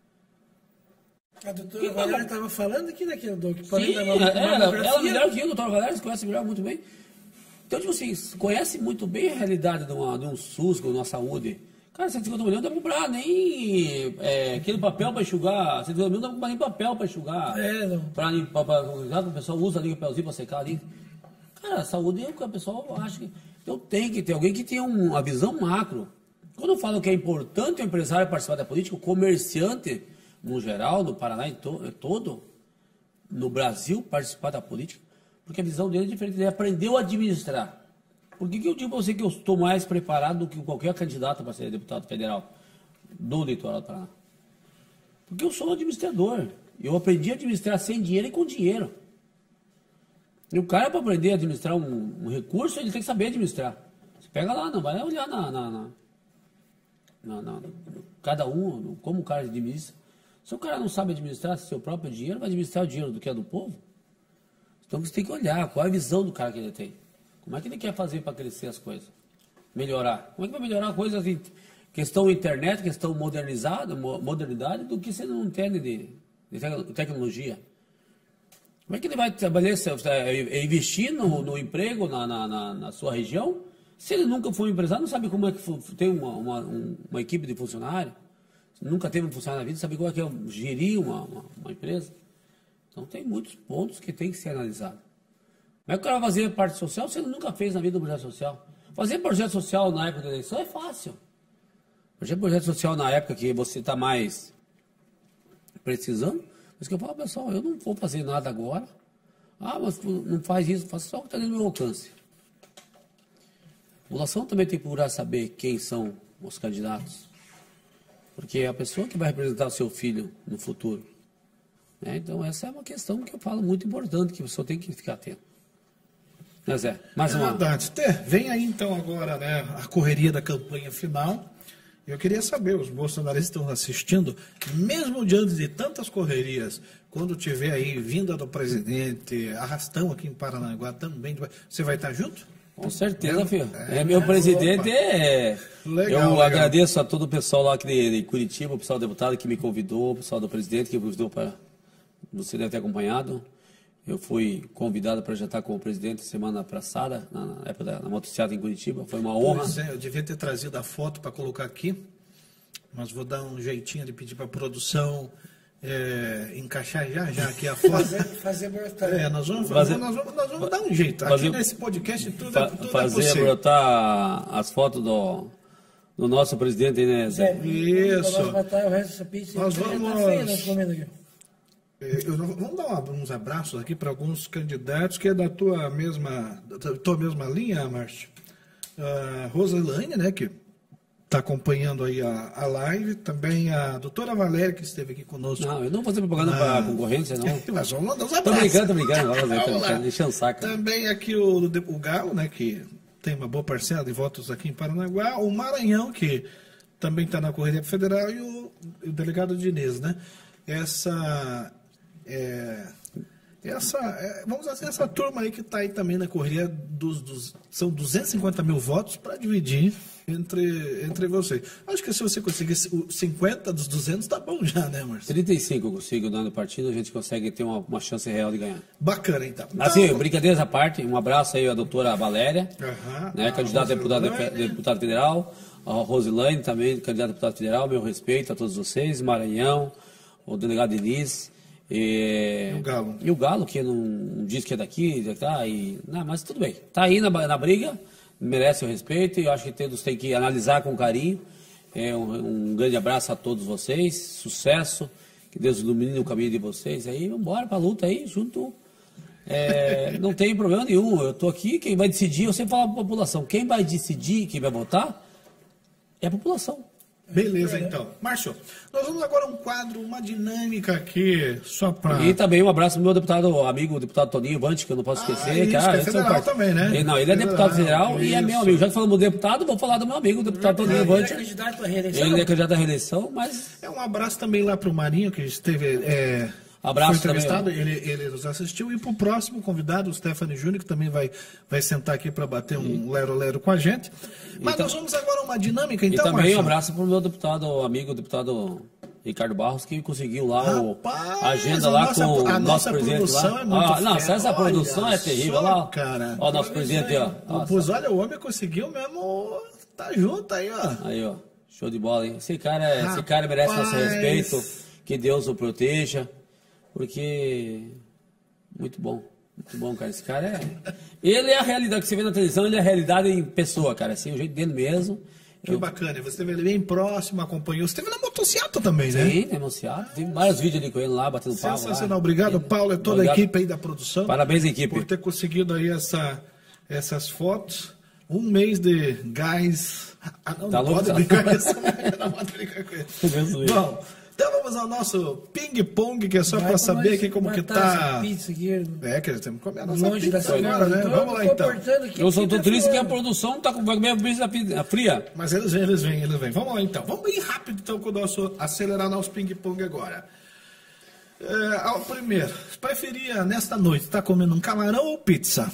A doutora Que Valéria bom. estava falando aqui daquele do que Sim, da ela, ela, mamografia. ela melhor que eu, doutora Valéria, você conhece melhor, muito bem. Então, tipo assim, conhece muito bem a realidade de, uma, de um SUS, de uma saúde. Cara, cento e cinquenta milhões não dá pra comprar nem é, aquele papel para enxugar. cento e cinquenta milhões não dá pra comprar nem papel para enxugar. É, não. Para limpar, para o pessoal usa ali o papelzinho para secar ali. Cara, a saúde é o que o pessoal acha que. Então tem que ter alguém que tenha uma visão macro. Quando eu falo que é importante o empresário participar da política, o comerciante, no geral, no Paraná em to, todo, no Brasil, participar da política, porque a visão dele é diferente. Ele aprendeu a administrar. Por que, que eu digo para você que eu estou mais preparado do que qualquer candidato para ser deputado federal do litoral do Paraná? Porque eu sou um administrador. Eu aprendi a administrar sem dinheiro e com dinheiro. E o cara, para aprender a administrar um, um recurso, ele tem que saber administrar. Você pega lá, não vai olhar na, na, na, na, na cada um, no, como o cara administra. Se o cara não sabe administrar seu próprio dinheiro, vai administrar o dinheiro do que é do povo. Então você tem que olhar qual é a visão do cara que ele tem. Como é que ele quer fazer para crescer as coisas? Melhorar. Como é que vai melhorar coisas em questão internet, questão modernizada, modernidade, do que você não entende de, de tecnologia? Como é que ele vai trabalhar, investir no, no emprego na, na, na, na sua região, se ele nunca foi um empresário, não sabe como é que tem uma, uma, uma equipe de funcionário, nunca teve um funcionário na vida, sabe como é que é gerir uma, uma, uma empresa? Então tem muitos pontos que tem que ser analisados. Como é que o cara vai fazer parte social se ele nunca fez na vida um projeto social? Fazer projeto social na época da eleição é fácil. Fazer projeto social na época que você está mais precisando, mas que eu falo, pessoal, eu não vou fazer nada agora. Ah, mas não faz isso, faz só o que está no meu alcance. A população também tem que procurar saber quem são os candidatos. Porque é a pessoa que vai representar o seu filho no futuro. Né? Então, essa é uma questão que eu falo muito importante, que a pessoa tem que ficar atento. Né, Zé? Mais uma. É verdade. Vem aí, então, agora, né, a correria da campanha final. Eu queria saber, os bolsonaristas estão assistindo, mesmo diante de tantas correrias, quando tiver aí vinda do presidente, arrastão aqui em Paranaguá também, você vai estar junto? Com certeza, É, filho. é, É, meu é, presidente opa. é... Legal, eu legal. agradeço a todo o pessoal lá aqui de, de Curitiba, o pessoal deputado que me convidou, o pessoal do presidente que me convidou para... Você deve ter acompanhado. Eu fui convidado para jantar com o presidente semana passada, na época da na motocicleta em Curitiba. Foi uma honra. Pois é, eu devia ter trazido a foto para colocar aqui, mas vou dar um jeitinho de pedir para a produção é, encaixar já, já aqui a foto. Fazer, fazer brotar. É, nós vamos, Fazer- nós vamos, nós vamos dar um jeito. fazer- Aqui nesse podcast tudo, Fa é, tudo é fazer possível. brotar as fotos do, do nosso presidente, né, Zé? Isso. Nós matar o resto dessa pizza. Nós Já tá vamos- feia, nós comendo aqui. Eu não- vamos dar uma- uns abraços aqui para alguns candidatos que é da tua mesma, da tua mesma linha, Márcio. A Roselaine, né, que está acompanhando aí a, a live. Também a doutora Valéria, que esteve aqui conosco. Não, eu não vou fazer propaganda Ah. para a concorrência, não. Mas vamos mandar uns Tô abraços. brincando, tô brincando. Vamos fazer, tô Vamos lá. brincando, enchendo o saco. Também aqui o, o Galo, né, que tem uma boa parcela de votos aqui em Paranaguá. O Maranhão, que também está na corrida federal. E o, o delegado Diniz, né? Essa... É, essa, é, vamos dizer assim, essa turma aí que está aí também na corrida dos, dos são duzentos e cinquenta mil votos para dividir entre, entre vocês. Acho que se você conseguir cinquenta dos duzentos, tá bom já, né, Márcio? trinta e cinco eu consigo dando partido, a gente consegue ter uma, uma chance real de ganhar. Bacana, então. Assim, Então, brincadeiras à parte, um abraço aí à doutora Valéria, Aham. né, A candidata a deputada, Roselaine. deputada federal, a Roselaine também, candidata a deputada federal, meu respeito a todos vocês, Maranhão, o delegado Diniz. E, E o Galo. E o Galo, que não diz que é daqui, tá, e, não, mas tudo bem. Tá aí na, na briga, merece o respeito e eu acho que todos têm que analisar com carinho. É, um, um grande abraço a todos vocês, sucesso, que Deus ilumine o caminho de vocês. Aí vamos embora para a luta aí, junto. É, não tem problema nenhum, eu estou aqui, quem vai decidir, eu sempre falo para a população, quem vai decidir, quem vai votar, é a população. Beleza, então. Márcio, nós vamos agora a um quadro, uma dinâmica aqui, só para... E também um abraço pro meu deputado, amigo, o deputado Toninho Vante, que eu não posso esquecer. Ah, isso, que, ah, que é federal também, né? Ele, não, ele é Federal, deputado federal e é meu isso. amigo. Já que falamos do deputado, vou falar do meu amigo, o deputado Toninho Ele Vante. é candidato à reeleição? Ele é candidato à reeleição, mas... É um abraço também lá para o Marinho, que esteve... É... Abraço foi entrevistado, também. ele, ele nos assistiu. E para o próximo convidado, o Stephanie Júnior, que também vai, vai sentar aqui para bater um lero-lero com a gente. Mas Então- nós vamos agora a uma dinâmica, então, E também Márcio. um abraço pro meu deputado, amigo, o deputado Ricardo Barros, que conseguiu lá Rapaz, o, a agenda a lá nossa- com o a nosso nossa presidente produção lá. é muito ah, não, fera. essa produção Olha é terrível. só, Olha lá, cara. ó, o nosso presidente, ó. Ó, Pois olha, o homem conseguiu mesmo... Tá junto aí, ó. Aí, ó. Show de bola, hein? Esse cara, é- esse cara merece nosso Rapaz. respeito. Que Deus o proteja. Porque... Muito bom. Muito bom, cara. Esse cara é... Ele é a realidade que você vê na televisão, ele é a realidade em pessoa, cara. Assim, o jeito dele mesmo. Que Eu- bacana. Você esteve ali bem próximo, acompanhou. Você esteve na motocicleta também, né? Sim, denunciado. Tem vários vídeos ali com ele lá, batendo papo. Sensacional. lá. Obrigado, Paulo, e toda Obrigado. a equipe aí da produção. Parabéns, equipe. Por ter conseguido aí essa, essas fotos. Um mês de gás. Ah, não, Tá não louco, pode tá? brincar com isso. Não pode brincar com isso. Deus do livre. Bom, então vamos ao nosso ping-pong, que é só Vai para pra saber nós aqui como que matar essa tá. pizza aqui, É, que temos que comer a nossa longe da pizza cidade. agora, né? Então, Vamos lá tô então. cortando aqui, Eu sou aqui tô tá triste que a falando. produção não tá com vai comer a pizza pizza fria. Mas eles vêm, eles vêm, eles vêm. Vamos lá então. Vamos bem rápido então com o nosso acelerar nosso ping-pong agora. É, ao primeiro, preferia nesta noite estar comendo um camarão ou pizza?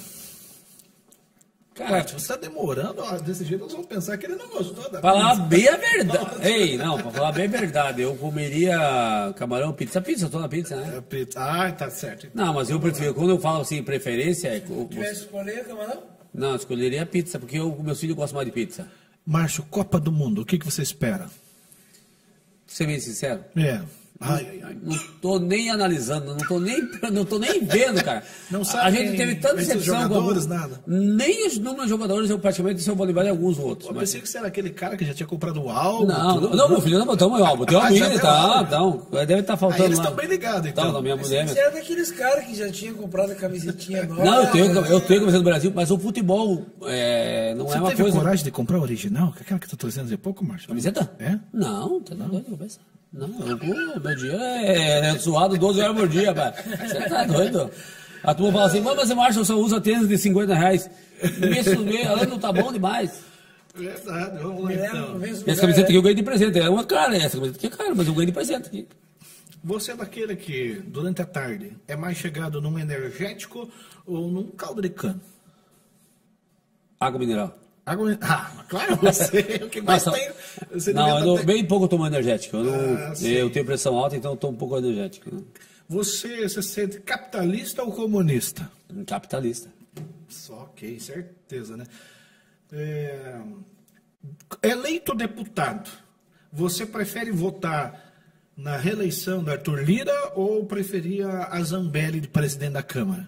Cara, Você está demorando, ó, desse jeito nós vamos pensar que ele não gostou da falar pizza. bem a verdade. Ei, não, pra falar bem a verdade, eu comeria camarão, pizza, pizza, eu tô na pizza, né? É, pizza. Ah, tá certo. Não, mas eu prefiro, quando eu falo assim, preferência, é, eu- Tivesse escolher, camarão? não, eu escolheria pizza, porque eu, meus filhos gostam mais de pizza. Márcio, Copa do Mundo, o que, que você espera? Pra ser bem sincero, É. Ai, ai, ai. não tô nem analisando, não tô nem, não tô nem vendo, cara. Não sabe A gente quem teve tanta vai ser os decepção com jogadores, alguns- nada. Nem os números de jogadores eu praticamente sei o Bolívar e alguns outros. Eu Mas... pensei que você era aquele cara que já tinha comprado o álbum. Não, tudo. não, não, meu filho, não botamos o álbum. Tem uma Ah, já minha, deu tá, álbum. então. Deve estar Aí faltando eles lá. estão bem ligados, então. Tá, da minha mulher. Você era daqueles caras que já tinham comprado a camisetinha nova. Não, eu tenho, eu tenho a camisa do Brasil, mas o futebol é, não Você é uma teve coisa. coragem de comprar a original? Que aquela que tu trazendo há pouco, Márcio? Camiseta? É? Não, tá doido de cabeça. Não, eu, o meu dinheiro é, é suado doze horas por dia, pai. Você tá doido? A turma fala assim, mas o Márcio só usa tênis de cinquenta reais. Isso mesmo, tá bom demais. Verdade, vamos lá Me lembra, então. uma vez, um Essa lugar- camiseta aqui eu ganhei de presente. É uma cara, essa camiseta aqui é cara, mas eu ganhei de presente aqui. Você é daquele que, durante a tarde, é mais chegado num energético ou num caldo de cana? Água mineral. Água... Ah, claro, você é o que mais Nossa, tem. Você não, devia eu dou- ter- bem pouco eu tomo energético. Eu, não- Ah, sim. eu tenho pressão alta, então eu tomo um pouco energético. Né? Você se sente capitalista ou comunista? Um capitalista. Só ok, certeza, né? É... Eleito deputado, você prefere votar na reeleição do Arthur Lira ou preferia a Zambelli de presidente da Câmara?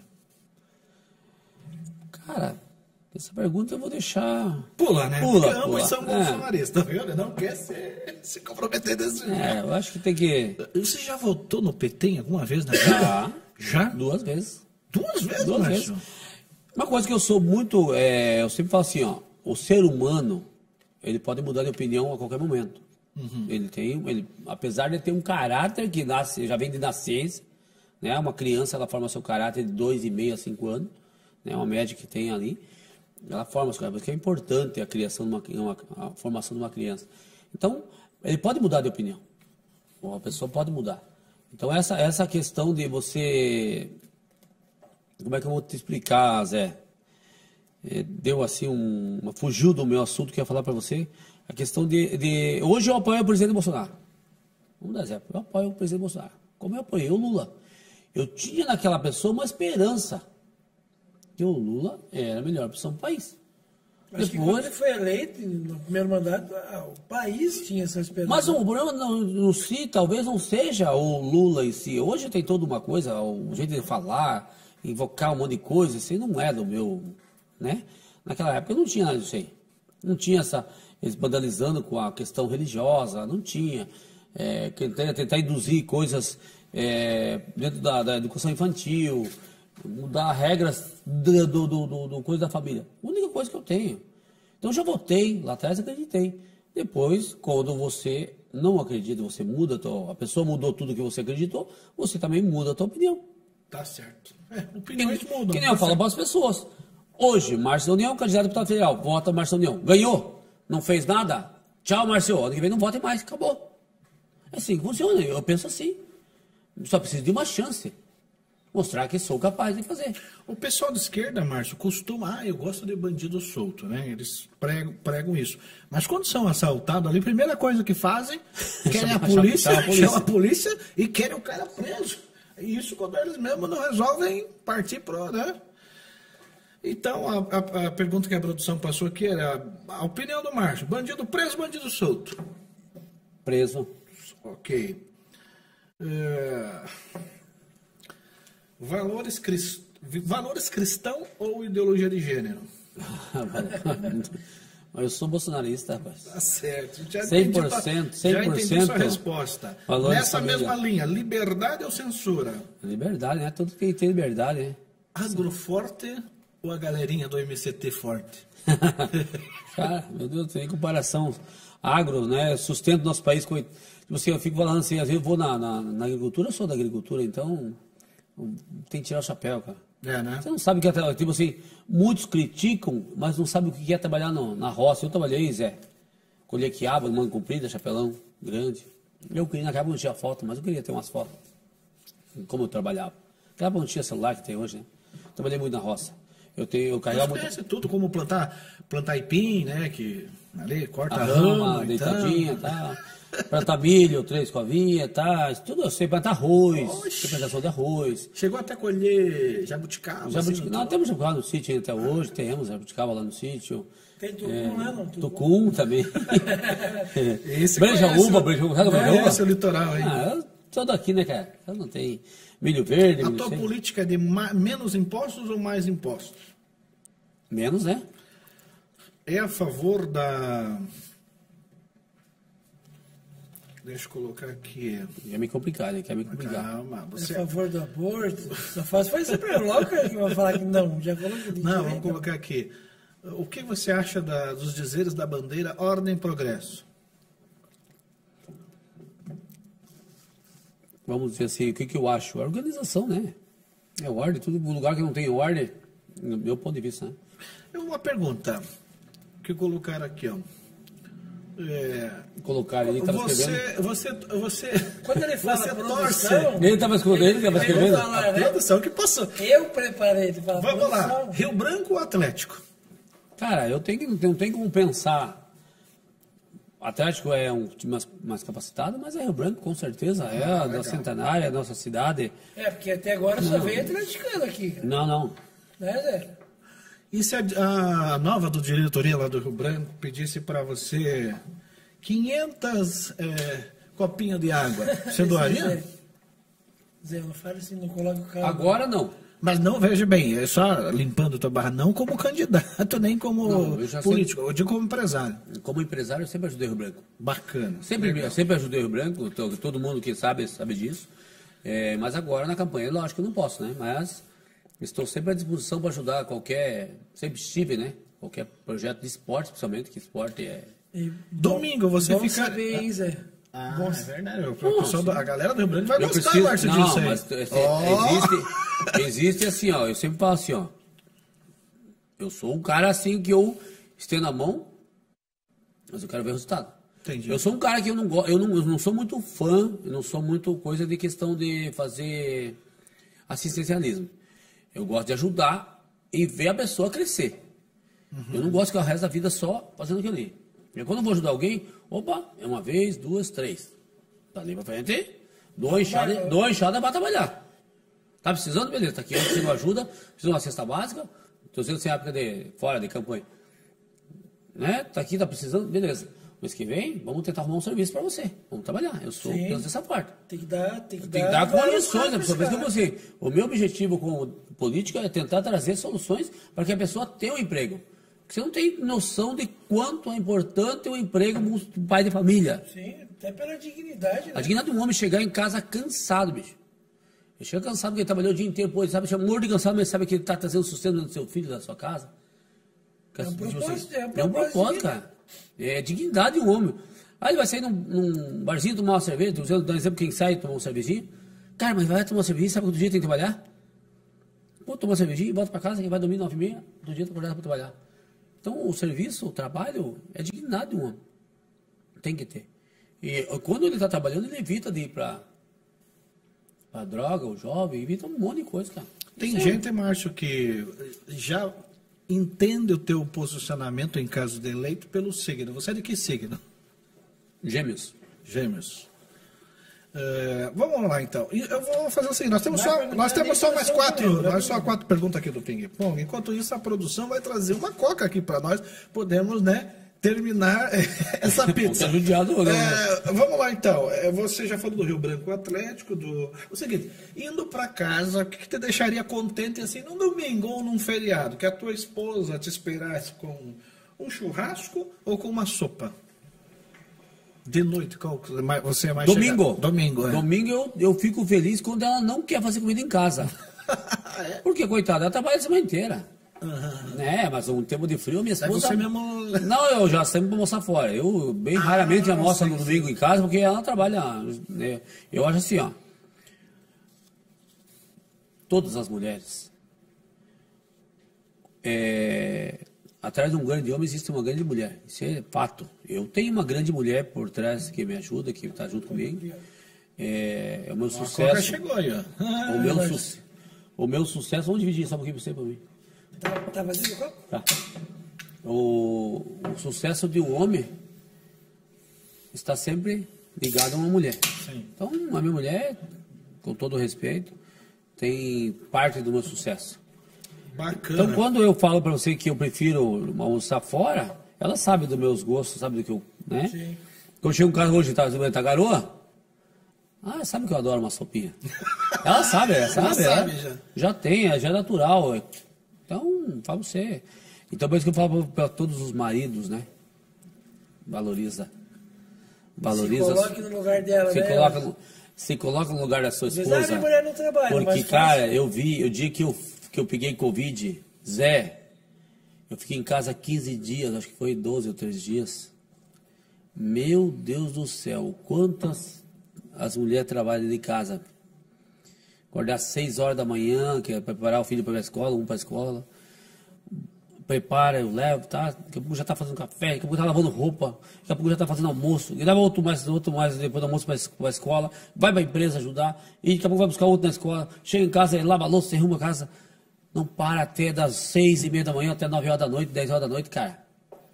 Cara, essa pergunta eu vou deixar. Pula, né? Pula, Porque ambos pula. são É. bolsonaristas, tá vendo? Não quer se, se comprometer desse jeito. É, eu acho que tem que. Você já votou no P T em alguma vez na vida? Já. Já? Duas vezes. Duas vezes, Duas Márcio? vezes. Uma coisa que eu sou muito. é, eu sempre falo assim, ó. O ser humano, ele pode mudar de opinião a qualquer momento. Ele tem. Ele, apesar de ter um caráter que nasce, já vem de nascença, né? Uma criança, ela forma seu caráter de dois e meio a cinco anos, né? Uma média que tem ali. Ela forma os caráteres, porque é importante a criação de uma, uma, a formação de uma criança. Então, ele pode mudar de opinião. Ou a pessoa pode mudar. Então, essa, essa questão de você... Como é que eu vou te explicar, Zé? É, deu assim um... uma- fugiu do meu assunto que eu ia falar para você. A questão de, de... Hoje eu apoio o presidente Bolsonaro. Vamos dar exemplo. Eu apoio o presidente Bolsonaro. Como eu apoiei o Lula. Eu tinha naquela pessoa uma esperança que o Lula era a melhor opção para o país. Acho que quando ele foi eleito, no primeiro mandato, ah, o país tinha essa esperança. Mas o problema não, no si talvez não seja o Lula em si. Hoje tem toda uma coisa, o jeito de falar, invocar um monte de coisa, isso aí não é do meu, né? Naquela época não tinha nada disso aí. Não tinha essa, eles vandalizando com a questão religiosa, não tinha. É, tentar, tentar induzir coisas é, dentro da, da educação infantil, mudar regras do, do, do, do, do coisa da família. A única coisa que eu tenho. Então eu já votei, lá atrás acreditei. Depois, quando você não acredita, você muda, a, tua, a pessoa mudou tudo que você acreditou, você também muda a tua opinião. Tá certo. É, opiniões que, mudam. Que nem eu falo para as pessoas. Hoje, Márcio da União, candidato a deputado federal, vota Márcio da União. Ganhou, não fez nada, tchau, Márcio, ano que vem não vote mais, acabou. É assim que funciona, eu penso assim. Só preciso de uma chance. Mostrar que sou capaz de fazer. O pessoal de esquerda, Márcio, costuma... Ah, eu gosto de bandido solto, né? Eles pregam, pregam isso. Mas quando são assaltados ali, a primeira coisa que fazem, querem a polícia, a polícia. Chamam a polícia e querem o cara preso. E isso quando eles mesmos não resolvem partir pro, né? Então, a, a, a pergunta que a produção passou aqui era a, a opinião do Márcio. Bandido preso, bandido solto? Preso. Ok. É... Valores, crist... Valores cristão ou ideologia de gênero? Eu sou bolsonarista, rapaz. Tá certo. Já cem por cento, cem por cento. Já entendi sua resposta. Nessa mesma família. linha, liberdade ou censura? Liberdade, né? Tudo que tem liberdade, né? Agroforte ou a galerinha do M C T forte? Cara, meu Deus, tem comparação. Agro, né? Sustento nosso país. Com... Eu fico falando assim, às vezes eu vou na, na, na agricultura, eu sou da agricultura, então... Tem que tirar o chapéu, cara. É, né? Você não sabe o que é, tipo assim, muitos criticam, mas não sabem o que é trabalhar no, na roça. Eu trabalhei, Zé, colher quiabo, manga comprida, chapelão grande. Eu queria, naquela época não tinha foto, mas eu queria ter umas fotos. Como eu trabalhava. Naquela época não tinha celular que tem hoje, né? Trabalhei muito na roça. Eu tenho, eu carregava muito... muito... tudo, como plantar, plantar ipim, né? Que ali corta a, a rama, rama, deitadinha, então... tá... Plantar milho, três covinhas, tá? Isso tudo eu sei. Plantar arroz, plantação de arroz. Chegou até a colher jabuticaba? Jabuticaba. Assim, não, temos jabuticaba no sítio até hoje, temos jabuticaba lá no sítio. Tem tucum, é, né? Não, tucum. Tucum também. Esse Brejaúba, brejaúba. É, esse é o litoral, hein? Ah, eu sou daqui, né, cara? Eu não tem milho verde. A milho tua seco. política é de ma- menos impostos ou mais impostos? Menos, né? É a favor da... Deixa eu colocar aqui. Já me complicar, né? Quer me complicar. Calma, você... É a favor do aborto? Só faz foi sempre louca que vai falar que não. Já falou que Não, vamos colocar aqui. O que você acha da, dos dizeres da bandeira Ordem e Progresso? Vamos dizer assim, o que, que eu acho? A organização, né? É ordem, tudo lugar que não tem ordem, no meu ponto de vista, né? É uma pergunta que colocaram aqui, ó. É... Colocar ele estava você, escrevendo. você, você, Quando ele fala você produção, torce. Ele estava escrevendo, ele estava escrevendo. Falar, A né? produção que passou. Eu preparei. Ele fala Vamos lá. produção. Rio Branco ou Atlético? Cara, eu tenho que, não tem como pensar. O Atlético é um time mais, mais capacitado, mas é Rio Branco, com certeza. É Ah, a legal. da Centenária, a nossa cidade. É, porque até agora só veio atleticano aqui. Cara. Não, não. Né, Zé? E se a, a nova do diretoria lá do Rio Branco pedisse para você quinhentas é, copinhos de água, você doaria? Zé, Zé, não fale assim, não coloca o carro. Agora não. Mas não, veja bem, é só limpando tua barra, não como candidato, nem como Não, eu já político, eu digo como empresário. Como empresário, eu sempre ajudei o Rio Branco. Bacana. Sempre, Legal. sempre ajudei o Rio Branco, to- todo mundo que sabe, sabe disso. É, mas agora na campanha, lógico que eu não posso, né? Mas estou sempre à disposição para ajudar qualquer. Sempre estive, né? Qualquer projeto de esporte, principalmente, que esporte é. E Domingo você bom fica... saber, hein, Zé? Ah, Bom, é verdade. O pessoal da- a galera do Rio Branco vai Eu gostar, preciso. Márcio, Não, disso aí. mas é, Ó. existe, existe assim, ó. Eu sempre falo assim, ó. Eu sou um cara assim que eu estendo a mão, mas eu quero ver o resultado. Entendi. Eu sou um cara que eu não gosto, eu não, eu não sou muito fã, eu não sou muito coisa de questão de fazer assistencialismo. Eu gosto de ajudar e ver a pessoa crescer. Uhum. Eu não gosto de ficar o resto da vida só fazendo aquilo ali. E quando eu vou ajudar alguém, opa, é uma vez, duas, três. Tá ali pra frente, dou enxada, dou enxada para trabalhar. Tá precisando? Beleza, tá aqui, eu preciso de ajuda, preciso de uma cesta básica, estou sendo sem época de fora de campanha. Né? Tá aqui, tá precisando? Beleza. Mês que vem, vamos tentar arrumar um serviço para você. Vamos trabalhar. Eu sou Sim. penso dessa parte. tem que dar, tem que Tem que dar, dar condições da pessoa. Por isso que eu você. vou dizer, o meu objetivo como político é tentar trazer soluções para que a pessoa tenha um emprego. Porque você não tem noção de quanto é importante o emprego do pai de família. Sim, até pela dignidade, né? A dignidade de um homem chegar em casa cansado, bicho. Ele chega cansado porque ele trabalhou o dia inteiro, pô, ele sabe, chama morto de cansado, mas sabe que ele está trazendo sustento do seu filho, da sua casa. É um Tipo propósito, assim, é um é um propósito propósito, de vida. cara. É dignidade de um homem. Aí ele vai sair num, num barzinho tomar uma cerveja, tô usando, dando exemplo, quem sai tomar uma cervejinha. Cara, mas vai tomar uma cervejinha, sabe que outro dia tem que trabalhar? Pô, toma uma cervejinha, volta pra casa, quem vai dormir nove e meia, outro dia tá acordado pra trabalhar. Então, o serviço, o trabalho, é dignidade de um homem. Tem que ter. E quando ele está trabalhando, ele evita de ir para a droga, o jovem, evita um monte de coisa, cara. Tem Isso gente, é... Márcio, que já entende o teu posicionamento em caso de eleito pelo signo. Você é de que signo? Gêmeos. Gêmeos. É, vamos lá, então. Eu vou fazer o seguinte, nós temos só, nós temos só mais quatro, nós só quatro perguntas aqui do Ping Pong. Enquanto isso, a produção vai trazer uma coca aqui para nós. Podemos, né, terminar essa pizza. Judiado, né? É, vamos lá, então. Você já falou do Rio Branco Atlético, do... O seguinte, indo para casa, o que, que te deixaria contente, assim, num domingo ou num feriado? Que a tua esposa te esperasse com um churrasco ou com uma sopa? De noite, qual você é mais Domingo. chegado? Domingo, é. Domingo eu, eu fico feliz quando ela não quer fazer comida em casa. É? Porque, coitada, ela trabalha a semana inteira. Uhum. Né, mas um tempo de frio, minha esposa... Você mesmo... Não, eu já sempre vou almoçar fora. Eu bem ah, raramente almoço no domingo em casa, porque ela trabalha... Né? Eu acho assim, ó. Todas as mulheres... É... Atrás de um grande homem existe uma grande mulher. Isso é fato. Eu tenho uma grande mulher por trás que me ajuda, que está junto comigo. É, é o meu Uma sucesso. Chegou aí, ó. Ah, o, meu su... o meu sucesso. Vamos dividir só um pouquinho para você para mim. Tá, tá vazio o copo? Tá. O... o sucesso de um homem está sempre ligado a uma mulher. Sim. Então, a minha mulher, com todo o respeito, tem parte do meu sucesso. Bacana. Então, quando eu falo para você que eu prefiro almoçar fora, ela sabe dos meus gostos, sabe do que eu, né? Sim. Quando chega um cara hoje, tá vendo a garoa? Ah, sabe que eu adoro uma sopinha. Ela sabe, ela sabe. Ela sabe é, já. Já tem, já é natural. Então, fala você. Então, por isso que eu falo para todos os maridos, né? Valoriza. Valoriza. Se coloque no lugar dela, se né? Coloca no, se coloca no lugar da sua esposa. Mas a mulher não trabalha, porque, mas cara, faz... eu vi, o dia que eu que eu peguei Covid, Zé, eu fiquei em casa quinze dias, acho que foi doze ou treze dias. Meu Deus do céu, quantas as mulheres trabalham de casa. Acordar às seis horas da manhã, que é preparar o filho para a escola, um para a escola. Prepara, eu levo, tá? Daqui a pouco já está fazendo café, daqui a pouco está lavando roupa, daqui a pouco já está fazendo almoço, e leva outro mais, outro mais depois do almoço para a escola, vai para a empresa ajudar, e daqui a pouco vai buscar outro na escola, chega em casa, ele lava a louça, arruma a casa. Não para até das seis e meia da manhã até nove horas da noite, dez horas da noite, cara.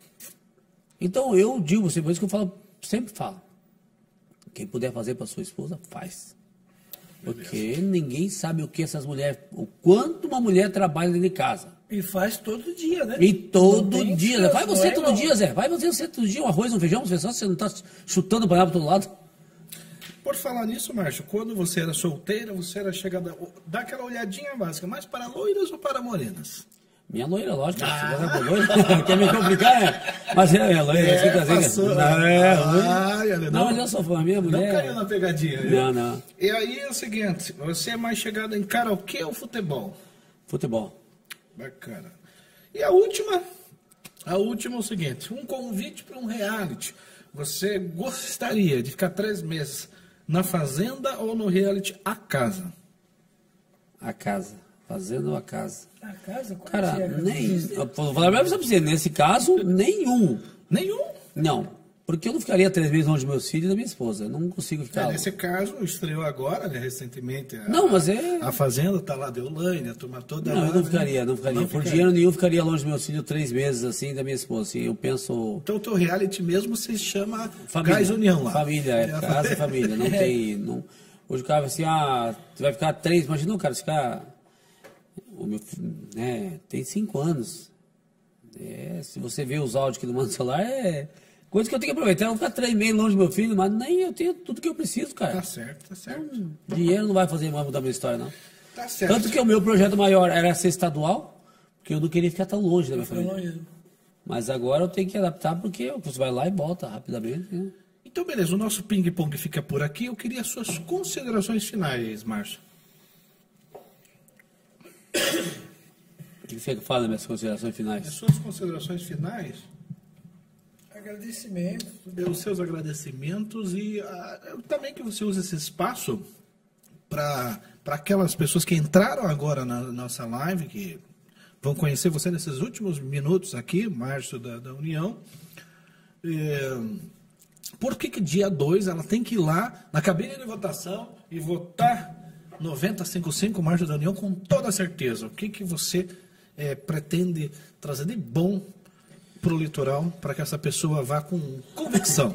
Então eu digo você, por isso que eu falo, sempre falo. Quem puder fazer para sua esposa, faz. Porque ninguém sabe o que essas mulheres, o quanto uma mulher trabalha dentro de casa. E faz todo dia, né? E todo dia. Chance, vai você é todo igual. dia, Zé. Vai você, você todo dia, um arroz, um feijão, você só você não está chutando para todo lado. Por falar nisso, Márcio, quando você era solteira, você era chegada... Dá aquela olhadinha básica, mais para loiras ou para morenas? Minha loira, lógico. Ah. Se loira, quer me complicar, né? Mas é, é loira. É, assim, passou, não, é, ah, não, não, mas eu sou fã, minha mulher... Não caiu na pegadinha. Não, não. E aí é o seguinte, você é mais chegada em karaokê ou futebol? Futebol. Bacana. E a última, a última é o seguinte, um convite para um reality. Você gostaria de ficar três meses na Fazenda ou no reality A Casa? A Casa. Fazenda ou A Casa? A Casa? Qual Cara, é nem... Eu vou falar pra você, nesse caso, nenhum. Nenhum? Não. Porque eu não ficaria três meses longe dos meus filhos e da minha esposa. Eu não consigo ficar. É, nesse caso, estreou agora, né, recentemente. A, não, mas é. A Fazenda tá lá de Olaine, a turma toda. Não, lá, eu não ficaria, não ficaria. Não Por ficaria. Dinheiro nenhum, eu ficaria longe dos meus filhos três meses, assim, da minha esposa. Assim, eu penso. Então, o teu reality mesmo se chama família, Gás União lá. Família, é, é casa e família. Não tem. Não... Hoje o cara vai assim, ah, tu vai ficar três. Imagina o cara ficar. O meu, né, tem cinco anos. É, se você vê os áudios que ele manda no celular, é. Coisa que eu tenho que aproveitar, eu vou ficar três meses longe do meu filho, mas nem eu tenho tudo que eu preciso, cara. Tá certo, tá certo. Então, dinheiro não vai fazer mais mudar a minha história, não. Tá certo. Tanto que o meu projeto maior era ser estadual, porque eu não queria ficar tão longe da minha família. Longe. Mas agora eu tenho que adaptar, porque você vai lá e volta rapidamente, né? Então, beleza, o nosso ping-pong fica por aqui. Eu queria as suas considerações finais, Márcio. O que você fala das minhas considerações finais? As suas considerações finais... Agradecimentos. Os seus agradecimentos e uh, também que você use esse espaço para aquelas pessoas que entraram agora na nossa live, que vão conhecer você nesses últimos minutos aqui, Márcio da, da União. É, por que que dia dois ela tem que ir lá na cabine de votação e votar noventa e cinco ponto cinco Márcio da União com toda certeza? O que que você é, pretende trazer de bom para o litoral, para que essa pessoa vá com convicção?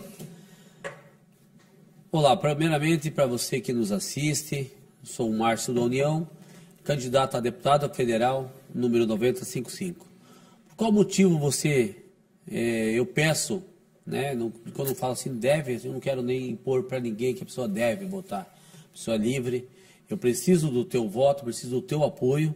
Olá, primeiramente para você que nos assiste, sou o Márcio da União, candidato a deputado federal, número noventa e cinco ponto cinco. Por qual motivo você, é, eu peço, né, não, quando eu falo assim, deve, eu não quero nem impor para ninguém que a pessoa deve votar, a pessoa é livre, eu preciso do teu voto, preciso do teu apoio,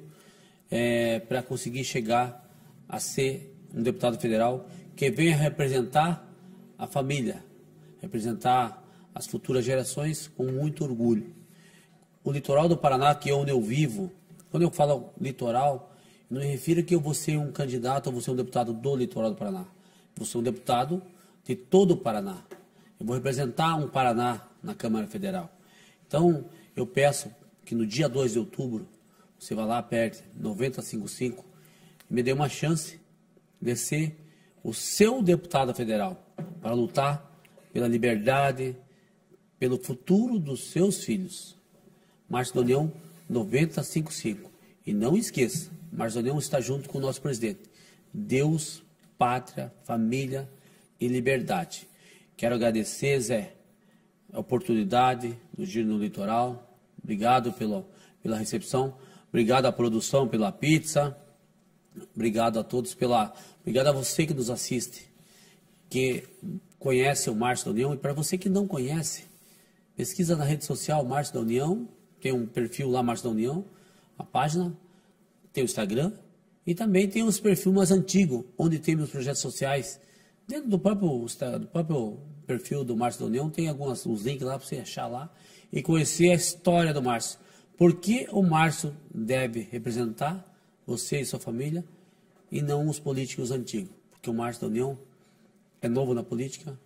é, para conseguir chegar a ser um deputado federal que venha representar a família, representar as futuras gerações com muito orgulho. O litoral do Paraná, que é onde eu vivo, quando eu falo litoral, não me refiro que eu vou ser um candidato ou vou ser um deputado do litoral do Paraná. Vou ser um deputado de todo o Paraná. Eu vou representar um Paraná na Câmara Federal. Então, eu peço que no dia dois de outubro, você vá lá, aperte noventa e cinco ponto cinco e me dê uma chance de ser o seu deputado federal para lutar pela liberdade, pelo futuro dos seus filhos. Márcio da União, noventa e cinco ponto cinco. E não esqueça, Márcio da União está junto com o nosso presidente. Deus, pátria, família e liberdade. Quero agradecer, Zé, a oportunidade do Giro no Litoral. Obrigado pelo, pela recepção. Obrigado à produção pela pizza. Obrigado a todos pela... Obrigado a você que nos assiste, que conhece o Márcio da União. E para você que não conhece, pesquisa na rede social Márcio da União. Tem um perfil lá, Márcio da União, a página, tem o Instagram. E também tem os perfis mais antigos, onde tem os projetos sociais. Dentro do próprio, do próprio perfil do Márcio da União, tem alguns uns links lá para você achar lá e conhecer a história do Márcio. Por que o Márcio deve representar você e sua família e não os políticos antigos? Porque o Márcio da União é novo na política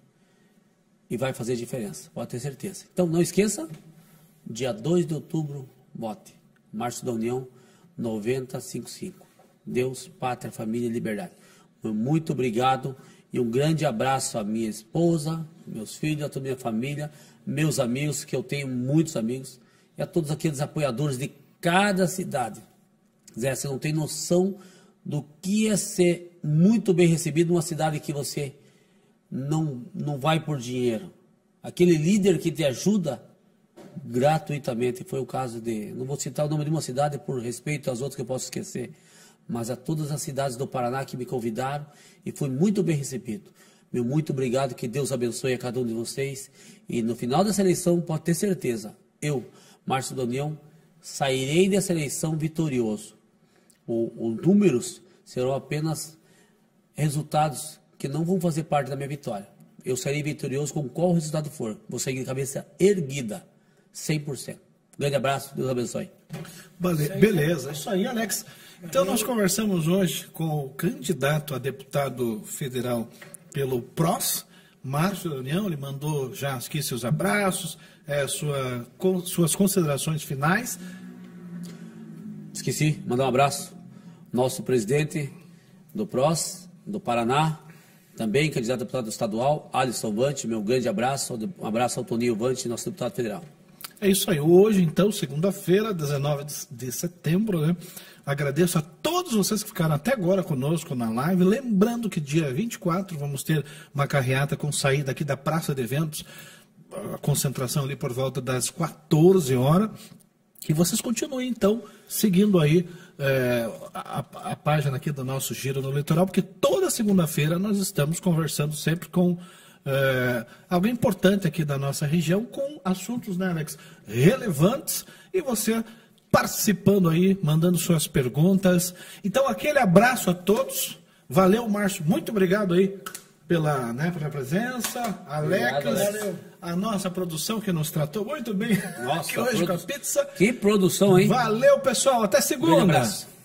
e vai fazer diferença, pode ter certeza. Então, não esqueça, dia dois de outubro, vote. Márcio da União, noventa e cinco ponto cinco. Deus, pátria, família e liberdade. Muito obrigado e um grande abraço à minha esposa, meus filhos, a toda a minha família, meus amigos, que eu tenho muitos amigos, e a todos aqueles apoiadores de cada cidade. Zé, você não tem noção do que é ser muito bem recebido numa cidade que você não, não vai por dinheiro. Aquele líder que te ajuda gratuitamente, foi o caso de... Não vou citar o nome de uma cidade por respeito às outras que eu posso esquecer, mas a todas as cidades do Paraná que me convidaram e fui muito bem recebido. Meu muito obrigado, que Deus abençoe a cada um de vocês. E no final dessa eleição, pode ter certeza, eu, Márcio da União, sairei dessa eleição vitorioso. Os números serão apenas resultados que não vão fazer parte da minha vitória. Eu sairei vitorioso com qual resultado for. Vou sair de cabeça erguida, cem por cento. Grande abraço, Deus abençoe. Bale- Beleza, isso aí, Alex. Então, nós conversamos hoje com o candidato a deputado federal pelo P R O S, Márcio da União. Ele mandou já aqui seus abraços, é, sua, com, suas considerações finais. Esqueci, mandar um abraço. Nosso presidente do P R O S, do Paraná, também candidato a deputado estadual, Alisson Vante. Meu grande abraço. Um abraço ao Toninho Vante, nosso deputado federal. É isso aí. Hoje, então, segunda-feira, dezenove de setembro, né? Agradeço a todos vocês que ficaram até agora conosco na live. Lembrando que dia vinte e quatro vamos ter uma carreata com saída aqui da Praça de Eventos, a concentração ali por volta das quatorze horas. E vocês continuem, então, seguindo aí é, a, a página aqui do nosso Giro no Litoral, porque toda segunda-feira nós estamos conversando sempre com é, alguém importante aqui da nossa região, com assuntos, né, Alex, relevantes, e você participando aí, mandando suas perguntas. Então, aquele abraço a todos. Valeu, Márcio. Muito obrigado aí pela, né, pela presença. Alex, Obrigado, Alex. A nossa produção que nos tratou muito bem. Nossa, aqui hoje produ... com a pizza. Que produção, hein? Valeu, pessoal. Até segunda. Um grande abraço.